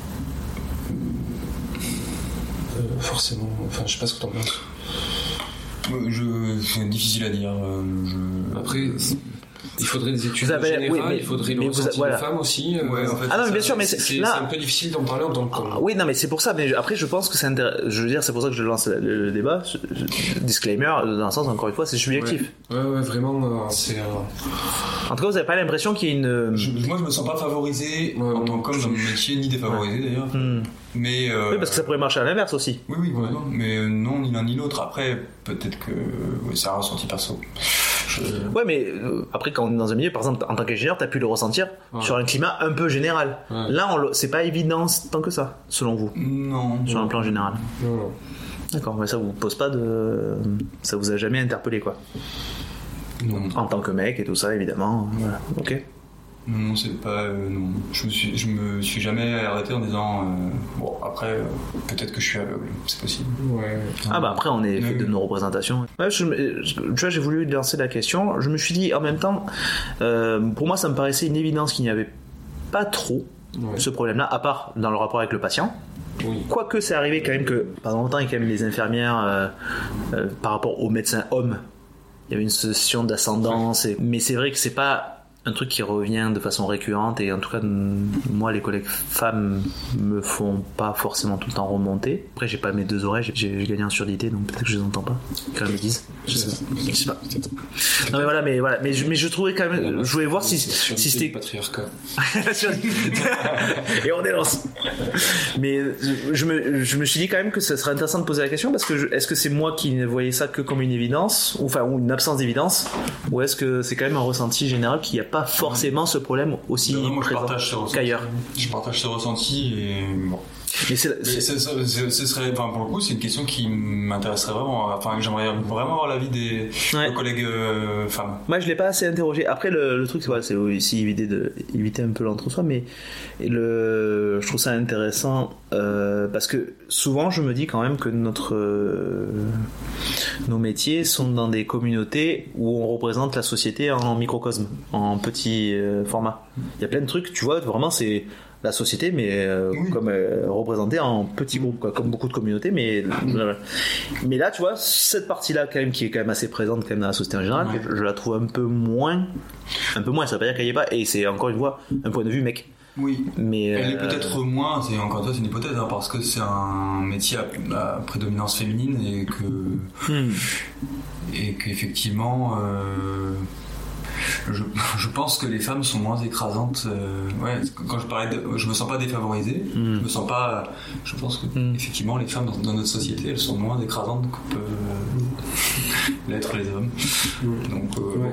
euh, forcément, enfin je sais pas ce que t'en penses. Je, c'est difficile à dire. euh, Je... Après il faudrait des études Vous avez- générales, oui, mais- il faudrait mais le vous- ressenti voilà. des femmes aussi. euh, Ouais, en fait, Ah non, mais c'est bien ça. sûr, mais c'est, c'est, c'est, là, c'est un peu difficile d'en parler en tant que Ah, oui, non, mais c'est pour ça. Mais après, je pense que c'est intéressant. Je veux dire, c'est pour ça que je lance le, le débat. Je- je- disclaimer, dans le sens, encore une fois, c'est subjectif. Ouais, ouais, vraiment, euh, c'est. Euh... En tout cas, vous n'avez pas l'impression qu'il y ait une. Je- moi, je me sens pas favorisé Ouais, en tant ouais, qu'homme dans mon je- métier, ni défavorisé d'ailleurs. Hmm. Mais euh, Oui, parce que ça pourrait marcher à l'inverse aussi. oui, oui, complètement. Mais euh, non, ni l'un ni l'autre. Après, peut-être que ouais, c'est un ressenti perso. Je... Ouais, mais euh, après, quand on est dans un milieu, par exemple, en tant qu'ingénieur, t'as pu le ressentir ouais. sur un climat un peu général. Ouais. Là, on le... c'est pas évident tant que ça, selon vous, Non. sur un plan général. Non. D'accord, mais ça vous pose pas de. Ça vous a jamais interpellé, quoi. Non. En tant que mec et tout ça, évidemment. Voilà, ok. Non, c'est pas. Euh, non. Je me, suis, je me suis jamais arrêté en disant. Euh, bon, après, euh, peut-être que je suis aveugle, c'est possible. Ouais. Ah bah après on est fait Oui. de nos représentations. Ouais, je, je- tu vois, j'ai voulu lancer la question. Je me suis dit en même temps, euh, pour moi ça me paraissait une évidence qu'il n'y avait pas trop Ouais. ce problème-là, à part dans le rapport avec le patient. Oui. Quoique c'est arrivé quand même que pendant longtemps il y a quand même les infirmières euh, euh, par rapport aux médecins hommes, il y avait une session d'ascendance. Et... Mais c'est vrai que c'est pas un truc qui revient de façon récurrente et en tout cas moi les collègues femmes me font pas forcément tout le temps remonter. Après j'ai pas mes deux oreilles, j'ai, j'ai gagné en surdité donc peut-être que je les entends pas quand elles me disent. Je sais, je sais pas. Non mais voilà mais voilà mais je, mais je trouvais quand même je voulais voir si si c'était patriarcat. et on dénonce. Mais je me je me suis dit quand même que ça serait intéressant de poser la question parce que je, est-ce que c'est moi qui ne voyais ça que comme une évidence ou enfin ou une absence d'évidence ou est-ce que c'est quand même un ressenti général qu'il n'y a pas forcément ce problème aussi Non, moi, je présent partage ce ressenti. qu'ailleurs. Je partage ce ressenti et bon. Mais c'est, Mais c'est- c'est- c'est- c'est- ce serait, enfin, pour le coup, c'est une question qui m'intéresserait vraiment. Enfin, que j'aimerais vraiment avoir l'avis des Ouais. de collègues euh, femmes. Moi, je l'ai pas assez interrogé. Après, le, le truc, c'est, voilà, c'est aussi éviter, de, éviter un peu l'entre-soi, mais le, je trouve ça intéressant euh, parce que souvent, je me dis quand même que notre, euh, nos métiers sont dans des communautés où on représente la société en microcosme, en petit euh, format. Il y a plein de trucs, tu vois, vraiment, c'est la société, mais euh, Oui. comme euh, représentée en petits groupes, quoi, comme beaucoup de communautés, mais voilà. Mais là, tu vois, cette partie-là, quand même, qui est quand même assez présente quand même dans la société en général, Ouais. je, je la trouve un peu moins, un peu moins. Ça veut pas dire qu'elle y est pas, et c'est encore une fois un point de vue mec. Oui. Mais Elle est euh, peut-être moins, c'est encore une fois, c'est une hypothèse, hein, parce que c'est un métier à, à prédominance féminine et que hmm. et qu'effectivement, euh, je, je pense que les femmes sont moins écrasantes. Euh, ouais, quand je parlais, de, je me sens pas défavorisé. Mm. Je me sens pas. Je pense que Mm. effectivement, les femmes dans, dans notre société, elles sont moins écrasantes que peuvent l'être les hommes. Donc, euh, Ouais.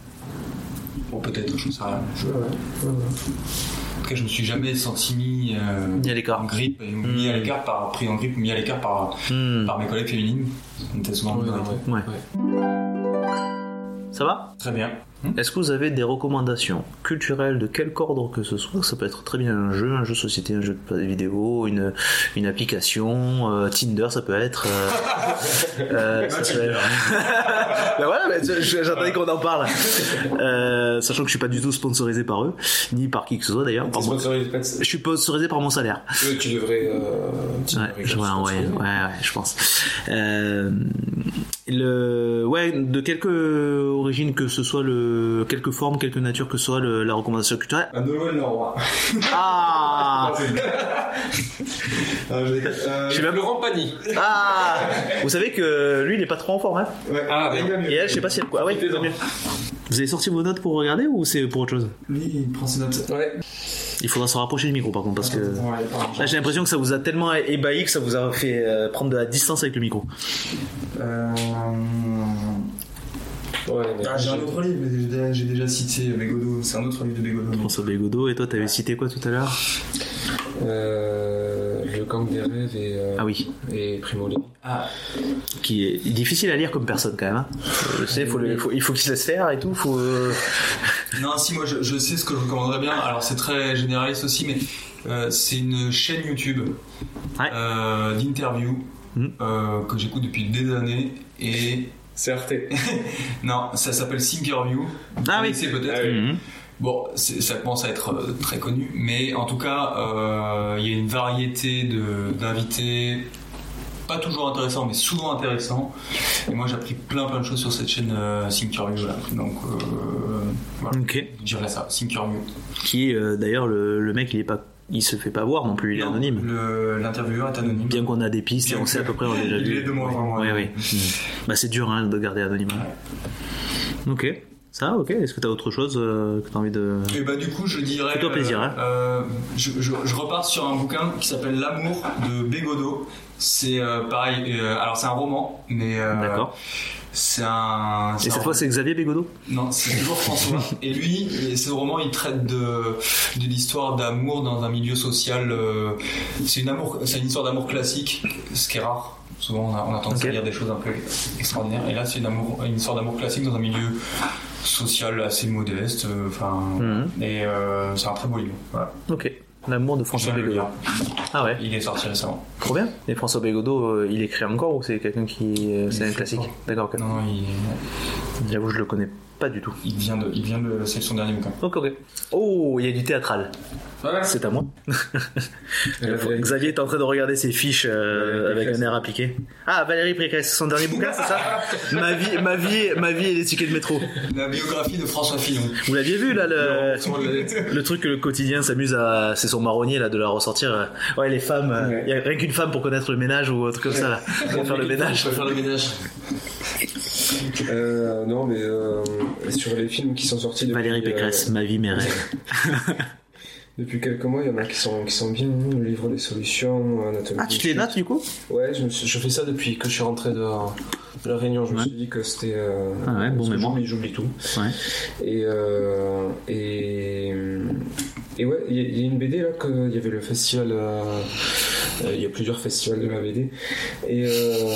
bon, peut-être, je ne sais rien. Je- Ouais, ouais, ouais. En tout cas, je me suis jamais senti mis euh, Il y a l'écart. en grippe, et mis à l'écart par pris en grippe, mis à l'écart par Hmm. par mes collègues féminines. On était souvent Ouais, minorité. ouais, Ouais. ouais. Ça va? Très bien. Est-ce que vous avez des recommandations culturelles de quelque ordre que ce soit? Ça peut être très bien un jeu, un jeu société, un jeu de vidéo, une, une application, euh, Tinder, ça peut être. Euh, euh, ça peut être- ben voilà, ben, je- j'attendais qu'on en parle. Euh, sachant que je suis pas du tout sponsorisé par eux, ni par qui que ce soit d'ailleurs. T'es Par moi. sponsorisé pas de- Je suis sponsorisé par mon salaire. Euh, Tu devrais. euh, tu Ouais, devrais je vois, être ouais, ouais, sponsorisé. ouais, je pense. Euh, le, ouais, de quelque origine que ce soit, le, quelque forme, quelque nature que ce soit, le, la recommandation culturelle. Un Nolwenn Leroy. Ah, Euh, Je sais même- Laurent Pagny. ah, vous savez que lui, il est pas trop en forme, hein. Ouais. Ah, d'accord. Et elle, je sais pas si elle, ah ouais, Profitez-en. mieux. Vous avez sorti vos notes pour regarder ou c'est pour autre chose? Lui, il prend ses notes. Ouais. Il faudra se rapprocher du micro par contre parce que Ouais, pardon. là j'ai l'impression que ça vous a tellement ébahi que ça vous a fait euh, prendre de la distance avec le micro. Euh... Ouais, mais- Ah, j'ai un autre livre, mais j'ai déjà, j'ai déjà cité Bégodeau. C'est un autre livre de Bégodeau. François Bégodeau, et toi t'avais cité quoi tout à l'heure? Euh, le gang des rêves et, euh, Ah oui, et Primo Levi. Ah, qui est difficile à lire comme personne quand même. Hein. Je sais, faut le- faut- il faut qu'il se laisse faire et tout. Faut. euh, non, si, moi je, je sais ce que je recommanderais bien. Alors c'est très généraliste aussi, mais euh, c'est une chaîne YouTube Ouais. euh, d'interviews Mm. euh, que j'écoute depuis des années. Et C'est R T. non, ça s'appelle Thinkerview. Ah oui. C'est peut-être. Ah oui. Mhm. Bon, c'est- ça commence à être euh, très connu, mais en tout cas, euh, il y a une variété de- d'invités, pas toujours intéressants, mais souvent intéressants. Et moi, j'ai appris plein plein de choses sur cette chaîne euh, Thinkerview là. Donc, euh, voilà. Ok. Je dirais ça, Thinkerview. Qui euh, d'ailleurs le, le mec il est pas, il se fait pas voir non plus, il est Non, anonyme. le- L'intervieweur est anonyme. Bien qu'on a des pistes et Bien on sait que- à peu près on a déjà Il vu. est de moi, Oui, vraiment, oui. ouais. oui. Bah c'est dur hein, de garder anonyme. Ok. Ça, ok. Est-ce que t'as autre chose euh, que t'as envie de... Et bah du coup je dirais... Fais-toi plaisir, hein. euh, je, je, je repars sur un bouquin qui s'appelle L'amour de Bégodeau. C'est euh, pareil, euh, alors c'est un roman, mais... Euh, D'accord. C'est un... C'est Et cette un... fois, c'est Xavier Bégodeau? Non, c'est toujours François. Et lui, ce roman, il traite de, de l'histoire d'amour dans un milieu social. Euh, c'est, une amour, c'est une histoire d'amour classique, ce qui est rare. Souvent, on a, on a tendance okay. à lire des choses un peu extraordinaires. Et là, c'est une, amour, une histoire d'amour classique dans un milieu social assez modeste. Enfin, euh, mm-hmm. Et euh, c'est un très beau livre. Voilà. Ok. L'amour de François Bégodeau. Ah ouais. Il est sorti récemment. Trop bien. Et François Bégodeau, euh, il écrit encore ou c'est quelqu'un qui, euh, c'est un classique? Pas. D'accord. Okay. Non, il. J'avoue, je le connais pas du tout. Il vient de, il vient de, c'est son dernier bouquin. Ok, ok. Oh, il y a du théâtral. Ouais. C'est à moi. Xavier est en train de regarder ses fiches euh, avec un air appliqué. Ah, Valérie Pécresse, son dernier bouquin, c'est ça? Ma vie, ma vie, ma vie et les tickets de métro. La biographie de François Fillon. Vous l'aviez vu là, le, le, le truc que le quotidien s'amuse à, c'est son marronnier là de la ressortir. Ouais, les femmes, il ouais. y a rien qu'une femme pour connaître le ménage ou autre comme ça là, pour faire le ménage. Pour faire le ménage. Euh, non, mais euh, sur les films qui sont sortis depuis... Valérie Pécresse, euh, ma vie, mes rêves. Depuis quelques mois, il y en a qui sont, qui sont bien. Le livre des solutions, Anatomie. Ah, tu te les notes du coup? Ouais, je, me suis, je fais ça depuis que je suis rentré de, de la Réunion. Je ouais. me suis dit que c'était. Euh, ah ouais, bon mémoire. J'oublie, j'oublie tout. Ouais. Et, euh, et, et ouais, il y, y a une B D là, il y avait le festival. Euh, il y a plusieurs festivals de la B D. Et. Euh,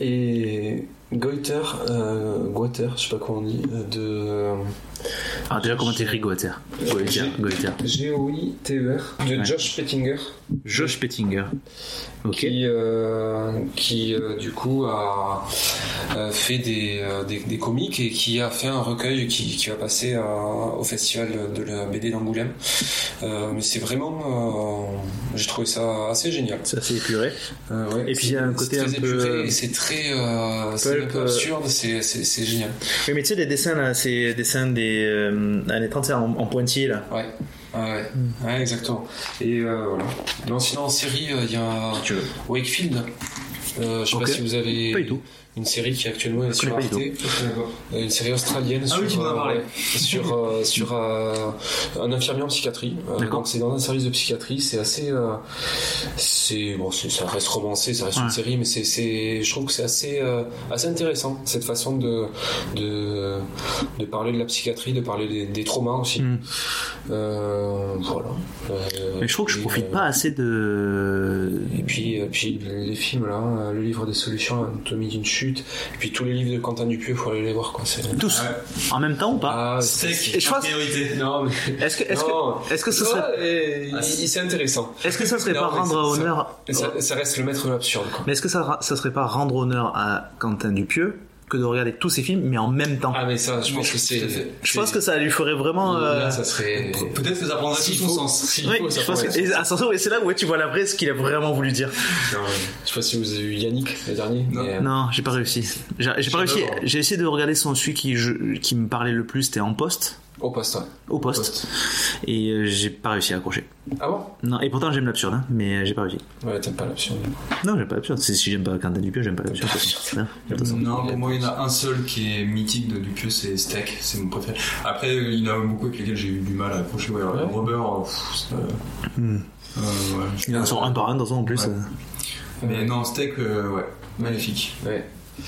et Goethe, euh, Goethe, je sais pas comment on dit, de. Euh, ah, déjà, comment t'écris Goethe? Goethe, Goethe. G O I T E R, de ouais. Josh Pettinger. Josh Pettinger. Ok. Qui, euh, qui euh, du coup, a euh, fait des, euh, des, des comics et qui a fait un recueil qui, qui va passer à, au festival de la B D d'Angoulême. Euh, mais c'est vraiment. Euh, j'ai trouvé ça assez génial. C'est assez épuré. Euh, ouais, et puis il y a un côté un peu. Et c'est très. Euh, c'est un peu absurde, c'est, c'est, c'est génial. Oui, mais tu sais, les dessins là, c'est les dessins des euh, années trente en, en pointillé là. Ouais. Ah ouais. Mm. Ouais, exactement. Et euh, voilà. Non, sinon en série, il euh, y a si Wakefield. Euh, je sais okay. pas si vous avez. Pas du tout. Une série qui actuellement est sur Arte, une série australienne ah sur, oui, tu m'en as parlé. Euh, sur, euh, sur euh, un infirmier en psychiatrie. Euh, donc c'est dans un service de psychiatrie, c'est assez, euh, c'est bon, c'est, ça reste romancé, ça reste ouais. une série, mais c'est, c'est, je trouve que c'est assez, euh, assez intéressant cette façon de, de, de parler de la psychiatrie, de parler des, des traumas aussi. Mm. Euh, voilà. Euh, mais je trouve que je profite euh, pas assez de. Et puis, et puis les films là, le livre des solutions, Anatomie d'une chute. Et puis tous les livres de Quentin Dupieux, il faut aller les voir quoi. C'est... Tous ouais. En même temps ou pas? Ah, c'est c'est en priorité. Non, mais... Est-ce que, est-ce non. que, est-ce que ça serait... Ouais, ah, c'est intéressant. Est-ce que ça serait non, pas rendre ça, honneur... Ça, ça reste le maître de l'absurde quoi. Mais est-ce que ça, ça serait pas rendre honneur à Quentin Dupieux que de regarder tous ces films mais en même temps? Ah mais ça je pense que c'est je c'est... pense que ça lui ferait vraiment euh... là ça serait peut-être que ça prendrait tout son sens s'il oui, faut ça pense que... et, attention, et c'est là où tu vois la vraie ce qu'il a vraiment voulu dire. Non, je sais pas si vous avez eu Yannick le dernier non, mais... non j'ai pas réussi j'ai, j'ai pas réussi j'ai essayé de regarder son celui qui, je, qui me parlait le plus, c'était En Poste. Au poste, ouais. Au poste. Au poste. Et euh, j'ai pas réussi à accrocher. Ah bon? Non, et pourtant j'aime l'absurde, hein, mais j'ai pas réussi. Ouais, t'aimes pas l'absurde. Non, j'aime pas l'absurde. Si j'aime pas Quentin Dupieux, j'aime pas l'absurde. Non, non, pour moi, il y en a un seul qui est mythique de Dupieux, c'est Steak, c'est mon préféré. Après, il y en a beaucoup avec lesquels j'ai eu du mal à accrocher. Ouais, ouais. Robert, pff, c'est... Hmm. Euh, ouais, il en sort un par un dans en plus. Ouais. Euh... Mais non, Steak, euh, ouais, magnifique. Ouais.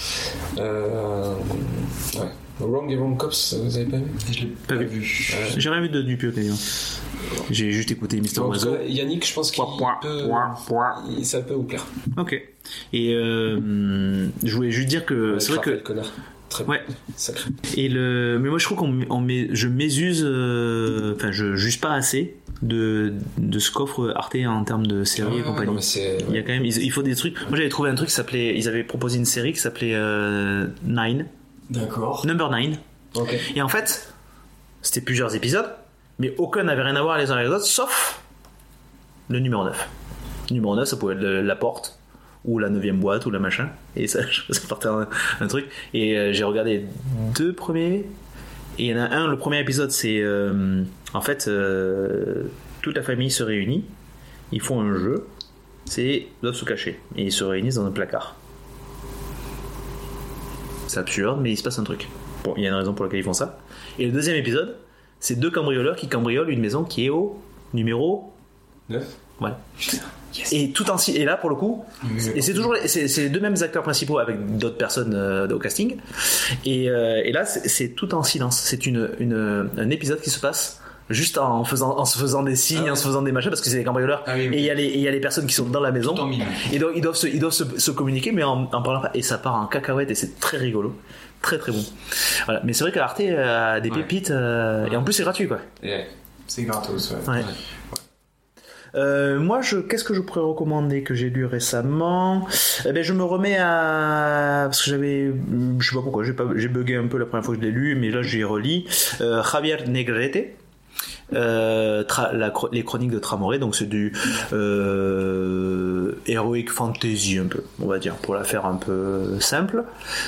Euh... Ouais. Wrong et Wrong Cops, vous avez pas vu? Je l'ai pas, pas vu. vu. Euh... J'ai rien vu de Dupieux d'ailleurs. J'ai juste écouté Mister Oiseau. Yannick, je pense qu'il point, peut, point, point. Il, ça peut vous plaire. Ok. Et euh, je voulais juste dire que ouais, c'est vrai que. Connard. Très ouais. Sacré. Et le, mais moi je trouve qu'on, on met, je m'ésuse, enfin euh, je juge pas assez de de ce qu'offre Arte en termes de séries ah, et compagnie. Non, c'est... Il y a quand même, il, il faut des trucs. Moi j'avais trouvé un truc qui s'appelait, ils avaient proposé une série qui s'appelait euh, Nine. D'accord. Number Nine. Ok. Et en fait, c'était plusieurs épisodes, mais aucun n'avait rien à voir les uns avec les autres, sauf le numéro neuf. Le numéro neuf, ça pouvait être La Porte, ou la neuvième boîte, ou la machin, et ça, ça partait un, un truc. Et euh, j'ai regardé les deux premiers, et il y en a un, le premier épisode, c'est euh, en fait, euh, toute la famille se réunit, ils font un jeu, c'est ils doivent se cacher, et ils se réunissent dans un placard. C'est absurde, mais il se passe un truc. Bon, il y a une raison pour laquelle ils font ça. Et le deuxième épisode, c'est deux cambrioleurs qui cambriolent une maison qui est au numéro neuf. Ouais. Yes. Et tout en et là pour le coup, et c'est toujours c'est, c'est les deux mêmes acteurs principaux avec d'autres personnes euh, au casting. Et, euh, et là c'est, c'est tout en silence. C'est une, une un épisode qui se passe juste en faisant en se faisant des signes, ah ouais. en se faisant des machins parce que c'est des cambrioleurs. Ah oui, oui. Et il y a les et il y a les personnes qui sont dans la maison. Et donc ils doivent se, ils doivent se, se communiquer mais en, en parlant pas. Et ça part en cacahuète et c'est très rigolo. Très très bon. Voilà. Mais c'est vrai qu'Arte a des ouais. pépites euh, ouais. et en plus c'est gratuit quoi. Yeah. C'est gratos. Ouais. ouais. ouais. Euh, moi, je, qu'est-ce que je pourrais recommander que j'ai lu récemment ? Eh ben, je me remets à parce que j'avais, je sais pas pourquoi, j'ai pas, j'ai bugué un peu la première fois que je l'ai lu, mais là, j'y relis. Euh, Javier Negrete. Euh, tra- la, les chroniques de Tramoré, donc c'est du euh, heroic fantasy un peu, on va dire, pour la faire un peu simple,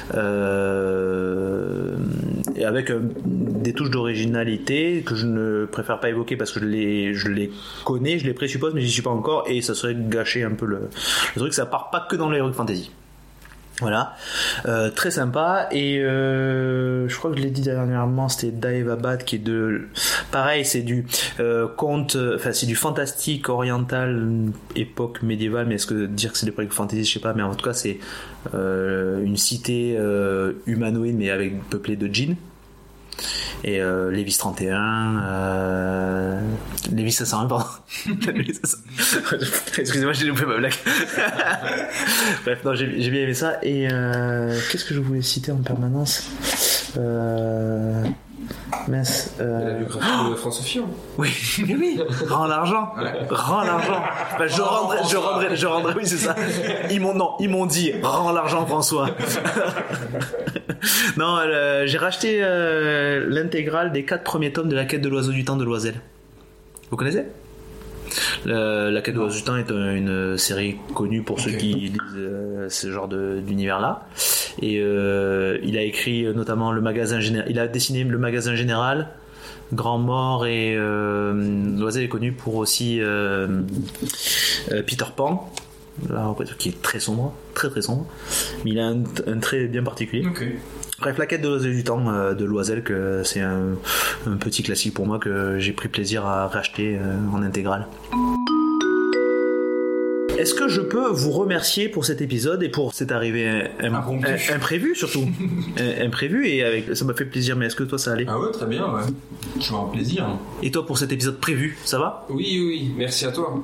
euh, et avec euh, des touches d'originalité que je ne préfère pas évoquer parce que je les, je les connais, je les présuppose, mais j'y suis pas encore et ça serait gâcher un peu le, le truc. Ça part pas que dans l'heroic fantasy. Voilà, euh, très sympa et euh, je crois que je l'ai dit dernièrement, c'était Daevabad qui est de, pareil c'est du euh, conte, enfin c'est du fantastique oriental époque médiévale, mais est-ce que dire que c'est des projets fantasy, je sais pas, mais en tout cas c'est euh, une cité euh, humanoïde mais avec peuplée de djinns. Et euh, Lévis trente et un, euh... Lévis cinq cent un, pardon. Excusez-moi, j'ai loupé ma blague. Bref, non, j'ai, j'ai bien aimé ça. Et euh... qu'est-ce que je voulais citer en permanence euh... Mince. Euh... La biographie de François Fillon. Oui, oui, oui. Rends l'argent. Ouais. Rends l'argent. Bah, je rendrai, je rendrai, je rendrai, oui, c'est ça. Ils m'ont, non, ils m'ont dit, rends l'argent, François. Non, euh, j'ai racheté euh, l'intégrale des quatre premiers tomes de La Quête de l'Oiseau du Temps de Loisel. Vous connaissez ? Le, La Quête de l'Oiseau du Temps est une série connue pour ceux okay. qui lisent euh, ce genre de, d'univers-là. Et euh, il a écrit notamment le magasin général. Il a dessiné le magasin général, Grand Mort et euh, Loisel est connu pour aussi euh, euh, Peter Pan. Là, qui est très sombre, très très sombre, mais il a un, un trait bien particulier. Okay. Bref, La Quête de l'Oiseau du Temps euh, de Loisel, que c'est un, un petit classique pour moi que j'ai pris plaisir à racheter euh, en intégrale. Est-ce que je peux vous remercier pour cet épisode et pour cette arrivée im- im- imprévue surtout imprévue et avec ça m'a fait plaisir, mais est-ce que toi ça allait ? Ah ouais, très bien, ouais. Je vois un plaisir. Et toi pour cet épisode prévu, ça va ? Oui, oui, merci à toi.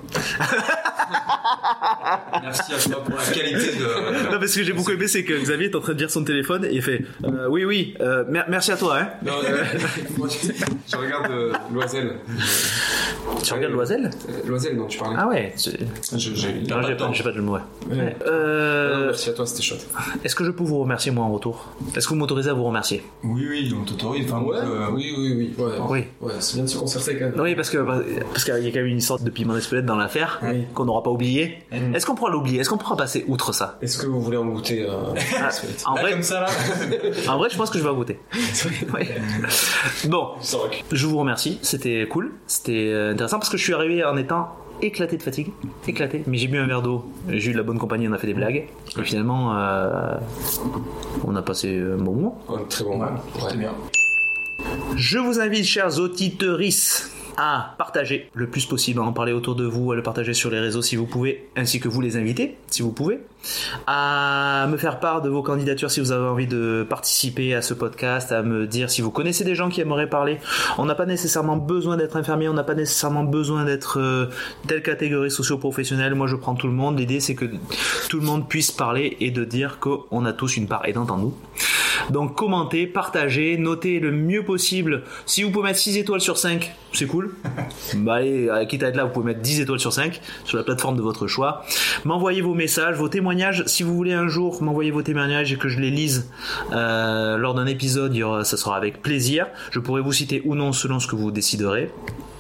Merci à toi pour la qualité de. Non, parce que j'ai beaucoup aimé, c'est que Xavier est en train de dire son téléphone et il fait euh, oui, oui, euh, mer- merci à toi, hein. Non, euh, je regarde euh, Loisel. Tu regardes Loisel ? euh, Loisel, dont tu parlais. Ah ouais. Je, je, j'ai, non, pas j'ai, pas, j'ai pas de le mot. Ouais. Ouais. Euh, non, merci à toi, c'était chouette. Est-ce que je peux vous remercier moi en retour ? Est-ce que vous m'autorisez à vous remercier ? Oui, oui, on t'autorise. Enfin, ouais, euh... Oui, oui, oui. Ouais, oui. Ouais, c'est bien de se concerter quand même. Oui, parce que parce qu'il y a quand même une sorte de piment d'Espelette dans l'affaire oui. qu'on n'aura pas oublié. Mmh. Est-ce qu'on pourra l'oublier ? Est-ce qu'on pourra passer outre ça ? Est-ce que vous voulez en goûter euh, ah, en là, vrai, comme ça là. En vrai, je pense que je vais en goûter. Oui. Bon, je vous remercie. C'était cool. C'était intéressant parce que je suis arrivé en étant éclaté de fatigue, éclaté. Mais j'ai bu un verre d'eau. J'ai eu de la bonne compagnie. On a fait des blagues. Et finalement, euh, on a passé un bon moment. Ouais, très bon moment. Ouais, c'était bien. Je vous invite, chers auditeuristes, à partager le plus possible, à en parler autour de vous, à le partager sur les réseaux si vous pouvez, ainsi que vous les inviter si vous pouvez, à me faire part de vos candidatures si vous avez envie de participer à ce podcast, à me dire si vous connaissez des gens qui aimeraient parler. On n'a pas nécessairement besoin d'être infirmier, on n'a pas nécessairement besoin d'être euh, telle catégorie socio-professionnelle. Moi je prends tout le monde, l'idée c'est que tout le monde puisse parler et de dire qu'on a tous une part aidante en nous. Donc commentez, partagez, notez le mieux possible. Si vous pouvez mettre six étoiles sur cinq, c'est cool. Bah allez, quitte à être là, vous pouvez mettre dix étoiles sur cinq sur la plateforme de votre choix. M'envoyez vos messages, vos témoignages. Si vous voulez un jour m'envoyer vos témoignages et que je les lise euh, lors d'un épisode, ça sera avec plaisir. Je pourrai vous citer ou non selon ce que vous déciderez.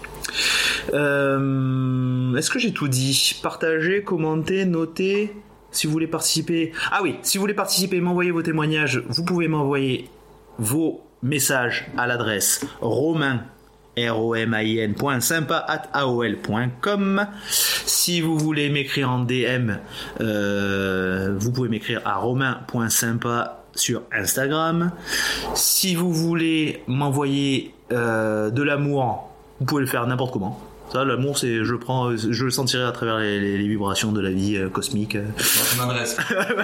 Euh, est-ce que j'ai tout dit ? Partagez, commentez, notez. Si vous voulez participer... Ah oui, si vous voulez participer, m'envoyer vos témoignages, vous pouvez m'envoyer vos messages à l'adresse romain, R O M A I N, point sympa, at A O L point com. Si vous voulez m'écrire en D M, euh, vous pouvez m'écrire à romain point sympa sur Instagram. Si vous voulez m'envoyer euh, de l'amour, vous pouvez le faire n'importe comment. Ça, l'amour, c'est, je le prends, je le sentirai à travers les, les, les vibrations de la vie euh, cosmique. Dans ton adresse.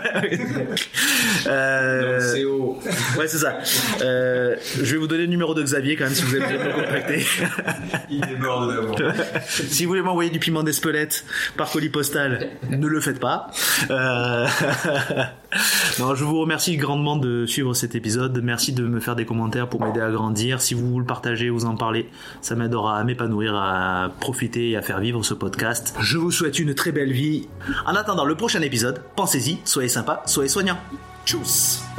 euh, C'est haut. Ouais, c'est ça. Euh, je vais vous donner le numéro de Xavier quand même si vous êtes besoin de me contacter. Il déborde d'amour. Si vous voulez m'envoyer du piment d'Espelette par colis postal, ne le faites pas. Euh... Non, je vous remercie grandement de suivre cet épisode. Merci de me faire des commentaires pour m'aider à grandir. Si vous le partagez, vous en parlez, ça m'aidera à m'épanouir, à profiter et à faire vivre ce podcast. Je vous souhaite une très belle vie. En attendant le prochain épisode, pensez-y, soyez sympa, soyez soignants. Tchuss!